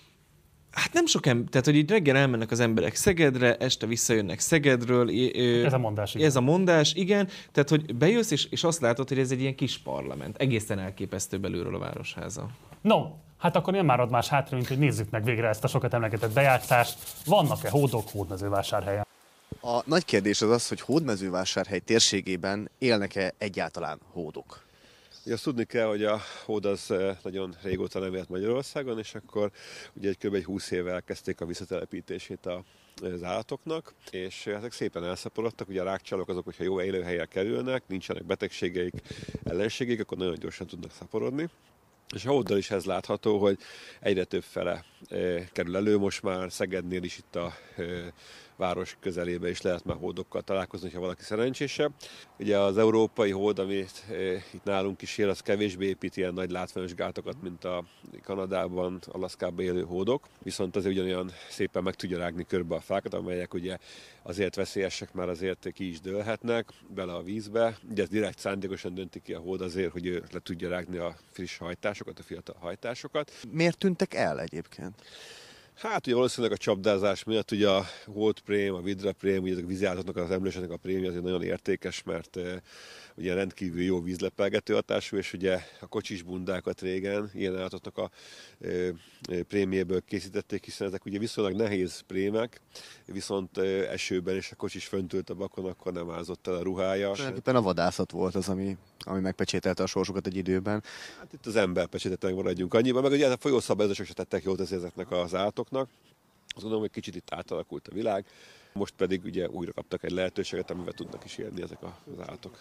hát nem sok tehát hogy így reggel elmennek az emberek Szegedre, este visszajönnek Szegedről. Ez a mondás, igen. Ez a mondás, igen. Tehát, hogy bejössz, és azt látod, hogy ez egy ilyen kis parlament. Egészen elképesztő belülről a Városháza. No, hát akkor nem márad más hátra, mint hogy nézzük meg végre ezt a sokat emlegetett bejátszást. Vannak-e hódok Hódmezővásárhelyen? A nagy kérdés az az, hogy Hódmezővásárhely térségében élnek-e egyáltalán hódok? Ugye azt tudni kell, hogy a hód az nagyon régóta nem élt Magyarországon, és akkor ugye kb. 20 éve elkezdték a visszatelepítését az állatoknak, és ezek szépen elszaporodtak. Ugye a rákcsálók azok, hogyha jó élőhelyen kerülnek, nincsenek betegségeik, ellenségeik, akkor nagyon gyorsan tudnak szaporodni. És a hóddal is ez látható, hogy egyre több fele kerül elő, most már Szegednél is itt a város közelébe is lehet már hódokkal találkozni, ha valaki szerencsésebb. Ugye az európai hód, amit itt nálunk is él, az kevésbé épít ilyen nagy látványos gátokat, mint a Kanadában, Alaszkában élő hódok, viszont azért ugyanolyan szépen meg tudja rágni körbe a fákat, amelyek ugye azért veszélyesek, már azért ki is dőlhetnek bele a vízbe. Ugye ez direkt szándékosan dönti ki a hód azért, hogy ő le tudja rágni a friss hajtásokat, a fiatal hajtásokat. Miért tűntek el egyébként? Hát ugye valószínűleg a csapdázás miatt ugye a holdprém, a vidraprém, ugye ezek a víziállatoknak az emlősnek a prémje azért nagyon értékes, mert ugye rendkívül jó vízlepelgető hatású, és ugye a kocsis bundákat régen ilyen állatoknak a prémjéből készítették, hiszen ezek ugye viszonylag nehéz prémek, viszont esőben és a kocsis föntült a bakon, akkor nem ázott el a ruhája. Tulajdonképpen a vadászat volt az, ami megpecsételte a sorsukat egy időben. Hát itt az ember pecsétetek maradjunk annyiban, meg ugye a folyószabályozások se tettek jót ezeknek az állatoknak. Azt gondolom, hogy kicsit itt átalakult a világ, most pedig ugye újra kaptak egy lehetőséget, amivel tudnak is élni ezek az állatok.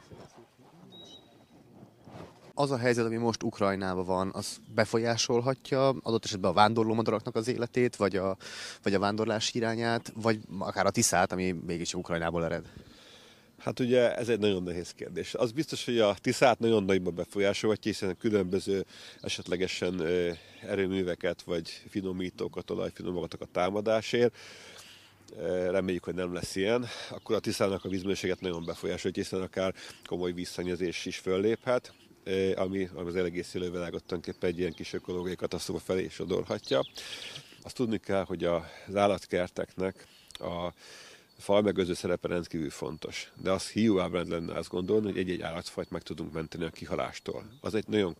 Az a helyzet, ami most Ukrajnában van, az befolyásolhatja adott esetben a vándorló madaraknak az életét, vagy a vándorlás irányát, vagy akár a Tiszát, ami mégis Ukrajnából ered? Hát ugye ez egy nagyon nehéz kérdés. Az biztos, hogy a Tiszát nagyon nagyban befolyásolhatja, hiszen különböző esetlegesen erőműveket vagy finomítókat, olajfinomítókat a támadásért. Reméljük, hogy nem lesz ilyen. Akkor a Tiszának a vízminőséget nagyon befolyásolja, hiszen akár komoly vízszennyezés is fölléphet, ami az egész élővilágot tulajdonképpen egy ilyen kis ökológiai katasztrófa felé is sodorhatja. Azt tudni kell, hogy az állatkerteknek a falmegőrző szerepe rendkívül fontos, de az hiúábránd lenne azt gondolni, hogy egy-egy állatfajt meg tudunk menteni a kihalástól. Az egy nagyon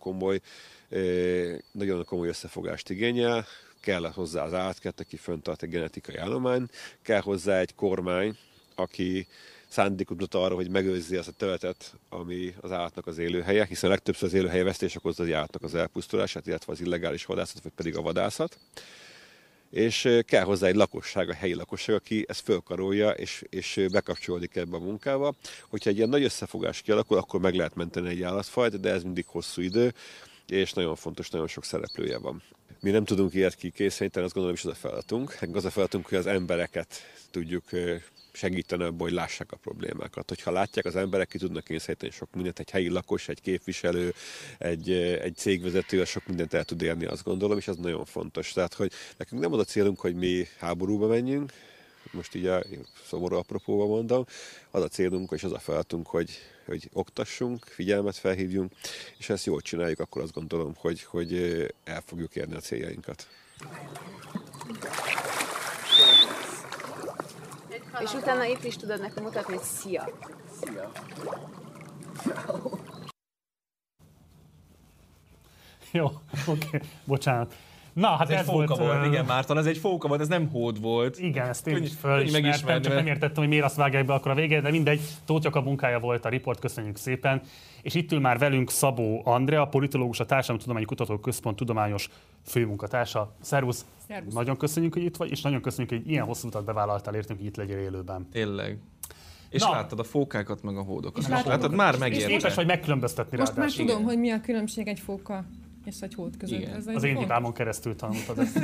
komoly összefogást igényel, kell hozzá az állatkert, aki föntart egy genetikai állomány, kell hozzá egy kormány, aki szándékot mutat arra, hogy megőrzi azt a területet, ami az állatnak az élőhelye, hiszen legtöbbször az élőhelye vesztés okozza az állatnak az elpusztulását, illetve az illegális vadászat, vagy pedig a vadászat. És kell hozzá egy lakosság, a helyi lakosság, aki ezt fölkarolja, és bekapcsolódik ebbe a munkába. Hogyha egy ilyen nagy összefogás kialakul, akkor meg lehet menteni egy állatfajt, de ez mindig hosszú idő, és nagyon fontos, nagyon sok szereplője van. Mi nem tudunk ilyet kikényszeríteni, azt gondolom is az a feladatunk. Az a feladatunk, hogy az embereket tudjuk segíteni abban, hogy lássák a problémákat. Hogyha látják, az emberek ki tudnak kényszeríteni sok mindent, egy helyi lakos, egy képviselő, egy cégvezető, az sok mindent el tud érni, azt gondolom, és az nagyon fontos. Tehát, hogy nekünk nem az a célunk, hogy mi háborúba menjünk, most így a szomorú apropóba mondom, az a célunk, és az a feladatunk, hogy oktassunk, figyelmet felhívjunk, és ha ezt jól csináljuk, akkor azt gondolom, hogy el fogjuk érni a céljainkat. És utána itt is tudod nekem mutatni, hogy szia. Szia. Jó, oké, bocsánat. Na, hát ez volt, igen, Márton, ez egy fóka volt, ez nem hód volt. Igen, ezt én is fölismertem, csak nem értettem, hogy miért azt vágják be akkor a végén, de mindegy, Tóth Jakab munkája volt a riport, köszönjük szépen. És itt ül már velünk Szabó Andrea, politológus, a Társadalomtudományi Kutatóközpont tudományos főmunkatársa. Szervusz! Szervusz! Nagyon köszönjük, hogy itt vagy, és nagyon köszönjük, hogy ilyen hosszú utat bevállaltál értünk, hogy itt legyél élőben. Tényleg. És láttad a fókákat, meg a hódokat. Láttad, már megérte. És képes vagy megkülönböztetni most ráadásul. Már tudom, hogy mi a különbség egy fóka és egy hód között. Ez az én hibámon keresztül tanultad ezt.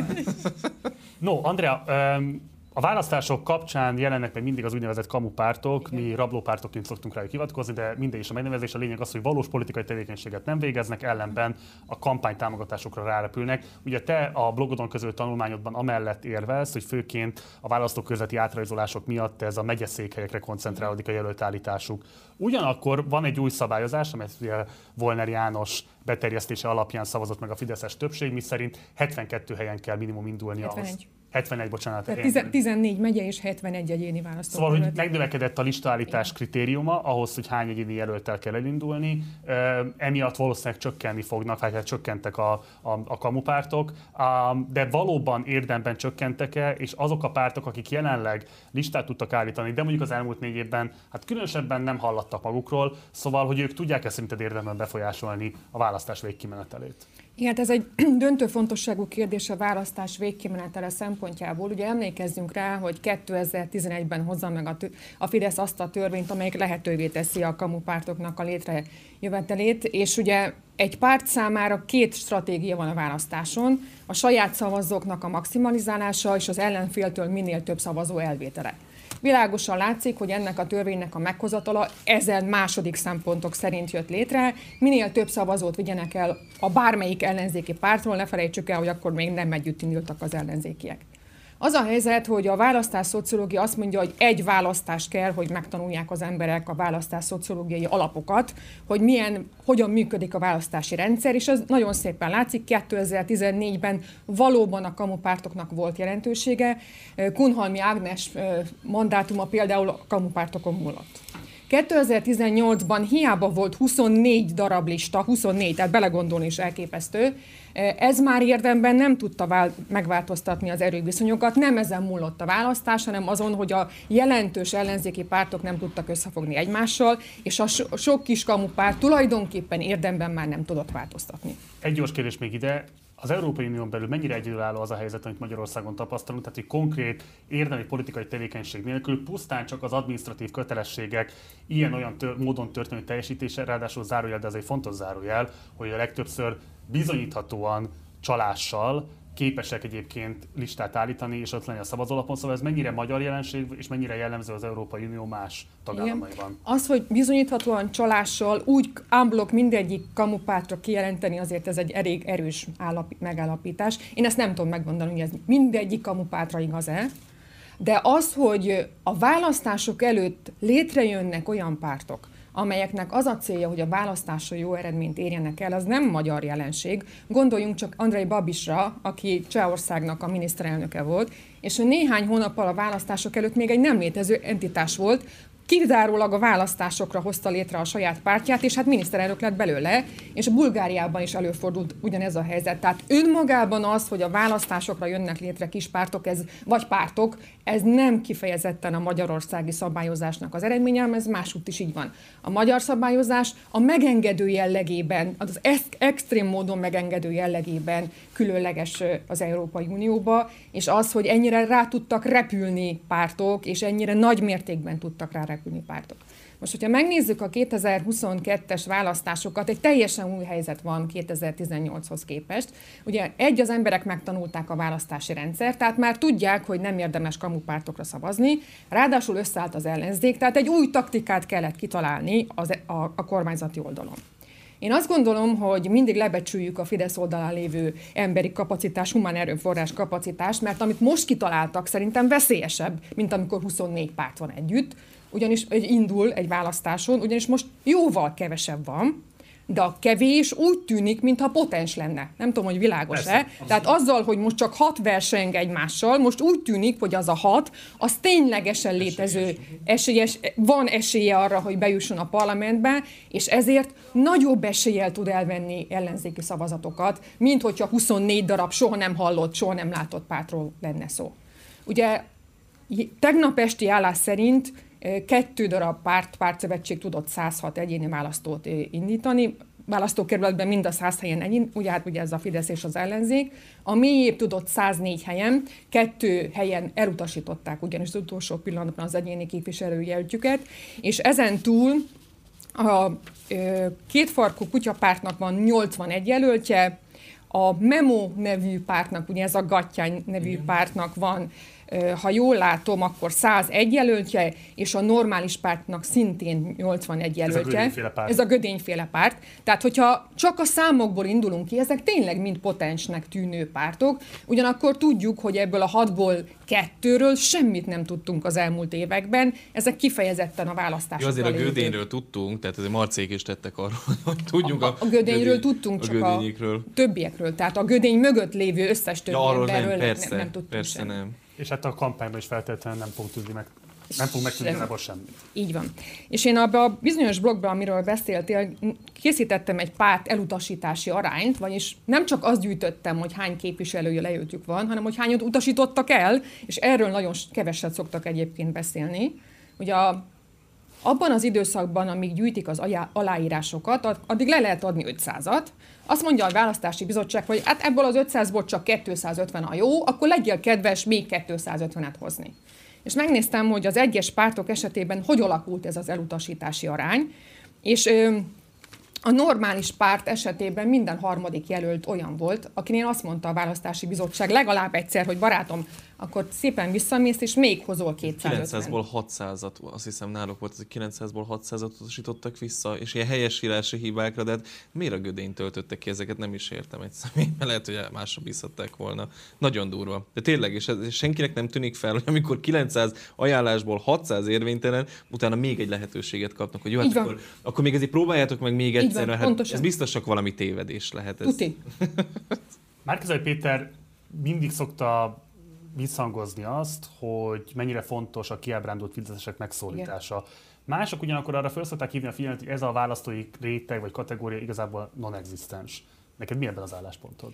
No, Andrea, a választások kapcsán jelennek meg mindig az úgynevezett kamupártok, mi rablópártokként szoktunk rájuk hivatkozni, de mindegy is a megnevezés. A lényeg az, hogy valós politikai tevékenységet nem végeznek, ellenben a kampánytámogatásokra rárepülnek. Ugye te a blogodon közölt tanulmányodban amellett érvelsz, hogy főként a választókörzeti átrajzolások miatt ez a megyeszékhelyekre koncentrálódik a jelöltállításuk. Ugyanakkor van egy új szabályozás, amelyet Volner János beterjesztése alapján szavazott meg a fideszes többség, miszerint 72 helyen kell minimum indulni 71. ahhoz. 71, bocsánat. Tehát 14 megye és 71 egyéni választókerület. Szóval, hogy megnövekedett a listaállítás kritériuma ahhoz, hogy hány egyéni jelölttel kell elindulni. Emiatt valószínűleg csökkenni fognak, hát csökkentek a kamupártok, de valóban érdemben csökkentek-e, és azok a pártok, akik jelenleg listát tudtak állítani, de mondjuk az elmúlt 4 évben, hát különösebben nem hallattak magukról, szóval, hogy ők tudják-e szerinted érdemben befolyásolni a választás végkimenetelét? Igen, ez egy döntő fontosságú kérdés a választás végkimenetele szempontjából. Ugye emlékezzünk rá, hogy 2011-ben hozza meg a Fidesz azt a törvényt, amelyik lehetővé teszi a kamupártoknak a létrejövetelét, és ugye egy párt számára 2 stratégia van a választáson, a saját szavazóknak a maximalizálása és az ellenféltől minél több szavazó elvétele. Világosan látszik, hogy ennek a törvénynek a meghozatala ezen második szempontok szerint jött létre. Minél több szavazót vigyenek el a bármelyik ellenzéki pártról, ne felejtsük el, hogy akkor még nem együtt indultak az ellenzékiek. Az a helyzet, hogy a választás szociológia azt mondja, hogy egy választás kell, hogy megtanulják az emberek a választás szociológiai alapokat, hogy hogyan működik a választási rendszer, és ez nagyon szépen látszik. 2014-ben valóban a kamupártoknak volt jelentősége. Kunhalmi Ágnes mandátuma például a kamupártokon múlott. 2018-ban hiába volt 24 darab lista, 24, tehát belegondolni is elképesztő, ez már érdemben nem tudta megváltoztatni az erőviszonyokat, nem ezen múlott a választás, hanem azon, hogy a jelentős ellenzéki pártok nem tudtak összefogni egymással, és a sok kis kamupárt tulajdonképpen érdemben már nem tudott változtatni. Egy gyors kérdés még ide. Az Európai Unión belül mennyire egyedülálló az a helyzet, amit Magyarországon tapasztalunk, tehát hogy konkrét érdemi politikai tevékenység nélkül pusztán csak az adminisztratív kötelességek ilyen-olyan módon történő teljesítése, ráadásul zárójel, de ez egy fontos zárójel, hogy a legtöbbször bizonyíthatóan csalással képesek egyébként listát állítani, és ott lenni a szavazólapon, szóval ez mennyire magyar jelenség, és mennyire jellemző az Európai Unió más tagállamaiban? Az, hogy bizonyíthatóan csalással úgy unblock mindegyik kamupártra kijelenteni, azért ez egy elég erős megállapítás. Én ezt nem tudom megmondani, hogy ez mindegyik kamupártra igaz-e, de az, hogy a választások előtt létrejönnek olyan pártok, amelyeknek az a célja, hogy a választáson jó eredményt érjenek el, az nem magyar jelenség. Gondoljunk csak Andrej Babisra, aki Csehországnak a miniszterelnöke volt, és néhány hónappal a választások előtt még egy nem létező entitás volt, kizárólag a választásokra hozta létre a saját pártját, és hát miniszterelnök lett belőle, és Bulgáriában is előfordult ugyanez a helyzet. Tehát önmagában az, hogy a választásokra jönnek létre kis pártok, vagy pártok, ez nem kifejezetten a magyarországi szabályozásnak az eredménye, hanem ez másútt is így van. A magyar szabályozás a megengedő jellegében, az extrém módon megengedő jellegében különleges az Európai Unióba, és az, hogy ennyire rá tudtak repülni pártok, és ennyire nagy mértékben tudtak rá elküldni pártok. Most, hogyha megnézzük a 2022-es választásokat, egy teljesen új helyzet van 2018-hoz képest. Ugye az emberek megtanulták a választási rendszert, tehát már tudják, hogy nem érdemes kamupártokra szavazni, ráadásul összeállt az ellenzék, tehát egy új taktikát kellett kitalálni a kormányzati oldalon. Én azt gondolom, hogy mindig lebecsüljük a Fidesz oldalán lévő emberi kapacitás, humán erőforrás kapacitás, mert amit most kitaláltak, szerintem veszélyesebb, mint amikor 24 párt van együtt, ugyanis indul egy választáson, ugyanis most jóval kevesebb van, de a kevés úgy tűnik, mintha potens lenne. Nem tudom, hogy világos-e. Tehát azzal, hogy most csak 6 verseng egymással, most úgy tűnik, hogy az a 6, az ténylegesen létező van esélye arra, hogy bejusson a parlamentbe, és ezért nagyobb eséllyel tud elvenni ellenzéki szavazatokat, mint hogyha 24 darab soha nem hallott, soha nem látott pártról lenne szó. Ugye tegnap esti állás szerint 2 darab pártszövetség tudott 106 egyéni választót indítani, választókerületben mind a 100 helyen ugye ez a Fidesz és az ellenzék. A mélyébb tudott 104 helyen, 2 helyen elutasították ugyanis az utolsó pillanatban az egyéni képviselőjelöltjüket, és ezen túl a kétfarkú kutyapártnak van 81 jelöltje, a Memo nevű pártnak, ugye ez a Gattyány nevű pártnak van, ha jól látom, akkor 101 jelöltje, és a normális pártnak szintén 81 jelöltje. Ez a Gödényféle párt. Tehát, hogyha csak a számokból indulunk ki, ezek tényleg mind potensnek tűnő pártok, ugyanakkor tudjuk, hogy ebből a 6-ból 2-ről semmit nem tudtunk az elmúlt években, ezek kifejezetten a választásokra. Azért a Gödényről tudtunk, tehát azért Marcék is tettek arról, hogy tudjunk a Gödényről tudtunk, csak a többiekről. Tehát a Gödény mögött lévő összes többi emberről nem tudtunk semmit. És hát a kampányban is feltétlenül nem fogunk tudni nem fog megtudni ebből semmit. Így van. És én abban a bizonyos blogban, amiről beszéltél, készítettem egy párt elutasítási arányt, vagyis nem csak azt gyűjtöttem, hogy hány képviselőjelöltjük van, hanem hogy hányat utasítottak el, és erről nagyon keveset szoktak egyébként beszélni. Ugye abban az időszakban, amíg gyűjtik az aláírásokat, addig le lehet adni 500-at. Azt mondja a választási bizottság, hogy hát ebből az 500-ból csak 250 a jó, akkor legyél kedves még 250-et hozni. És megnéztem, hogy az egyes pártok esetében hogy alakult ez az elutasítási arány, és a normális párt esetében minden harmadik jelölt olyan volt, akinél azt mondta a választási bizottság legalább egyszer, hogy barátom, akkor szépen visszamész, és még hozol 250. 900-ból 600-at, azt hiszem náluk volt, hogy 900-ból 600-at utasítottak vissza, és ilyen helyesírási hibákra, de hát miért a Gödény töltöttek ki ezeket, nem is értem egy személyben, lehet, hogy másra bízhatták volna. Nagyon durva. De tényleg, és senkinek nem tűnik fel, hogy amikor 900 ajánlásból 600 érvénytelen, utána még egy lehetőséget kapnak, hogy jó, hát akkor még ezért próbáljátok meg még egyszer, mert hát ez biztos csak valami tévedés lehet. Tuti. Márki-Zay Péter mindig szokta visszhangozni azt, hogy mennyire fontos a kiábrándult fideszesek megszólítása. Igen. Mások ugyanakkor arra fel szokták hívni a figyelmet, hogy ez a választói réteg vagy kategória igazából non-existens. Neked mi ebben az álláspontod?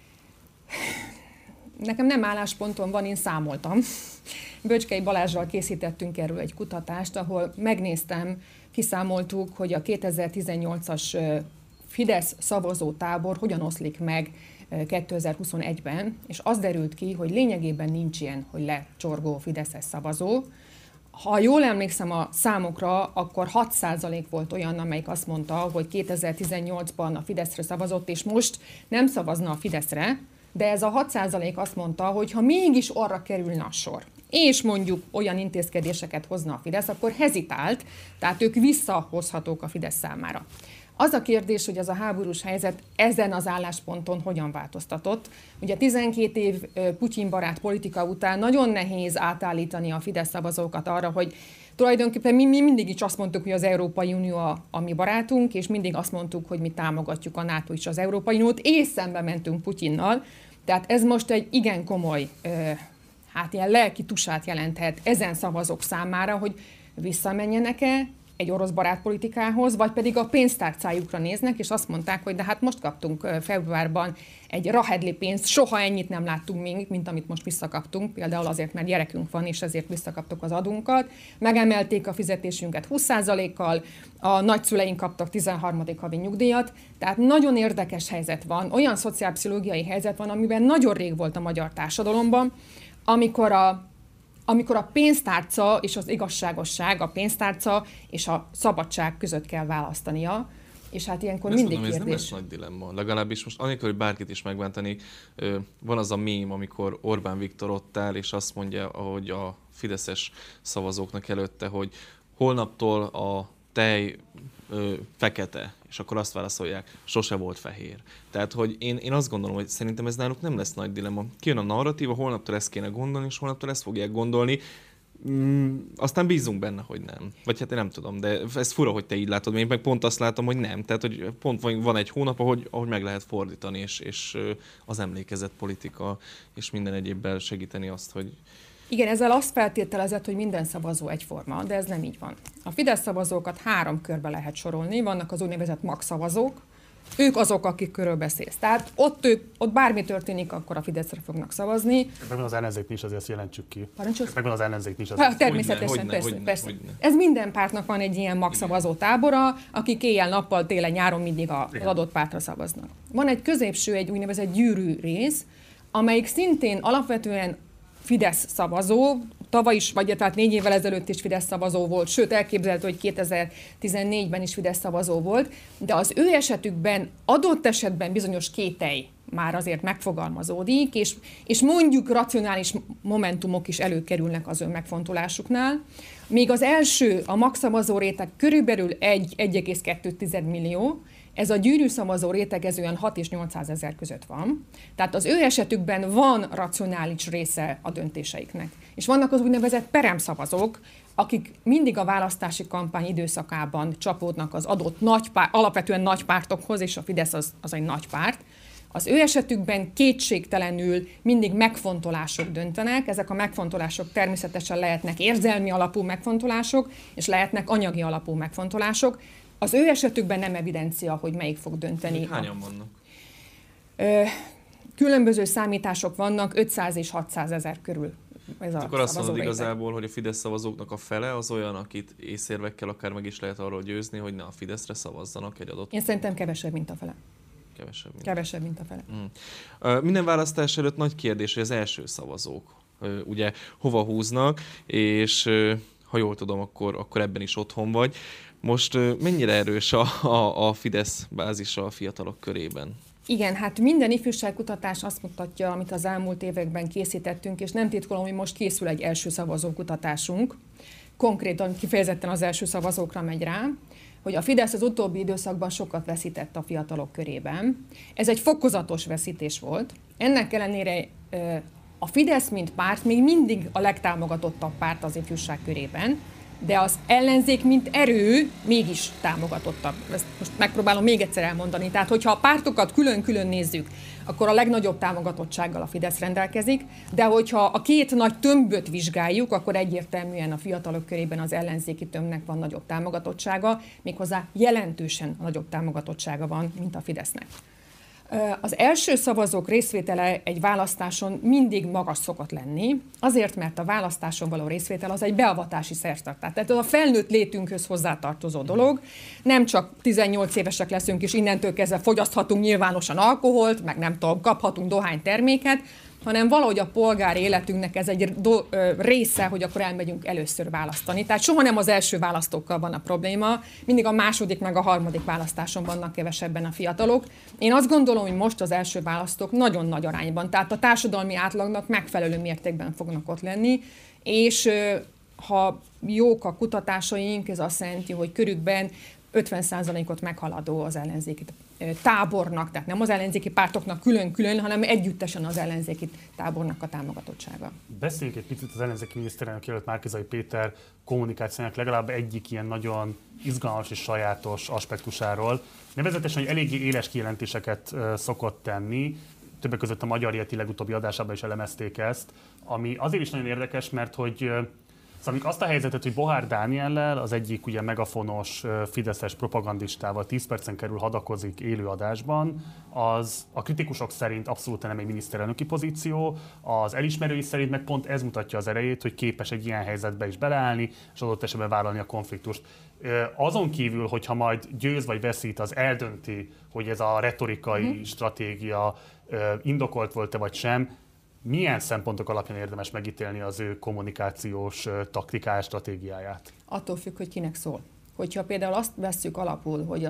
Nekem nem álláspontom van, én számoltam. Böcskei Balázsral készítettünk erről egy kutatást, ahol megnéztem, kiszámoltuk, hogy a 2018-as Fidesz szavazótábor hogyan oszlik meg 2021-ben, és az derült ki, hogy lényegében nincs ilyen, hogy lecsorgó fideszes szavazó. Ha jól emlékszem a számokra, akkor 6% volt olyan, amelyik azt mondta, hogy 2018-ban a Fideszre szavazott, és most nem szavazna a Fideszre, de ez a 6% azt mondta, hogy ha mégis arra kerülne a sor, és mondjuk olyan intézkedéseket hozna a Fidesz, akkor hezitált, tehát ők visszahozhatók a Fidesz számára. Az a kérdés, hogy ez a háborús helyzet ezen az állásponton hogyan változtatott. Ugye 12 év Putyin-barát politika után nagyon nehéz átállítani a Fidesz szavazókat arra, hogy tulajdonképpen mi mindig is azt mondtuk, hogy az Európai Unió a mi barátunk, és mindig azt mondtuk, hogy mi támogatjuk a NATO és az Európai Uniót, és szembe mentünk Putyinnal. Tehát ez most egy igen komoly, ilyen lelki tusát jelenthet ezen szavazók számára, hogy visszamenjenek-e egy orosz barátpolitikához, vagy pedig a pénztárcájukra néznek, és azt mondták, hogy de hát most kaptunk februárban egy rahedli pénzt, soha ennyit nem láttunk még, mint amit most visszakaptunk, például azért, mert gyerekünk van, és ezért visszakaptuk az adunkat. Megemelték a fizetésünket 20%-kal, a nagyszüleink kaptak 13. havi nyugdíjat, tehát nagyon érdekes helyzet van, olyan szociálpszichológiai helyzet van, amiben nagyon rég volt a magyar társadalomban, amikor amikor a pénztárca és az igazságosság, a pénztárca és a szabadság között kell választania, és hát ilyenkor Ezt mindig mondom, kérdés. Ez nem lesz nagy dilemma. Legalábbis most anélkül, hogy bárkit is megbántanék, van az a mém, amikor Orbán Viktor ott áll, és azt mondja, hogy a fideszes szavazóknak előtte, hogy holnaptól a tej fekete, és akkor azt válaszolják, sose volt fehér. Tehát, hogy én azt gondolom, hogy szerintem ez náluk nem lesz nagy dilemma. Kijön a narratíva, holnaptól ezt kéne gondolni, és holnaptól ezt fogják gondolni. Aztán bízunk benne, hogy nem. Vagy hát én nem tudom, de ez fura, hogy te így látod, én meg pont azt látom, hogy nem. Tehát, hogy pont van egy hónap, ahogy meg lehet fordítani, és az emlékezett politika, és minden egyébben segíteni azt, hogy... Igen, ezzel azt feltételezett, hogy minden szavazó egyforma, de ez nem így van. A Fidesz szavazókat 3 körbe lehet sorolni, vannak az úgynevezett magszavazók, ők azok, akik körül beszélsz. Tehát ott bármi történik, akkor a Fideszre fognak szavazni. Megvan az ellenzék is, azért ezt jelentsük ki. Parancsolsz? Megvan az ellenzék is. Azért. Természetesen, persze. Ez minden pártnak van egy ilyen magszavazó tábora, akik éjjel-nappal, télen-nyáron mindig az adott pártra szavaznak. Van egy középső, egy úgynevezett gyűrű rész, amelyik szintén alapvetően Fidesz szavazó, tavaly is, vagy tehát 4 évvel ezelőtt is Fidesz szavazó volt, sőt elképzelhető, hogy 2014-ben is Fidesz szavazó volt, de az ő esetükben adott esetben bizonyos kételj már azért megfogalmazódik, és mondjuk racionális momentumok is előkerülnek az ön megfontolásuknál. Még az első, a magszavazó réteg körülbelül 1,2 millió, ez a gyűrű szavazó réteg ez olyan 6 és 800 ezer között van. Tehát az ő esetükben van racionális része a döntéseiknek. És vannak az úgynevezett peremszavazók, akik mindig a választási kampány időszakában csapódnak az adott alapvetően nagy pártokhoz, és a Fidesz az egy nagy párt. Az ő esetükben kétségtelenül mindig megfontolások döntenek, ezek a megfontolások természetesen lehetnek érzelmi alapú megfontolások, és lehetnek anyagi alapú megfontolások. Az ő esetükben nem evidencia, hogy melyik fog dönteni. Hányan vannak? Különböző számítások vannak, 500 és 600 ezer körül. Ez akkor azt mondod igazából, hogy a Fidesz szavazóknak a fele az olyan, akit észérvekkel akár meg is lehet arról győzni, hogy ne a Fideszre szavazzanak egy adott... Én szerintem kevesebb, mint a fele. Kevesebb, mint a fele. Minden választás előtt nagy kérdés, hogy az első szavazók ugye hova húznak, és ha jól tudom, akkor ebben is otthon vagy. Most mennyire erős a Fidesz bázisa a fiatalok körében? Igen, hát minden ifjúságkutatás azt mutatja, amit az elmúlt években készítettünk, és nem titkolom, hogy most készül egy első szavazókutatásunk. Konkrétan kifejezetten az első szavazókra megy rá, hogy a Fidesz az utóbbi időszakban sokat veszített a fiatalok körében. Ez egy fokozatos veszítés volt. Ennek ellenére a Fidesz, mint párt, még mindig a legtámogatottabb párt az ifjúság körében, de az ellenzék, mint erő, mégis támogatottabb. Ezt most megpróbálom még egyszer elmondani. Tehát, hogyha a pártokat külön-külön nézzük, akkor a legnagyobb támogatottsággal a Fidesz rendelkezik, de hogyha a két nagy tömböt vizsgáljuk, akkor egyértelműen a fiatalok körében az ellenzéki tömbnek van nagyobb támogatottsága, méghozzá jelentősen nagyobb támogatottsága van, mint a Fidesznek. Az első szavazók részvétele egy választáson mindig magas szokott lenni, azért, mert a választáson való részvétel az egy beavatási szertartás. Tehát ez a felnőtt létünkhöz hozzátartozó dolog. Nem csak 18 évesek leszünk, és innentől kezdve fogyaszthatunk nyilvánosan alkoholt, meg nem tudom, kaphatunk dohányterméket, hanem valahogy a polgári életünknek ez egy része, hogy akkor elmegyünk először választani. Tehát soha nem az első választókkal van a probléma, mindig a második meg a harmadik választáson vannak kevesebben a fiatalok. Én azt gondolom, hogy most az első választók nagyon nagy arányban, tehát a társadalmi átlagnak megfelelő mértékben fognak ott lenni, és ha jók a kutatásaink, ez azt jelenti, hogy körükben 50%-ot meghaladó az ellenzéki tábornak, tehát nem az ellenzéki pártoknak külön-külön, hanem együttesen az ellenzéki tábornak a támogatottsága. Beszéljünk egy picit az ellenzéki miniszterelnök jelölt Márki-Zay Péter kommunikációnak legalább egyik ilyen nagyon izgalmas és sajátos aspektusáról. Nevezetesen, hogy eléggé éles kijelentéseket szokott tenni, többek között a Magyar Yeti legutóbbi adásában is elemezték ezt, ami azért is nagyon érdekes, mert hogy szóval azt a helyzetet, hogy Bohár Dániellel, az egyik ugye megafonos fideszes propagandistával 10 percen kerül hadakozik élő adásban, az a kritikusok szerint abszolút nem egy miniszterelnöki pozíció, az elismerői szerint meg pont ez mutatja az erejét, hogy képes egy ilyen helyzetbe is beleállni, és adott esetben vállalni a konfliktust. Azon kívül, hogyha majd győz vagy veszít, az eldönti, hogy ez a retorikai stratégia indokolt volt-e vagy sem, milyen szempontok alapján érdemes megítélni az ő kommunikációs taktikáját, stratégiáját? Attól függ, hogy kinek szól. Hogyha például azt vesszük alapul, hogy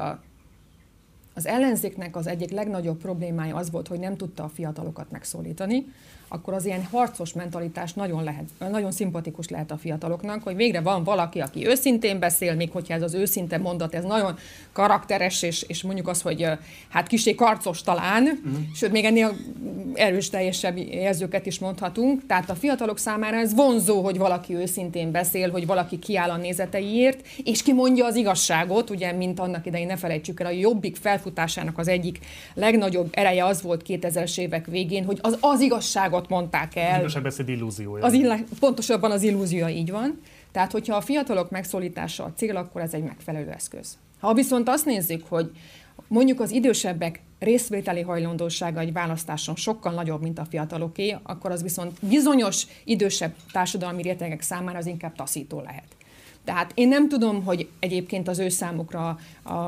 az ellenzéknek az egyik legnagyobb problémája az volt, hogy nem tudta a fiatalokat megszólítani, akkor az ilyen harcos mentalitás nagyon szimpatikus lehet a fiataloknak, hogy végre van valaki, aki őszintén beszél, még hogyha ez az őszinte mondat, ez nagyon karakteres, és mondjuk az, hogy hát kissé karcos talán, sőt, még ennél erős teljesebb jelzőket is mondhatunk. Tehát a fiatalok számára ez vonzó, hogy valaki őszintén beszél, hogy valaki kiáll a nézeteiért, és kimondja az igazságot, ugye, mint annak idején ne felejtsük el, a Jobbik felfutásának az egyik legnagyobb ereje az volt 2000-es évek végén, hogy az igazságot mondták el. Az igazságbeszéd illúziója. Pontosabban az illúziója, így van. Tehát, hogyha a fiatalok megszólítása a cél, akkor ez egy megfelelő eszköz. Ha viszont azt nézzük, hogy mondjuk az idősebbek részvételi hajlandósága egy választáson sokkal nagyobb, mint a fiataloké, akkor az viszont bizonyos idősebb társadalmi rétegek számára az inkább taszító lehet. Tehát én nem tudom, hogy egyébként az ő számukra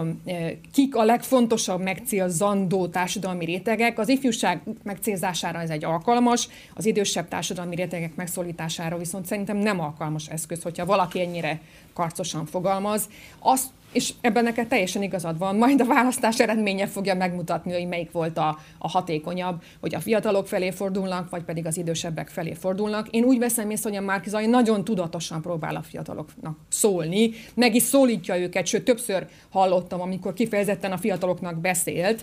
kik a legfontosabb megcélzandó társadalmi rétegek. Az ifjúság megcélzására ez egy alkalmas, az idősebb társadalmi rétegek megszólítására viszont szerintem nem alkalmas eszköz, hogyha valaki ennyire karcosan fogalmaz. És ebben neked teljesen igazad van, majd a választás eredménye fogja megmutatni, hogy melyik volt a hatékonyabb, hogy a fiatalok felé fordulnak, vagy pedig az idősebbek felé fordulnak. Én úgy veszem észre, hogy a Márki-Zay nagyon tudatosan próbál a fiataloknak szólni, meg is szólítja őket, sőt többször hallottam, amikor kifejezetten a fiataloknak beszélt.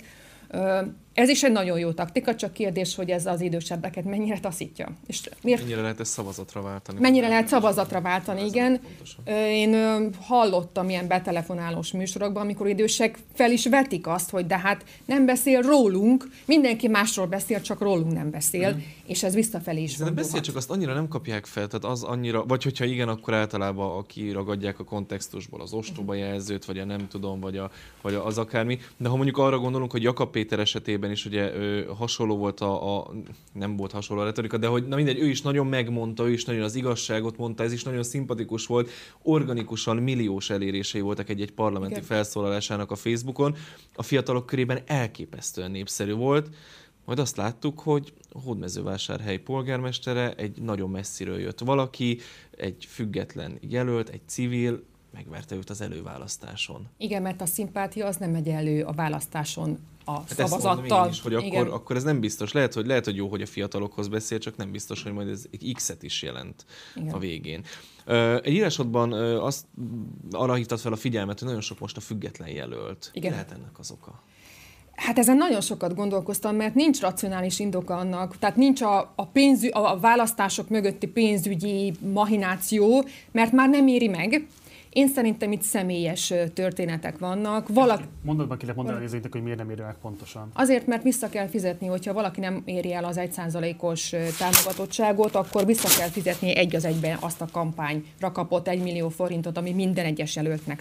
Ez is egy nagyon jó taktika, csak kérdés, hogy ez az idősebbeket mennyire taszítja. És mennyire lehet ezt szavazatra váltani? Mennyire lehet szavazatra váltani, igen. Én hallottam ilyen betelefonálós műsorokban, amikor idősek fel is vetik azt, hogy de hát nem beszél rólunk, mindenki másról beszél, csak rólunk nem beszél, és ez visszafelé is fordulhat. De beszél, csak azt annyira nem kapják fel, tehát az annyira, vagy hogyha igen, akkor általában kiragadják a kontextusból az ostoba jelzőt, vagy a nem tudom, vagy az akármi. De ha mondjuk arra gondolunk, hogy Jakab Péter esetében is ugye hasonló volt nem volt hasonló a retorika, de hogy na mindegy, ő is nagyon megmondta, ő is nagyon az igazságot mondta, ez is nagyon szimpatikus volt, organikusan milliós elérései voltak egy parlamenti felszólalásának a Facebookon, a fiatalok körében elképesztően népszerű volt, majd azt láttuk, hogy Hódmezővásárhely polgármestere egy nagyon messziről jött valaki, egy független jelölt, egy civil, megverte őt az előválasztáson. Igen, mert a szimpátia az nem megy elő a választáson a szavazattal. Ezt mondom én is, hogy akkor ez nem biztos. Lehet, hogy jó, hogy a fiatalokhoz beszél, csak nem biztos, hogy majd ez X-et is jelent a végén. Egy írásodban arra hívtad fel a figyelmet, hogy nagyon sok most a független jelölt. Igen. Mi lehet ennek az oka? Hát ezen nagyon sokat gondolkoztam, mert nincs racionális indoka annak, tehát nincs a választások mögötti pénzügyi mahináció, mert már nem éri meg. Én szerintem itt személyes történetek vannak. Mondatban ki lehet mondani nézőinknek, hogy miért nem éri meg pontosan. Azért, mert vissza kell fizetni, hogyha valaki nem éri el az 1%-os támogatottságot, akkor vissza kell fizetni egy az egyben azt a kampányra kapott 1 millió forintot, ami minden egyes jelöltnek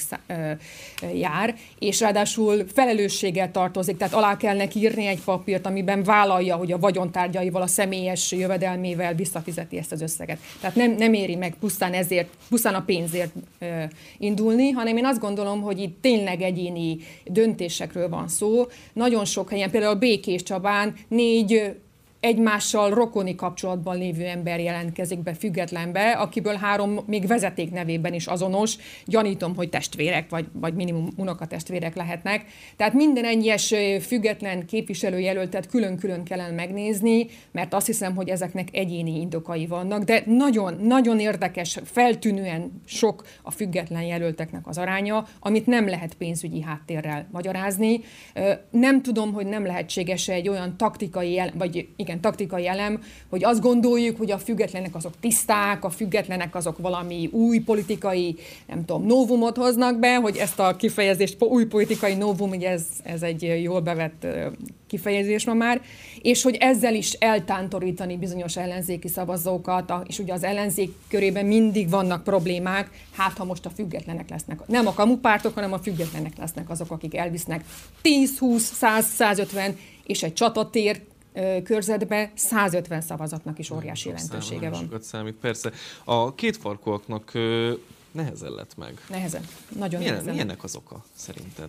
jár, és ráadásul felelősséggel tartozik, tehát alá kell neki írni egy papírt, amiben vállalja, hogy a vagyontárgyaival, a személyes jövedelmével visszafizeti ezt az összeget. Tehát nem éri meg pusztán a pénzért indulni, hanem én azt gondolom, hogy itt tényleg egyéni döntésekről van szó. Nagyon sok helyen, például Békés Csabán 4 egymással rokoni kapcsolatban lévő ember jelentkezik be függetlenbe, akiből 3 még vezeték nevében is azonos. Gyanítom, hogy testvérek, vagy minimum unokatestvérek lehetnek. Tehát minden egyes független képviselőjelöltet külön-külön kellene megnézni, mert azt hiszem, hogy ezeknek egyéni indokai vannak, de nagyon érdekes, feltűnően sok a független jelölteknek az aránya, amit nem lehet pénzügyi háttérrel magyarázni. Nem tudom, hogy nem lehetséges egy olyan taktikai elem, hogy azt gondoljuk, hogy a függetlenek azok tiszták, a függetlenek azok valami új politikai, nem tudom, novumot hoznak be, hogy ezt a kifejezést, új politikai novum, ugye ez egy jól bevett kifejezés ma már, és hogy ezzel is eltántorítani bizonyos ellenzéki szavazókat, és ugye az ellenzék körében mindig vannak problémák, hát ha most a függetlenek lesznek, nem a kamupártok, hanem a függetlenek lesznek azok, akik elvisznek 10, 20, 100, 150, és egy csatatér körzetben 150 szavazatnak is óriási jelentősége van. Sokat számít, persze. A kétfarkúaknak nehezen lett meg. Nehezen. Nagyon nehezen. Mi ennek az oka, szerinted?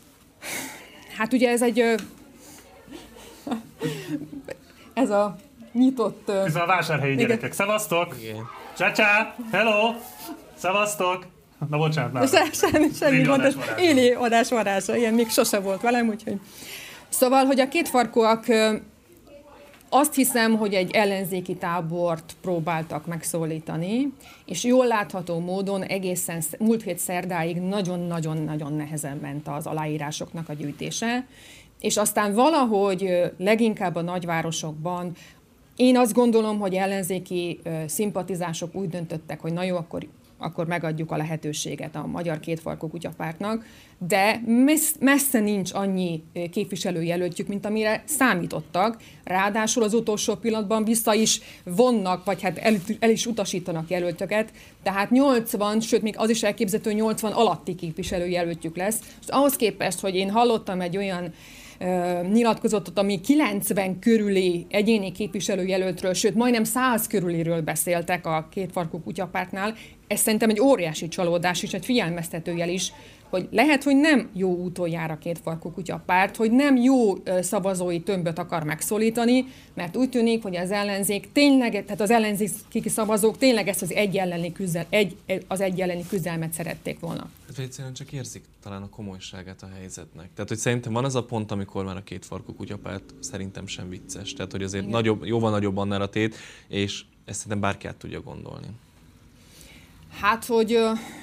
Hát ugye ez egy... nyitott... Ez a vásárhelyi gyerekek. Szevasztok! Csácsá! Hello! Szevasztok! Na bocsánat, már. Semmi gond, élő adásvarázsa, ilyen még sose volt velem, úgyhogy... Szóval, hogy a kétfarkúak, azt hiszem, hogy egy ellenzéki tábort próbáltak megszólítani, és jól látható módon egészen múlt hét szerdáig nagyon-nagyon-nagyon nehezen ment az aláírásoknak a gyűjtése, és aztán valahogy leginkább a nagyvárosokban én azt gondolom, hogy ellenzéki szimpatizások úgy döntöttek, hogy na jó, akkor megadjuk a lehetőséget a Magyar Kétfarkú Kutyapártnak, de messze nincs annyi képviselőjelöltjük, mint amire számítottak. Ráadásul az utolsó pillanatban vissza is vonnak, vagy hát el is utasítanak jelöltjöket, tehát 80, sőt még az is elképzelhető, hogy 80 alatti képviselőjelöltjük lesz. És ahhoz képest, hogy én hallottam egy olyan nyilatkozatot, ami 90 körüli egyéni képviselőjelöltről, sőt majdnem 100 körüliről beszéltek a Kétfarkú Kutyapártnál. Ez szerintem egy óriási csalódás és egy figyelmeztetőjel is, hogy lehet, hogy nem jó úton jár a Kétfarkú Kutyapárt, hogy nem jó szavazói tömböt akar megszólítani, mert úgy tűnik, hogy az ellenzék tényleg, tehát az ellenzéki szavazók tényleg ezt az egy elleni küzdelmet szerették volna. Hát egyszerűen csak érzik talán a komolyságát a helyzetnek. Tehát, hogy szerintem van az a pont, amikor már a Kétfarkú Kutyapárt szerintem sem vicces. Tehát, hogy azért jóval nagyobb annál a tét, és ezt szerintem bárki át tudja gondolni. Hát, hogy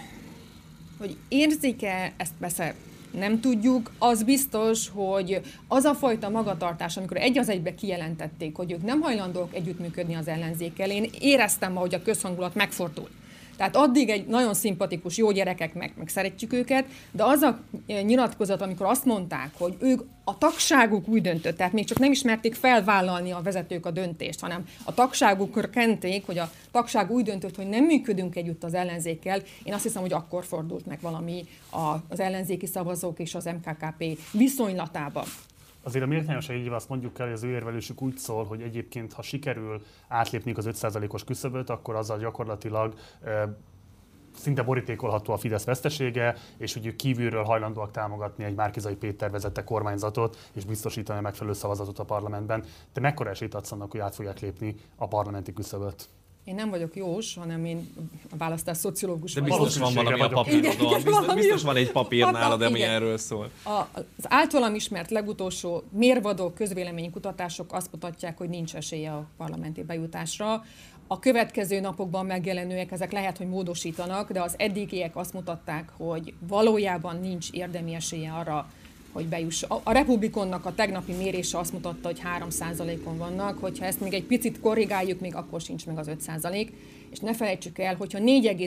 érzik-e, ezt persze nem tudjuk, az biztos, hogy az a fajta magatartás, amikor egy az egybe kijelentették, hogy ők nem hajlandók együttműködni az ellenzékkel, én éreztem, hogy a közhangulat megfordul. Tehát addig egy nagyon szimpatikus, jó gyerekek, meg szeretjük őket, de az a nyilatkozat, amikor azt mondták, hogy ők a tagságuk úgy döntött, tehát még csak nem ismerték felvállalni a vezetők a döntést, hanem a tagságukra kenték, hogy a tagság úgy döntött, hogy nem működünk együtt az ellenzékkel. Én azt hiszem, hogy akkor fordult meg valami az ellenzéki szavazók és az MKKP viszonylatában. Azért a méltányosságügyével azt mondjuk el, hogy az ő érvelésük úgy szól, hogy egyébként, ha sikerül átlépniük az 5%-os küszöböt, akkor azzal gyakorlatilag szinte borítékolható a Fidesz vesztesége, és hogy ők kívülről hajlandóak támogatni egy Márki-Zay Péter vezette kormányzatot, és biztosítani a megfelelő szavazatot a parlamentben. Te mekkora esélyt adsz annak, hogy át fogják lépni a parlamenti küszöböt? Én nem vagyok jós, hanem én a választás szociológus vagyok. De biztos van valami a papírodon. Biztos van egy papír nálad, ami erről szól. Az általam ismert legutolsó mérvadó közvéleménykutatások azt mutatják, hogy nincs esélye a parlamenti bejutásra. A következő napokban megjelenőek, ezek lehet, hogy módosítanak, de az eddigiek azt mutatták, hogy valójában nincs érdemi esélye arra, hogy bejuss. A Republikonnak a tegnapi mérése azt mutatta, hogy 3%-on vannak, hogyha ezt még egy picit korrigáljuk, még akkor sincs meg az 5%. És ne felejtsük el, hogyha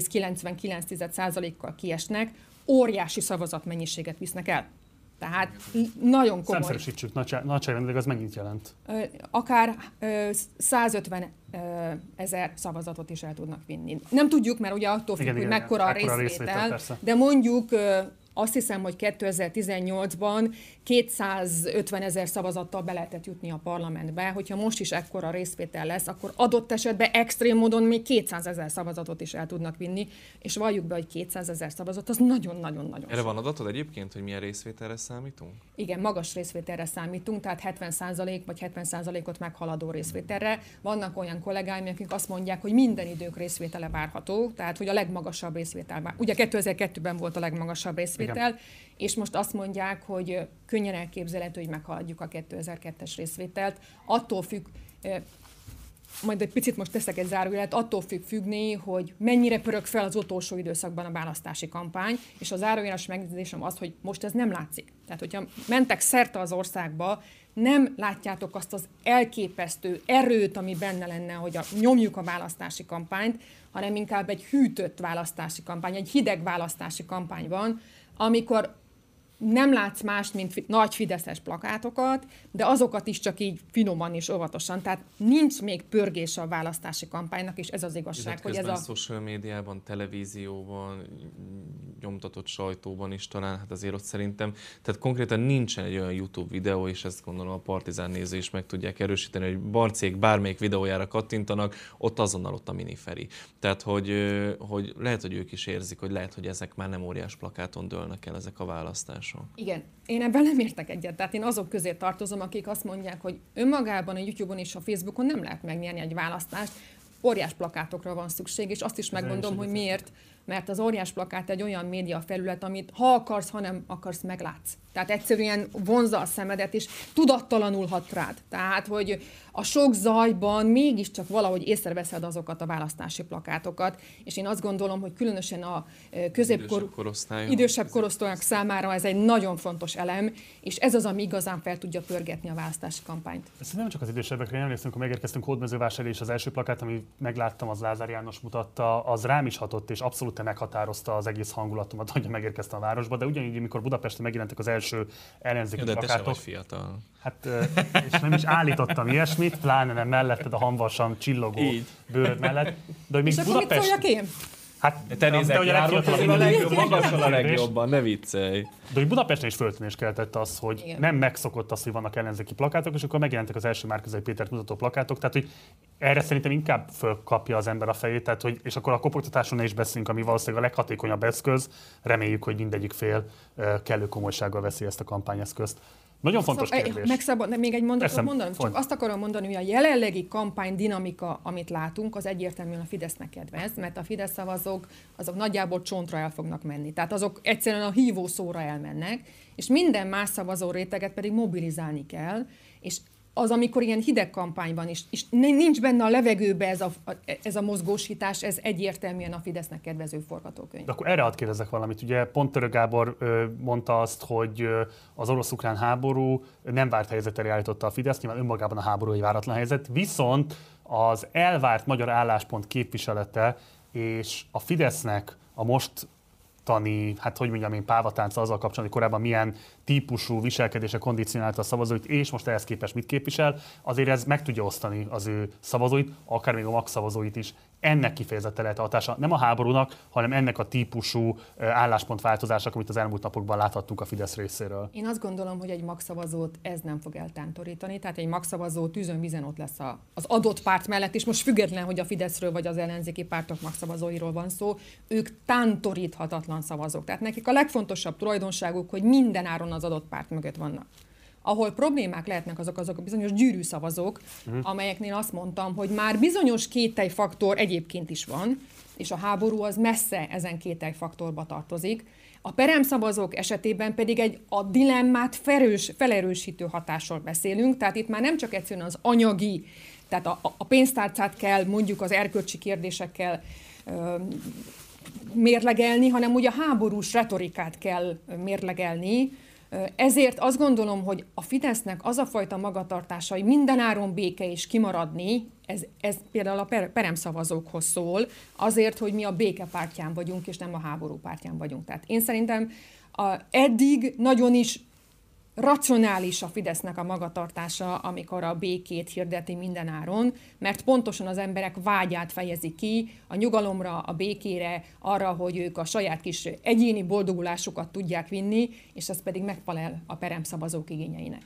4,99%-kal kiesnek, óriási szavazatmennyiséget visznek el. Tehát nagyon komoly. Szemszerűsítsük, nagyságrendileg az mennyit jelent? Akár 150 000 szavazatot is el tudnak vinni. Nem tudjuk, mert ugye attól függ, hogy mekkora a részvétel, de mondjuk azt hiszem, hogy 2018-ban 250 000 szavazattal be lehetett jutni a parlamentbe, hogyha most is ekkora részvétel lesz, akkor adott esetben extrém módon még 200 000 szavazatot is el tudnak vinni, és valljuk be, hogy 200 000 szavazat, az nagyon-nagyon-nagyon. Erre van adatod egyébként, hogy milyen részvételre számítunk? Igen, magas részvételre számítunk, tehát 70% vagy 70%-ot meghaladó részvételre. Vannak olyan kollégáim, akik azt mondják, hogy minden idők részvétele várható, tehát hogy a legmagasabb részvétel. Ugye 2002-ben volt a legmagasabb részvétel, és most azt mondják, hogy könnyen elképzelhető, hogy meghaladjuk a 2002-es részvételt. Attól függ, majd egy picit most teszek egy zárójelet, attól függni, hogy mennyire pörög fel az utolsó időszakban a választási kampány, és a zárójeles megjegyzésem az, hogy most ez nem látszik. Tehát, hogyha mentek szerte az országba, nem látjátok azt az elképesztő erőt, ami benne lenne, hogy nyomjuk a választási kampányt, hanem inkább egy hűtött választási kampány, egy hideg választási kampány van, amikor nem látsz mást, mint nagy fideszes plakátokat, de azokat is csak így finoman és óvatosan. Tehát nincs még pörgése a választási kampánynak, és ez az igazság. Hogy ez a social médiában, televízióban, nyomtatott sajtóban is talán, hát azért ott szerintem, tehát konkrétan nincsen egy olyan YouTube videó, és ezt gondolom a Partizán néző is meg tudják erősíteni, hogy Barcék bármelyik videójára kattintanak, ott azonnal ott a miniferi. Tehát, hogy lehet, hogy ők is érzik, hogy lehet, hogy ezek már nem óriás plakáton dőlnek el ezek a választások. választáson. Igen, én ebben nem értek egyet. Tehát én azok közé tartozom, akik azt mondják, hogy önmagában a YouTube-on és a Facebookon nem lehet megnyerni egy választást, óriás plakátokra van szükség, és azt is megmondom, hogy miért. Mert az óriás plakát egy olyan média felület, amit ha akarsz, ha nem akarsz, meglátsz. Tehát egyszerűen vonzza a szemedet, és tudattalanul hat rád. Tehát, hogy a sok zajban mégiscsak valahogy észreveszed azokat a választási plakátokat, és én azt gondolom, hogy különösen a idősebb korosztályok számára ez egy nagyon fontos elem, és ez az, ami igazán fel tudja pörgetni a választási kampányt. Ez nem csak az idősebbekre, emlékszünk, hogy megérkeztünk Hódmezővásárhelyre, és az első plakát, amit megláttam, az Lázár János mutatta, az rám is hatott, és abszolút meghatározta az egész hangulatomat, hogy megérkeztem a városba, de ugyanígy, amikor Budapesten megjelentek az első ellenzéki plakátok. De te sem vagy fiatal. Hát, és nem is állítottam ilyesmit, pláne nem melletted a hamvasan csillogó bőröd mellett. De hogy még és akkor mit szóljak én? Hát, te nézek a legjobb, magasan a legjobban, ne viccelj. De hogy Budapesten is föltűnést keltett az, hogy igen, nem megszokott az, hogy vannak ellenzéki plakátok, és akkor megjelentek az első Márki-Zay Pétert mutató plakátok, tehát hogy erre szerintem inkább fölkapja az ember a fejét, tehát hogy, és akkor a kopogtatáson ne is beszélünk, ami valószínűleg a leghatékonyabb eszköz. Reméljük, hogy mindegyik fél kellő komolysággal veszi ezt a kampányeszközt. Nagyon fontos kérdés. Megszabad, még egy mondatot mondanom, csak azt akarom mondani, hogy a jelenlegi kampány dinamika, amit látunk, az egyértelműen a Fidesznek kedvez, mert a Fidesz szavazók azok nagyjából csontra el fognak menni. Tehát azok egyszerűen a hívó szóra elmennek, és minden más szavazó réteget pedig mobilizálni kell, és az, amikor ilyen hideg kampány van, és nincs benne a levegőbe ez a mozgósítás, ez egyértelműen a Fidesznek kedvező forgatókönyv. De akkor erre hadd kérdezzek valamit. Ugye pont Török Gábor mondta azt, hogy az orosz-ukrán háború nem várt helyzetre állította a Fidesz, nyilván önmagában a háború egy váratlan helyzet, viszont az elvárt magyar álláspont képviselete és a Fidesznek a mostani, hát hogy mondjam én, pávatánca azzal kapcsolatban, hogy korábban milyen típusú viselkedése kondicionálta a szavazóit, és most ehhez képest mit képvisel, azért ez meg tudja osztani az ő szavazóit, akár még a MAX szavazóit is. Ennek kifejezetten lehet a hatása, nem a háborúnak, hanem ennek a típusú álláspontváltozásnak, amit az elmúlt napokban láthattunk a Fidesz részéről. Én azt gondolom, hogy egy MAX szavazót ez nem fog eltántorítani, tehát egy MAX szavazó tűzön-vizen ott lesz az adott párt mellett, és most független, hogy a Fideszről vagy az ellenzéki pártok MAX szavazóiról van szó, ők tántoríthatatlan szavazók. Tehát nekik a legfontosabb tulajdonságuk, hogy minden áron az adott párt mögött vannak. Ahol problémák lehetnek, azok a bizonyos gyűrűszavazók, amelyeknél azt mondtam, hogy már bizonyos kételyfaktor egyébként is van, és a háború az messze ezen kételyfaktorba tartozik. A peremszavazók esetében pedig a dilemmát felerősítő hatásról beszélünk, tehát itt már nem csak egyszerűen az anyagi, tehát a pénztárcát kell mondjuk az erkölcsi kérdésekkel mérlegelni, hanem ugye a háborús retorikát kell mérlegelni. Ezért azt gondolom, hogy a Fidesznek az a fajta magatartása, hogy mindenáron béke és kimaradni, ez például a peremszavazókhoz szól, azért, hogy mi a béke pártján vagyunk, és nem a háború pártján vagyunk. Tehát én szerintem eddig nagyon is racionális a Fidesznek a magatartása, amikor a békét hirdeti mindenáron, mert pontosan az emberek vágyát fejezi ki a nyugalomra, a békére, arra, hogy ők a saját kis egyéni boldogulásukat tudják vinni, és ez pedig megfelel a peremszavazók igényeinek.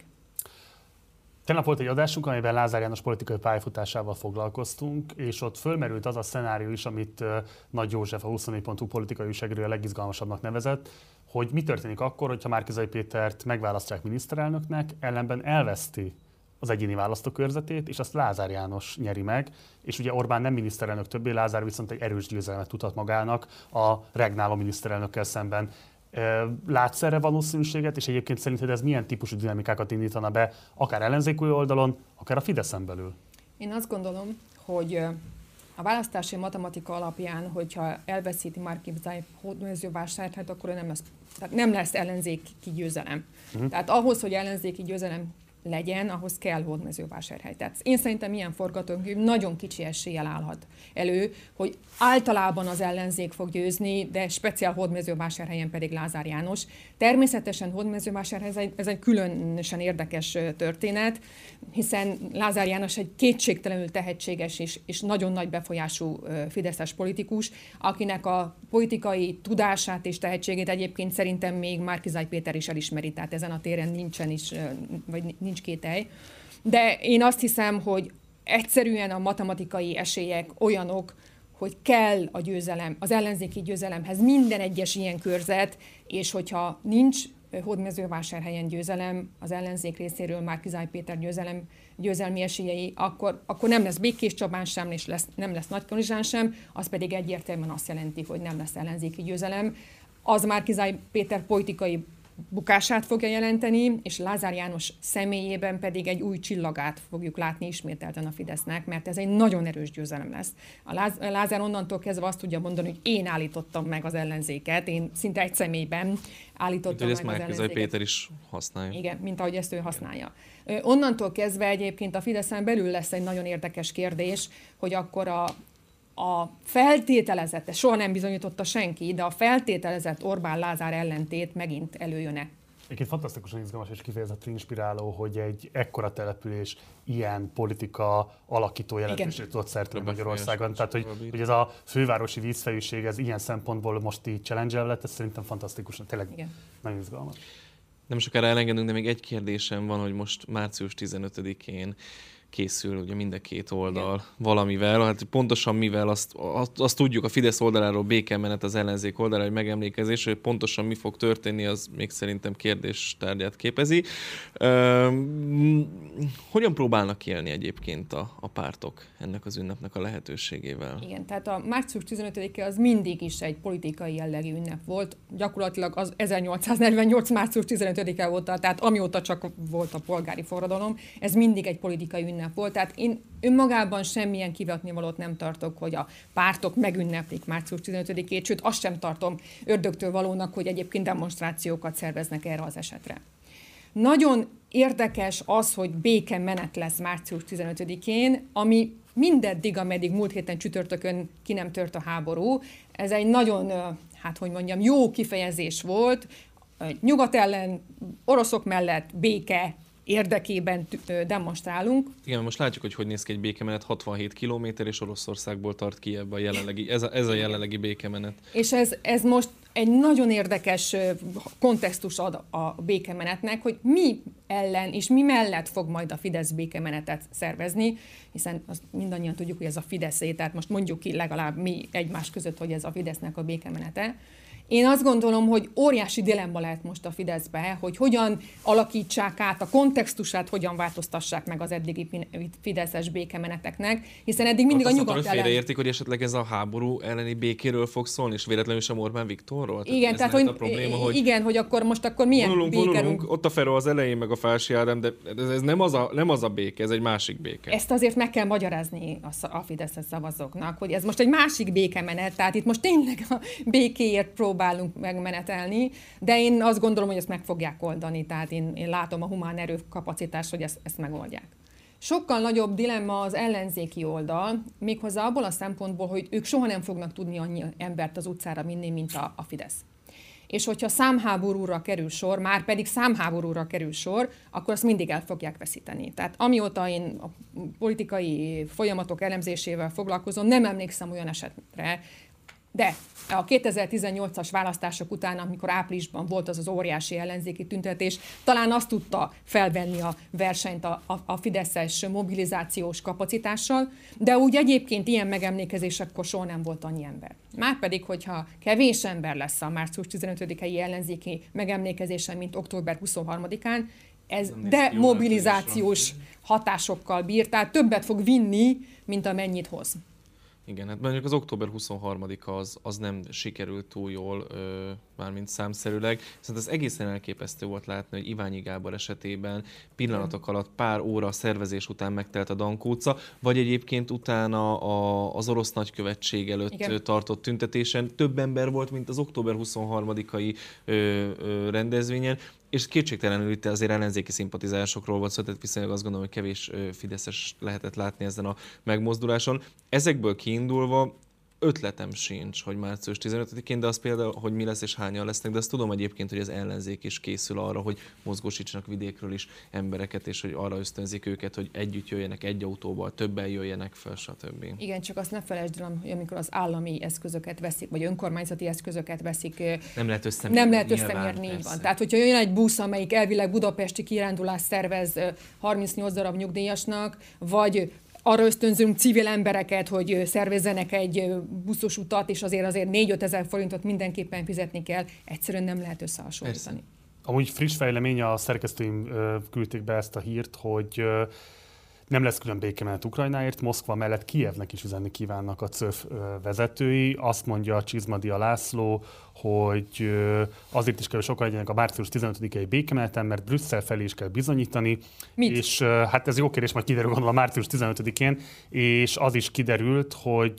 Tegnap volt egy adásunk, amiben Lázár János politikai pályafutásával foglalkoztunk, és ott fölmerült az a szenárió is, amit Nagy József, a 24.hu politikai újságíró a legizgalmasabbnak nevezett, hogy mi történik akkor, hogyha Márki-Zay Pétert megválasztják miniszterelnöknek, ellenben elveszti az egyéni választókörzetét, és azt Lázár János nyeri meg, és ugye Orbán nem miniszterelnök többé, Lázár viszont egy erős győzelmet tudhat magának a regnáló miniszterelnökkel szemben. Látsz erre valószínűséget, és egyébként szerinted ez milyen típusú dinamikákat indítana be, akár ellenzéki oldalon, akár a Fideszen belül? Én azt gondolom, hogy a választási matematika alapján, hogyha elveszíti Márki-Zay Hódmezővásárhelyet, akkor nem lesz ellenzéki győzelem. Tehát ahhoz, hogy ellenzéki győzelem legyen, ahhoz kell Hódmezővásárhely. Tehát én szerintem ilyen forgatókönyv nagyon kicsi eséllyel állhat elő, hogy általában az ellenzék fog győzni, de speciál Hódmezővásárhelyen pedig Lázár János. Természetesen Hódmezővásárhely ez egy különösen érdekes történet, hiszen Lázár János egy kétségtelenül tehetséges és nagyon nagy befolyású fideszes politikus, akinek a politikai tudását és tehetségét egyébként szerintem még Márki-Zay Péter is elismeri, tehát ezen a téren nincs kételj. De én azt hiszem, hogy egyszerűen a matematikai esélyek olyanok, hogy kell a győzelem, az ellenzéki győzelemhez minden egyes ilyen körzet, és hogyha nincs Hódmezővásárhelyen győzelem, az ellenzék részéről már Kizály Péter győzelmi esélyei, akkor nem lesz Békés Csabán sem, és nem lesz Nagykanizsán sem, az pedig egyértelműen azt jelenti, hogy nem lesz ellenzéki győzelem. Az már Kizály Péter politikai bukását fogja jelenteni, és Lázár János személyében pedig egy új csillagát fogjuk látni ismételten a Fidesznek, mert ez egy nagyon erős győzelem lesz. A Lázár onnantól kezdve azt tudja mondani, hogy én állítottam meg az ellenzéket, én szinte egy személyben állítottam meg az ellenzéket. Ezt már Kizály Péter is használja. Igen, mint ahogy ezt ő használja. Onnantól kezdve egyébként a Fideszen belül lesz egy nagyon érdekes kérdés, hogy akkor a feltételezett, soha nem bizonyította senki, de a feltételezett Orbán-Lázár ellentét megint előjön-e. Egyébként fantasztikusan izgalmas és kifejezetten inspiráló, hogy egy ekkora település ilyen politika alakító jelentőséget tudott szert tenni Magyarországon. Tehát, hogy ez a fővárosi vízfejűség, ez ilyen szempontból most így challenge lett, ez szerintem fantasztikusan, tényleg nagyon izgalmas. Nem sokára elengedünk, de még egy kérdésem van, hogy most március 15-én készül ugye mind a két oldal valamivel, hát pontosan mivel azt tudjuk a Fidesz oldaláról békemenet, az ellenzék oldaláról egy megemlékezés, hogy pontosan mi fog történni, az még szerintem kérdéstárgyát képezi. Hogyan próbálnak élni egyébként a pártok ennek az ünnepnek a lehetőségével? Igen, tehát a március 15-e az mindig is egy politikai jellegű ünnep volt. Gyakorlatilag az 1848. március 15-e óta, tehát amióta csak volt a polgári forradalom, ez mindig egy politikai ünnep volt. Tehát én önmagában semmilyen kivetnivalót nem tartok, hogy a pártok megünneplik március 15-ét, sőt azt sem tartom ördögtől valónak, hogy egyébként demonstrációkat szerveznek erre az esetre. Nagyon érdekes az, hogy békemenet lesz március 15-én, ami mindeddig, ameddig múlt héten csütörtökön ki nem tört a háború. Ez egy nagyon, jó kifejezés volt. Nyugat ellen, oroszok mellett béke érdekében demonstrálunk. Igen, most látjuk, hogy néz ki egy békemenet, 67 kilométer, és Oroszországból tart Kijevbe a jelenlegi, ez a jelenlegi békemenet. És ez most egy nagyon érdekes kontextus ad a békemenetnek, hogy mi ellen és mi mellett fog majd a Fidesz békemenetet szervezni, hiszen azt mindannyian tudjuk, hogy ez a Fideszé, tehát most mondjuk ki legalább mi egymás között, hogy ez a Fidesznek a békemenete. Én azt gondolom, hogy óriási dilemma lehet most a Fideszbe, hogy hogyan alakítsák át a kontextusát, hogyan változtassák meg az eddigi fideszes békemeneteknek, hiszen eddig mindig a nyugat ellen... Félreértik, hogy esetleg ez a háború elleni békéről fog szólni, és véletlenül sem Orbán Viktorról? Igen, tehát hogy, a probléma, hogy igen, hogy akkor milyen békerünk... Ott a Feró az elején, meg a Felső Ádám, de ez nem az a béke, ez egy másik béke. Ezt azért meg kell magyarázni a fideszes szavazóknak, hogy ez most egy másik békemenet, tehát itt most tényleg a békéért próbálunk megmenetelni, de én azt gondolom, hogy ezt meg fogják oldani, tehát én látom a humán erőkapacitást, hogy ezt megoldják. Sokkal nagyobb dilemma az ellenzéki oldal, méghozzá abból a szempontból, hogy ők soha nem fognak tudni annyi embert az utcára vinni, mint a Fidesz. És hogyha számháborúra kerül sor, már pedig számháborúra kerül sor, akkor azt mindig el fogják veszíteni. Tehát amióta én a politikai folyamatok elemzésével foglalkozom, nem emlékszem olyan esetre, de a 2018-as választások után, amikor áprilisban volt az óriási ellenzéki tüntetés, talán azt tudta felvenni a versenyt a fideszes mobilizációs kapacitással, de úgy egyébként ilyen megemlékezésekkor soha nem volt annyi ember. Márpedig, hogyha kevés ember lesz a március 15-i ellenzéki megemlékezésen, mint október 23-án, ez demobilizációs hatásokkal bír, tehát többet fog vinni, mint amennyit hoz. Igen, hát mondjuk az október 23-a az nem sikerült túl jól, mármint számszerűleg. Viszont az egészen elképesztő volt látni, hogy Iványi Gábor esetében pillanatok alatt pár óra szervezés után megtelt a Dankóca, vagy egyébként utána az orosz nagykövetség előtt tartott tüntetésen több ember volt, mint az október 23-ai rendezvényen. És kétségtelenül itt azért ellenzéki szimpatizásokról volt szó, tehát viszonylag azt gondolom, hogy kevés fideszes lehetett látni ezen a megmozduláson. Ezekből kiindulva ötletem sincs, hogy március 15-én, de az például, hogy mi lesz és hányan lesznek, de azt tudom egyébként, hogy az ellenzék is készül arra, hogy mozgósítsanak vidékről is embereket, és hogy arra ösztönzik őket, hogy együtt jöjjenek egy autóval, többen jöjjenek fel, stb. Igen, csak azt ne felejtsd el, hogy amikor az állami eszközöket veszik, vagy önkormányzati eszközöket veszik, nem lehet összemérni, így van. Tehát, hogyha jön egy busz, amelyik elvileg budapesti kirándulást szervez 38 darab nyugdíjasnak, vagy arra ösztönzünk civil embereket, hogy szervezzenek egy buszos utat, és azért 4-5 ezer forintot mindenképpen fizetni kell, egyszerűen nem lehet összehasonlítani. Amúgy friss fejlemény, a szerkesztőim küldték be ezt a hírt, hogy nem lesz külön békemenet Ukrajnáért, Moszkva mellett Kijevnek is üzenni kívánnak a CÖF vezetői. Azt mondja Csizmadia László, hogy azért is kell, hogy sokan legyenek a március 15-i békemeneten, mert Brüsszel felé is kell bizonyítani. Mit? És hát ez jó kérdés, majd kiderül gondolom a március 15-én, és az is kiderült,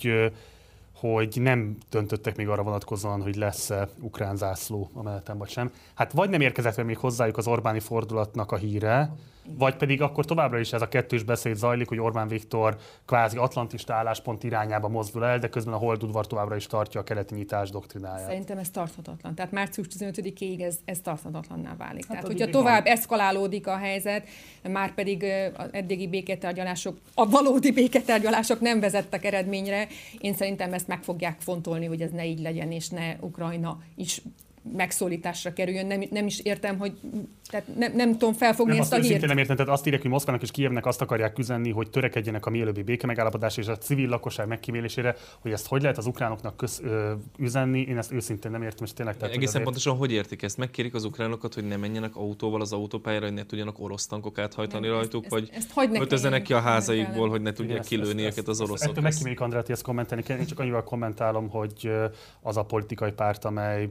hogy nem döntöttek még arra vonatkozóan, hogy lesz-e ukrán zászló a meneten vagy sem. Hát vagy nem érkezett még hozzájuk az Orbáni fordulatnak a híre, vagy pedig akkor továbbra is ez a kettős beszéd zajlik, hogy Orbán Viktor kvázi atlantista álláspont irányába mozdul el, de közben a holdudvar továbbra is tartja a keleti nyitás doktrináját. Szerintem ez tarthatatlan. Tehát március 15-ig ez tarthatatlanná válik. Tehát, addig hogyha tovább eszkalálódik a helyzet, már pedig az eddigi béketárgyalások, a valódi béketárgyalások nem vezettek eredményre, én szerintem ezt meg fogják fontolni, hogy ez ne így legyen, és ne Ukrajna is megszólításra kerüljön. Nem is értem, hogy tehát nem tudom felfogni ezt a hírt. Nem értem, tehát azt írják, hogy Moszkvának és Kijevnek azt akarják üzenni, hogy törekedjenek a mielőbbi békemegállapodásra és a civil lakosság megkímélésére, hogy ezt hogy lehet az ukránoknak üzenni, én ezt őszintén nem értem, és tényleg. Tehát, egészen pontosan hogy értik ezt? Megkérik az ukránokat, hogy ne menjenek autóval az autópályára, hogy ne tudjanak orosz tankok áthajtani rajtuk, vagy öltözzenek ki a házaikból, hogy ne tudják kilőni őket az oroszok. Ettől megkímélik Andrát, hogy ezt kommentálni kell. Én csak annyival kommentálom, hogy az a politikai párt, amely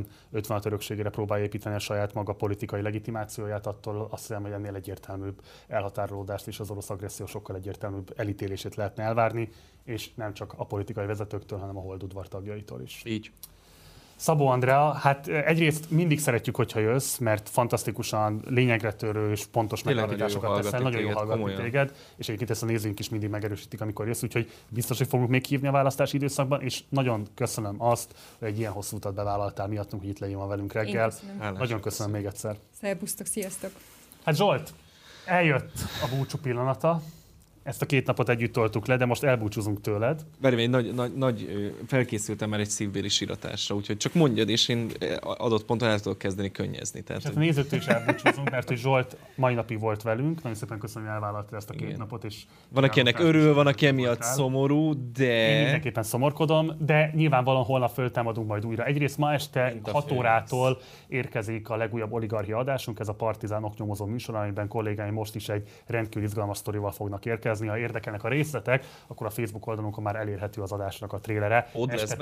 56 örökségére próbálja építeni a saját maga politikai legitimációját, attól azt hiszem, hogy ennél egyértelműbb elhatárolódást és az orosz agresszió sokkal egyértelműbb elítélését lehetne elvárni, és nem csak a politikai vezetőktől, hanem a holdudvar tagjaitól is. Így. Szabó Andrea, hát egyrészt mindig szeretjük, hogyha jössz, mert fantasztikusan lényegre törő és pontos megállapításokat teszel, nagyon jól hallgatni téged, és egyébként ezt a nézőink is mindig megerősítik, amikor jössz, úgyhogy biztos, hogy fogunk még hívni a választási időszakban, és nagyon köszönöm azt, hogy egy ilyen hosszú utat bevállaltál miattunk, hogy itt legyél velünk reggel. Nagyon köszönöm még egyszer. Szerbusztok, sziasztok! Hát Zsolt, eljött a búcsú pillanata. Ezt a 2 napot együtt toltuk le, de most elbúcsúzunk tőled. Várj, én felkészültem már egy szívbéli síratásra, úgyhogy csak mondjad, és én adott ponton el tudok kezdeni könnyezni. Tehát, a nézőtől is elbúcsúzunk, mert hogy Zsolt mai napig volt velünk. Nagyon szépen köszönöm, hogy elvállaltad ezt a 2 napot. És van, aki ennek örül, van, aki emiatt szomorú, de... Én mindenképpen szomorkodom, de nyilvánvalóan holnap föltámadunk majd újra. Egyrészt ma este 6 órától érkezik a legújabb oligarchia adásunk, ez a Partizán oknyomozó műsor, amiben kollégáim most is egy rendkívül izgalmas sztorival fognak érkezni. Ha érdekelnek a részletek, akkor a Facebook oldalunkon már elérhető az adásnak a trélere.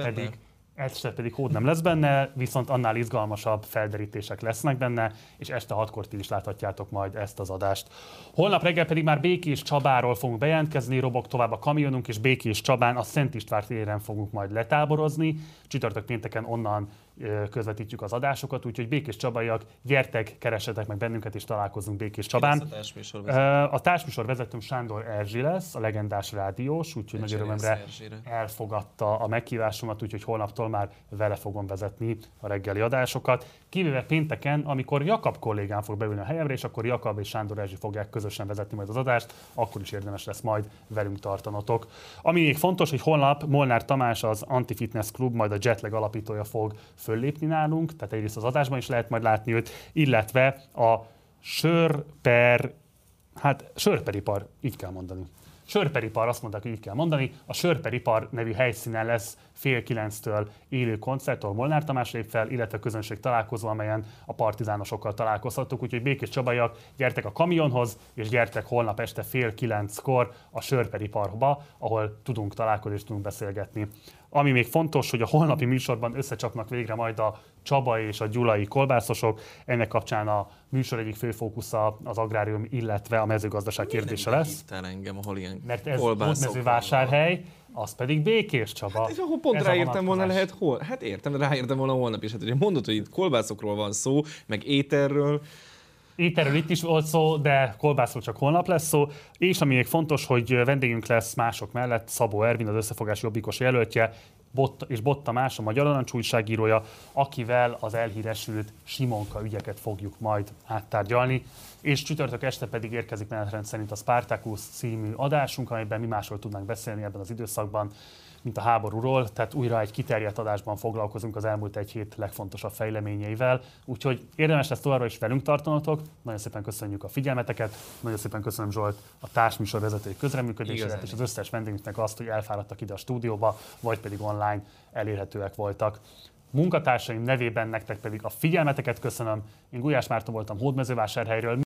Este pedig hód nem lesz benne, viszont annál izgalmasabb felderítések lesznek benne, és este 6-kor ti is láthatjátok majd ezt az adást. Holnap reggel pedig már Békés Csabáról fogunk bejelentkezni, robog tovább a kamionunk, és Békés Csabán a Szent István téren fogunk majd letáborozni. Csütörtök pénteken onnan közvetítjük az adásokat, úgyhogy Békés Csabaiak, gyertek, keressetek meg bennünket, és találkozunk Békés Csabán. A társműsor vezetőm Sándor Erzsi lesz, a legendás rádiós, úgyhogy nagy örömömre elfogadta a meghívásomat, úgyhogy holnaptól már vele fogom vezetni a reggeli adásokat. Kivéve pénteken, amikor Jakab kollégám fog beülni a helyemre, és akkor Jakab és Sándor Erzsi fogják közösen vezetni majd az adást, akkor is érdemes lesz majd velünk tartanotok. Ami még fontos, hogy holnap Molnár Tamás, az Anti-Fitness Klub, majd a Jetlag alapítója fog föllépni nálunk, tehát egyrészt az adásban is lehet majd látni őt, illetve a sörperipar, így kell mondani. Sörperipar, azt mondták, hogy így kell mondani. A Sörperipar nevű helyszínen lesz 8:30-től élő koncert, ahol Molnár Tamás lép fel, illetve közönség találkozó, amelyen a partizánosokkal találkozhattuk. Úgyhogy Békés Csabaiak, gyertek a kamionhoz, és gyertek holnap este 8:30-kor a Sörperiparba, ahol tudunk találkozni és tudunk beszélgetni. Ami még fontos, hogy a holnapi műsorban összecsapnak végre majd a csabai és a gyulai kolbászosok. Ennek kapcsán a műsor egyik fő fókusza az agrárium, illetve a mezőgazdaság kérdése lesz. Engem, ahol ilyen mert ez Hódmezővásárhely, az pedig Békés Csaba. Hát, ahol pont ráértem volna lehet hol? Hát értem, ráértem volna holnap is. Hát ugye mondod, hogy itt kolbászokról van szó, meg ételről. Ételről itt is volt szó, de kolbászról csak holnap lesz szó. És ami még fontos, hogy vendégünk lesz mások mellett Szabó Ervin, az Összefogás jobbikos jelöltje, és Bott Tamás, a Magyar Narancs újságírója, akivel az elhíresült Simonka ügyeket fogjuk majd áttárgyalni. És csütörtök este pedig érkezik menetrend szerint a Spartacus című adásunk, amiben mi másról tudnánk beszélni ebben az időszakban, mint a háborúról, tehát újra egy kiterjedt adásban foglalkozunk az elmúlt egy hét legfontosabb fejleményeivel, úgyhogy érdemes lesz továbbra is velünk tartanotok. Nagyon szépen köszönjük a figyelmeteket, nagyon szépen köszönöm Zsolt a társműsor vezetői közreműködését, és az összes vendégünknek azt, hogy elfáradtak ide a stúdióba, vagy pedig online elérhetőek voltak. munkatársaim nevében nektek pedig a figyelmeteket köszönöm. Én Gulyás Márton voltam Hódmezővásárhelyről.